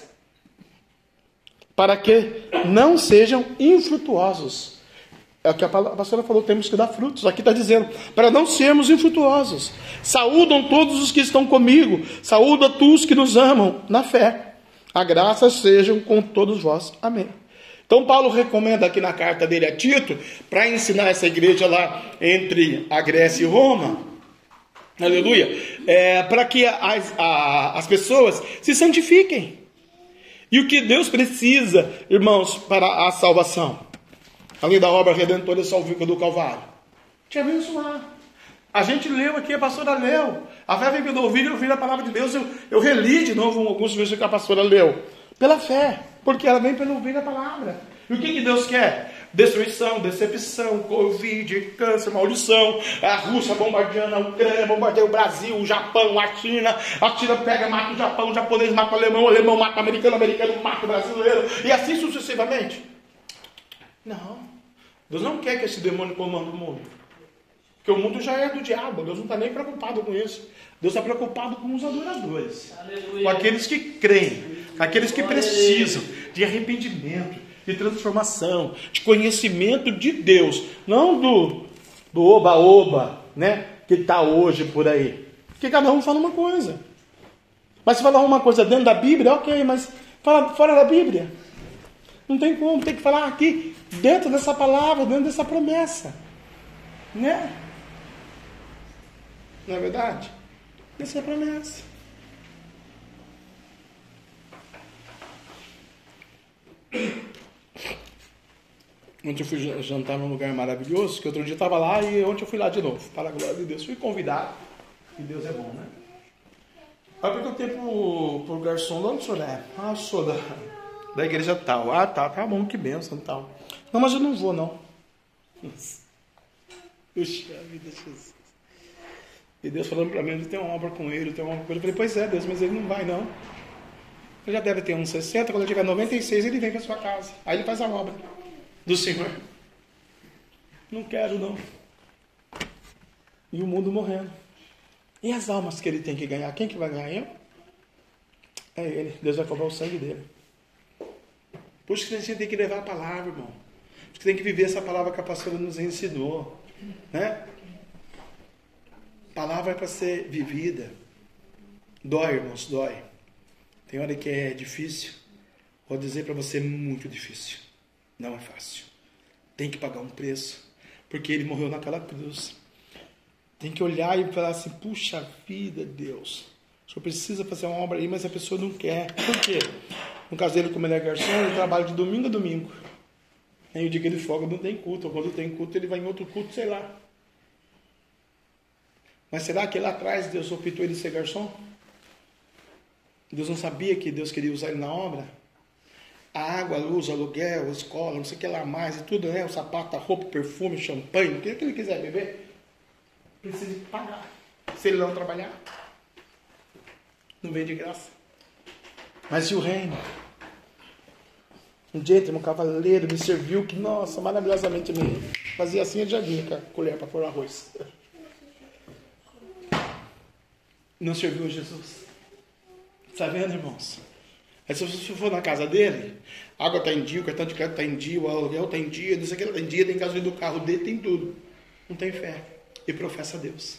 para que não sejam infrutuosos. É o que a pastora falou, temos que dar frutos. Aqui está dizendo, para não sermos infrutuosos. Saúdam todos os que estão comigo. Saúda tu os que nos amam na fé. A graça sejam com todos vós. Amém. Então Paulo recomenda aqui na carta dele a Tito, para ensinar essa igreja lá entre a Grécia e Roma, aleluia, para que as pessoas se santifiquem. E o que Deus precisa, irmãos, para a salvação? Além da obra redentora e salvífica do Calvário, te abençoar. A gente leu aqui, a pastora leu. A fé vem pelo ouvir a palavra de Deus. Eu reli de novo alguns versículos que a pastora leu. Pela fé, porque ela vem pelo ouvir a palavra. E o que Deus quer? Destruição, decepção, Covid, câncer, maldição. A Rússia bombardeando a Ucrânia, bombardeia o Brasil, o Japão, a China. A China pega, mata o Japão, o japonês mata o alemão mata o americano mata o brasileiro. E assim sucessivamente. Não. Deus não quer que esse demônio comande o mundo. Porque o mundo já é do diabo. Deus não está nem preocupado com isso. Deus está preocupado com os adoradores. Aleluia. Com aqueles que creem. Com aqueles que precisam de arrependimento, de transformação, de conhecimento de Deus. Não do oba-oba, né? Que está hoje por aí. Porque cada um fala uma coisa. Mas se falar uma coisa dentro da Bíblia, ok. Mas fala fora da Bíblia. Não tem como. Tem que falar aqui, dentro dessa palavra, dentro dessa promessa. Né? Não é verdade? Essa é a promessa. Ontem eu fui jantar num lugar maravilhoso, que outro dia eu estava lá e ontem eu fui lá de novo, para a glória de Deus. Fui convidado, e Deus é bom, né? Aí eu perguntei pro garçom, de onde o senhor é? Ah, eu sou da igreja tal. Ah, tá bom, que bênção e tal. Não, mas eu não vou, não. Puxa vida, Jesus. E Deus falando para mim, ele tem uma obra com ele, tem uma obra com ele. Eu falei, pois é, Deus, mas ele não vai não. Ele já deve ter uns 60, quando ele tiver 96, ele vem para sua casa. Aí ele faz a obra do Senhor. Não quero não. E o mundo morrendo. E as almas que ele tem que ganhar? Quem que vai ganhar? Eu? É ele. Deus vai cobrar o sangue dele. Por isso que a gente tem que levar a palavra, irmão. Por isso que tem que viver essa palavra que a pastora nos ensinou. Né? Palavra é para ser vivida. Dói, irmãos, dói. Tem hora que é difícil. Vou dizer para você, muito difícil. Não é fácil. Tem que pagar um preço. Porque ele morreu naquela cruz. Tem que olhar e falar assim, puxa vida, Deus. O senhor precisa fazer uma obra aí, mas a pessoa não quer. Por quê? No caso dele, como ele é garçom, ele trabalha de domingo a domingo. Aí o dia que ele folga não tem culto. Ou quando tem culto, ele vai em outro culto, sei lá. Mas será que lá atrás Deus optou ele ser garçom? Deus não sabia que Deus queria usar ele na obra? A água, a luz, o aluguel, a escola, não sei o que lá mais, e tudo, né? O sapato, a roupa, o perfume, o champanhe, o que ele quiser beber, precisa pagar. Se ele não trabalhar, não vem de graça. Mas e o reino? Um gentleman, um cavaleiro, me serviu que, nossa, maravilhosamente me fazia assim, ele já vinha com a colher para pôr o arroz. Não serviu a Jesus. Está vendo, irmãos? Aí se você for na casa dele, a água está em dia, o cartão de crédito está em dia, o aluguel está em dia, não sei o que está em dia, tem gasolina do carro dele, tem tudo. Não tem fé. E professa a Deus.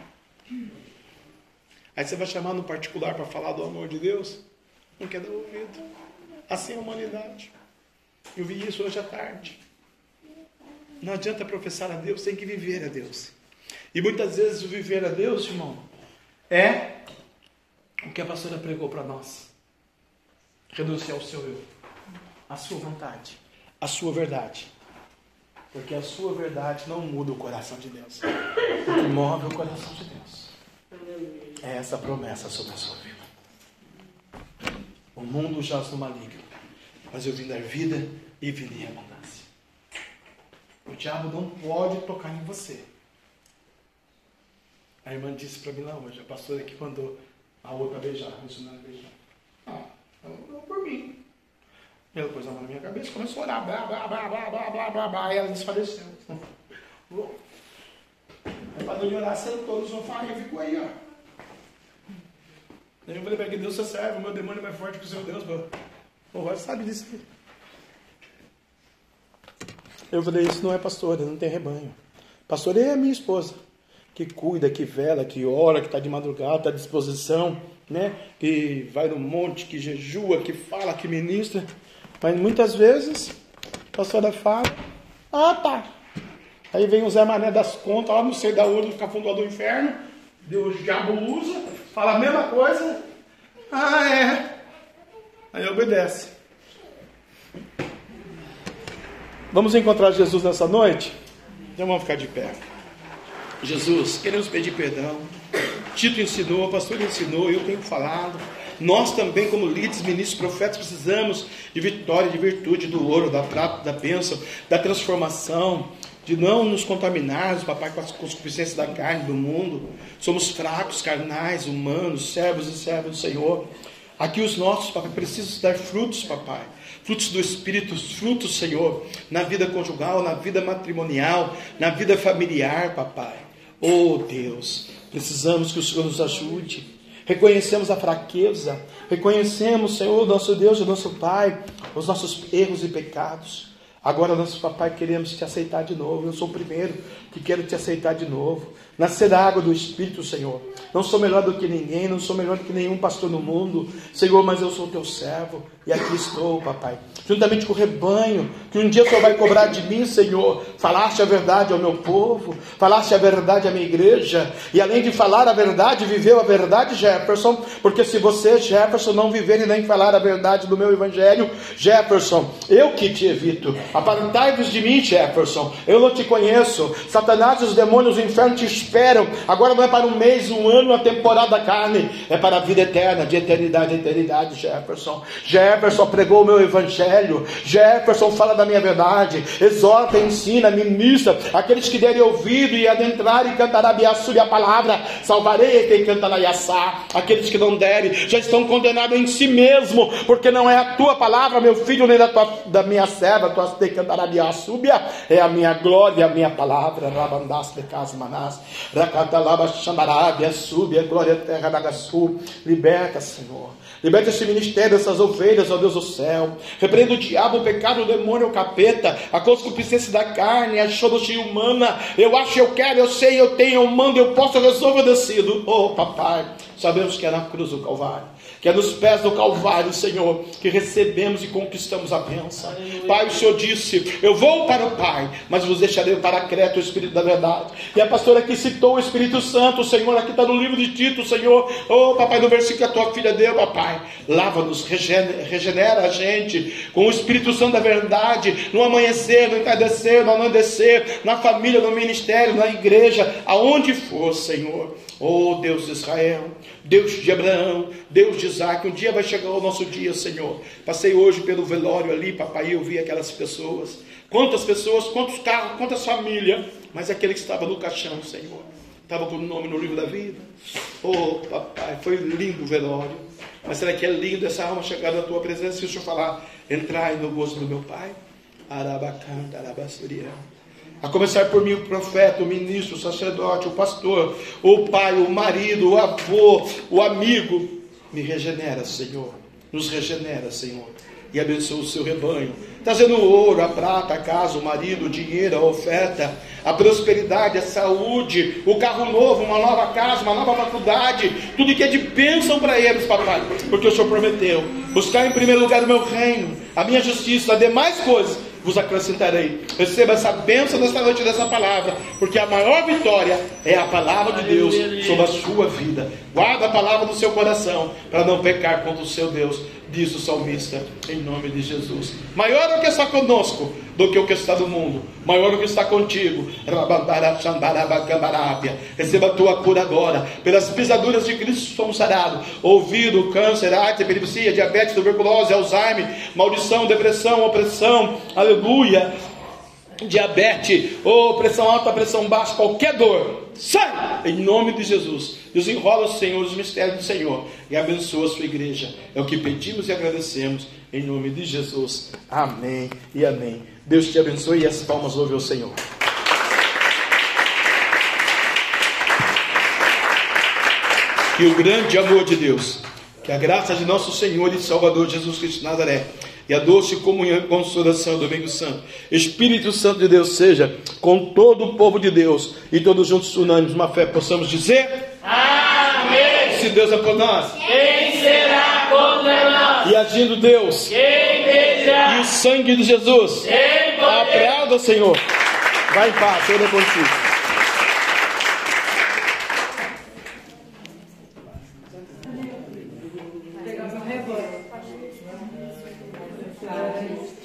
Aí você vai chamar no particular para falar do amor de Deus, não quer dar ouvido. Assim é a humanidade. Eu vi isso hoje à tarde. Não adianta professar a Deus, tem que viver a Deus. E muitas vezes o viver a Deus, irmão, é o que a pastora pregou para nós. Renunciar ao seu eu, a sua vontade, a sua verdade. Porque a sua verdade não muda o coração de Deus. O que move o coração de Deus é essa promessa sobre a sua vida. O mundo jaz no maligno, mas eu vim dar vida e vida em abundância. O diabo não pode tocar em você. A irmã disse para mim lá hoje, a pastora que mandou a outra beijar, a missionária beijar. Ela orou por mim. Ela pôs a mão na minha cabeça e começou a orar. Blá, blá, blá, blá, blá, blá, blá, blá, e ela desfaleceu. Aí para de orar, sentou no sofá e ficou aí, ó. Daí eu falei para que Deus você serve, o meu demônio é mais forte que o seu Deus, pô. O Roger sabe disso aí. Eu falei, isso não é pastora, não tem rebanho. Pastora é a minha esposa, que cuida, que vela, que ora, que está de madrugada, está à disposição, né? Que vai no monte, que jejua, que fala, que ministra. Mas muitas vezes a pastora fala, tá. Aí vem o Zé Mané das contas, lá não sei da onde, fica fundo do inferno, Deus, o diabo usa, fala a mesma coisa, aí obedece. Vamos encontrar Jesus nessa noite? Então vamos ficar de pé. Jesus, queremos pedir perdão. Tito ensinou, a pastora ensinou, eu tenho falado. Nós também, como líderes, ministros, profetas, precisamos de vitória, de virtude, do ouro, da prata, da bênção, da transformação, de não nos contaminarmos, papai, com as concupiscências da carne, do mundo. Somos fracos, carnais, humanos, servos e servas do Senhor. Aqui os nossos, papai, precisam dar frutos, papai. Frutos do Espírito, frutos, Senhor, na vida conjugal, na vida matrimonial, na vida familiar, papai. Oh, Deus, precisamos que o Senhor nos ajude. Reconhecemos a fraqueza, reconhecemos, Senhor, nosso Deus e nosso Pai, os nossos erros e pecados. Agora, nosso papai, queremos te aceitar de novo. Eu sou o primeiro que quero te aceitar de novo. Nascer da água do Espírito, Senhor. Não sou melhor do que ninguém, não sou melhor do que nenhum pastor no mundo, Senhor, mas eu sou teu servo. E aqui estou, papai, juntamente com o rebanho, que um dia o Senhor vai cobrar de mim, Senhor. Falaste a verdade ao meu povo, falaste a verdade à minha igreja, e além de falar a verdade, viveu a verdade, Jefferson, porque se você, Jefferson, não viver e nem falar a verdade do meu evangelho, Jefferson, eu que te evito, Apartai-vos de mim, Jefferson. Eu não te conheço. Satanás e os demônios do inferno te esperam. Agora não é para um mês, um ano, uma temporada da carne. É para a vida eterna, de eternidade a eternidade, Jefferson. Jefferson pregou o meu evangelho. Jefferson fala da minha verdade. Exorta, ensina, ministra. Aqueles que derem ouvido e adentrarem e cantará sobre a palavra, salvarei quem cantará Yassá. Aqueles que não derem já estão condenados em si mesmo, porque não é a tua palavra, meu filho, nem da minha serva, tua te cantará Yassúbia, é a minha glória, a minha palavra. Rabandas pecas manás, racatalaba xambarábia, súbia, glória terra nagaçu. Liberta, Senhor. Liberta esse ministério, essas ovelhas, ó Deus do céu. Repreenda o diabo, o pecado, o demônio, o capeta, a concupiscência da carne, a choroxia humana. Eu acho, eu quero, eu sei, eu tenho, eu mando, eu posso, eu resolvo, eu decido. Oh, papai, sabemos que é na cruz do Calvário, que é nos pés do Calvário, Senhor, que recebemos e conquistamos a bênção. Pai, o Senhor disse, eu vou para o Pai, mas vos deixarei para Creta o Espírito da verdade. E a pastora aqui citou o Espírito Santo, Senhor, aqui está no livro de Tito, Senhor. Oh, papai, no versículo que a tua filha deu, papai, lava-nos, regenera a gente com o Espírito Santo da verdade, no amanhecer, no entardecer, no anoitecer, na família, no ministério, na igreja, aonde for, Senhor. Oh, Deus de Israel, Deus de Abraão, Deus de Isaac, um dia vai chegar o nosso dia, Senhor. Passei hoje pelo velório ali, papai, e eu vi aquelas pessoas. Quantas pessoas, quantos carros, quantas famílias, mas aquele que estava no caixão, Senhor, estava com o nome no livro da vida. Oh, papai, foi lindo o velório. Mas será que é lindo essa alma chegar na tua presença e o Senhor falar, entrai no gozo do meu Pai? Arabacanta, arabassurião. A começar por mim, o profeta, o ministro, o sacerdote, o pastor, o pai, o marido, o avô, o amigo. Me regenera, Senhor. Nos regenera, Senhor. E abençoa o seu rebanho, trazendo o ouro, a prata, a casa, o marido, o dinheiro, a oferta, a prosperidade, a saúde, o carro novo, uma nova casa, uma nova faculdade, tudo que é de bênção para eles, papai, porque o Senhor prometeu, buscar em primeiro lugar o meu reino, a minha justiça, as demais coisas vos acrescentarei. Receba essa bênção nesta noite dessa palavra, porque a maior vitória é a palavra de Deus sobre a sua vida. Guarda a palavra no seu coração, para não pecar contra o seu Deus, diz o salmista, em nome de Jesus. Maior é o que está conosco do que o que está no mundo, maior é o que está contigo. Receba a tua cura agora, pelas pisaduras de Cristo somos sarados. Ouvido, câncer, AIDS, epilepsia, diabetes, tuberculose, Alzheimer, maldição, depressão, opressão, aleluia, diabetes, pressão alta, pressão baixa, qualquer dor, sai em nome de Jesus. Desenrola, Senhor, os mistérios do Senhor e abençoa a sua igreja. É o que pedimos e agradecemos em nome de Jesus. Amém e amém. Deus te abençoe e as palmas louve ao Senhor. Que o grande amor de Deus, que a graça de nosso Senhor e Salvador Jesus Cristo de Nazaré, e a doce comunhão e consolação do Domingo Santo, Espírito Santo de Deus, seja com todo o povo de Deus, e todos juntos unânimes, uma fé, possamos dizer: amém. Se Deus é por nós, quem será contra nós? E agindo Deus, quem impedirá? E o sangue de Jesus, quem poderá? Aplauda, Senhor. Vai em paz, Senhor é contigo.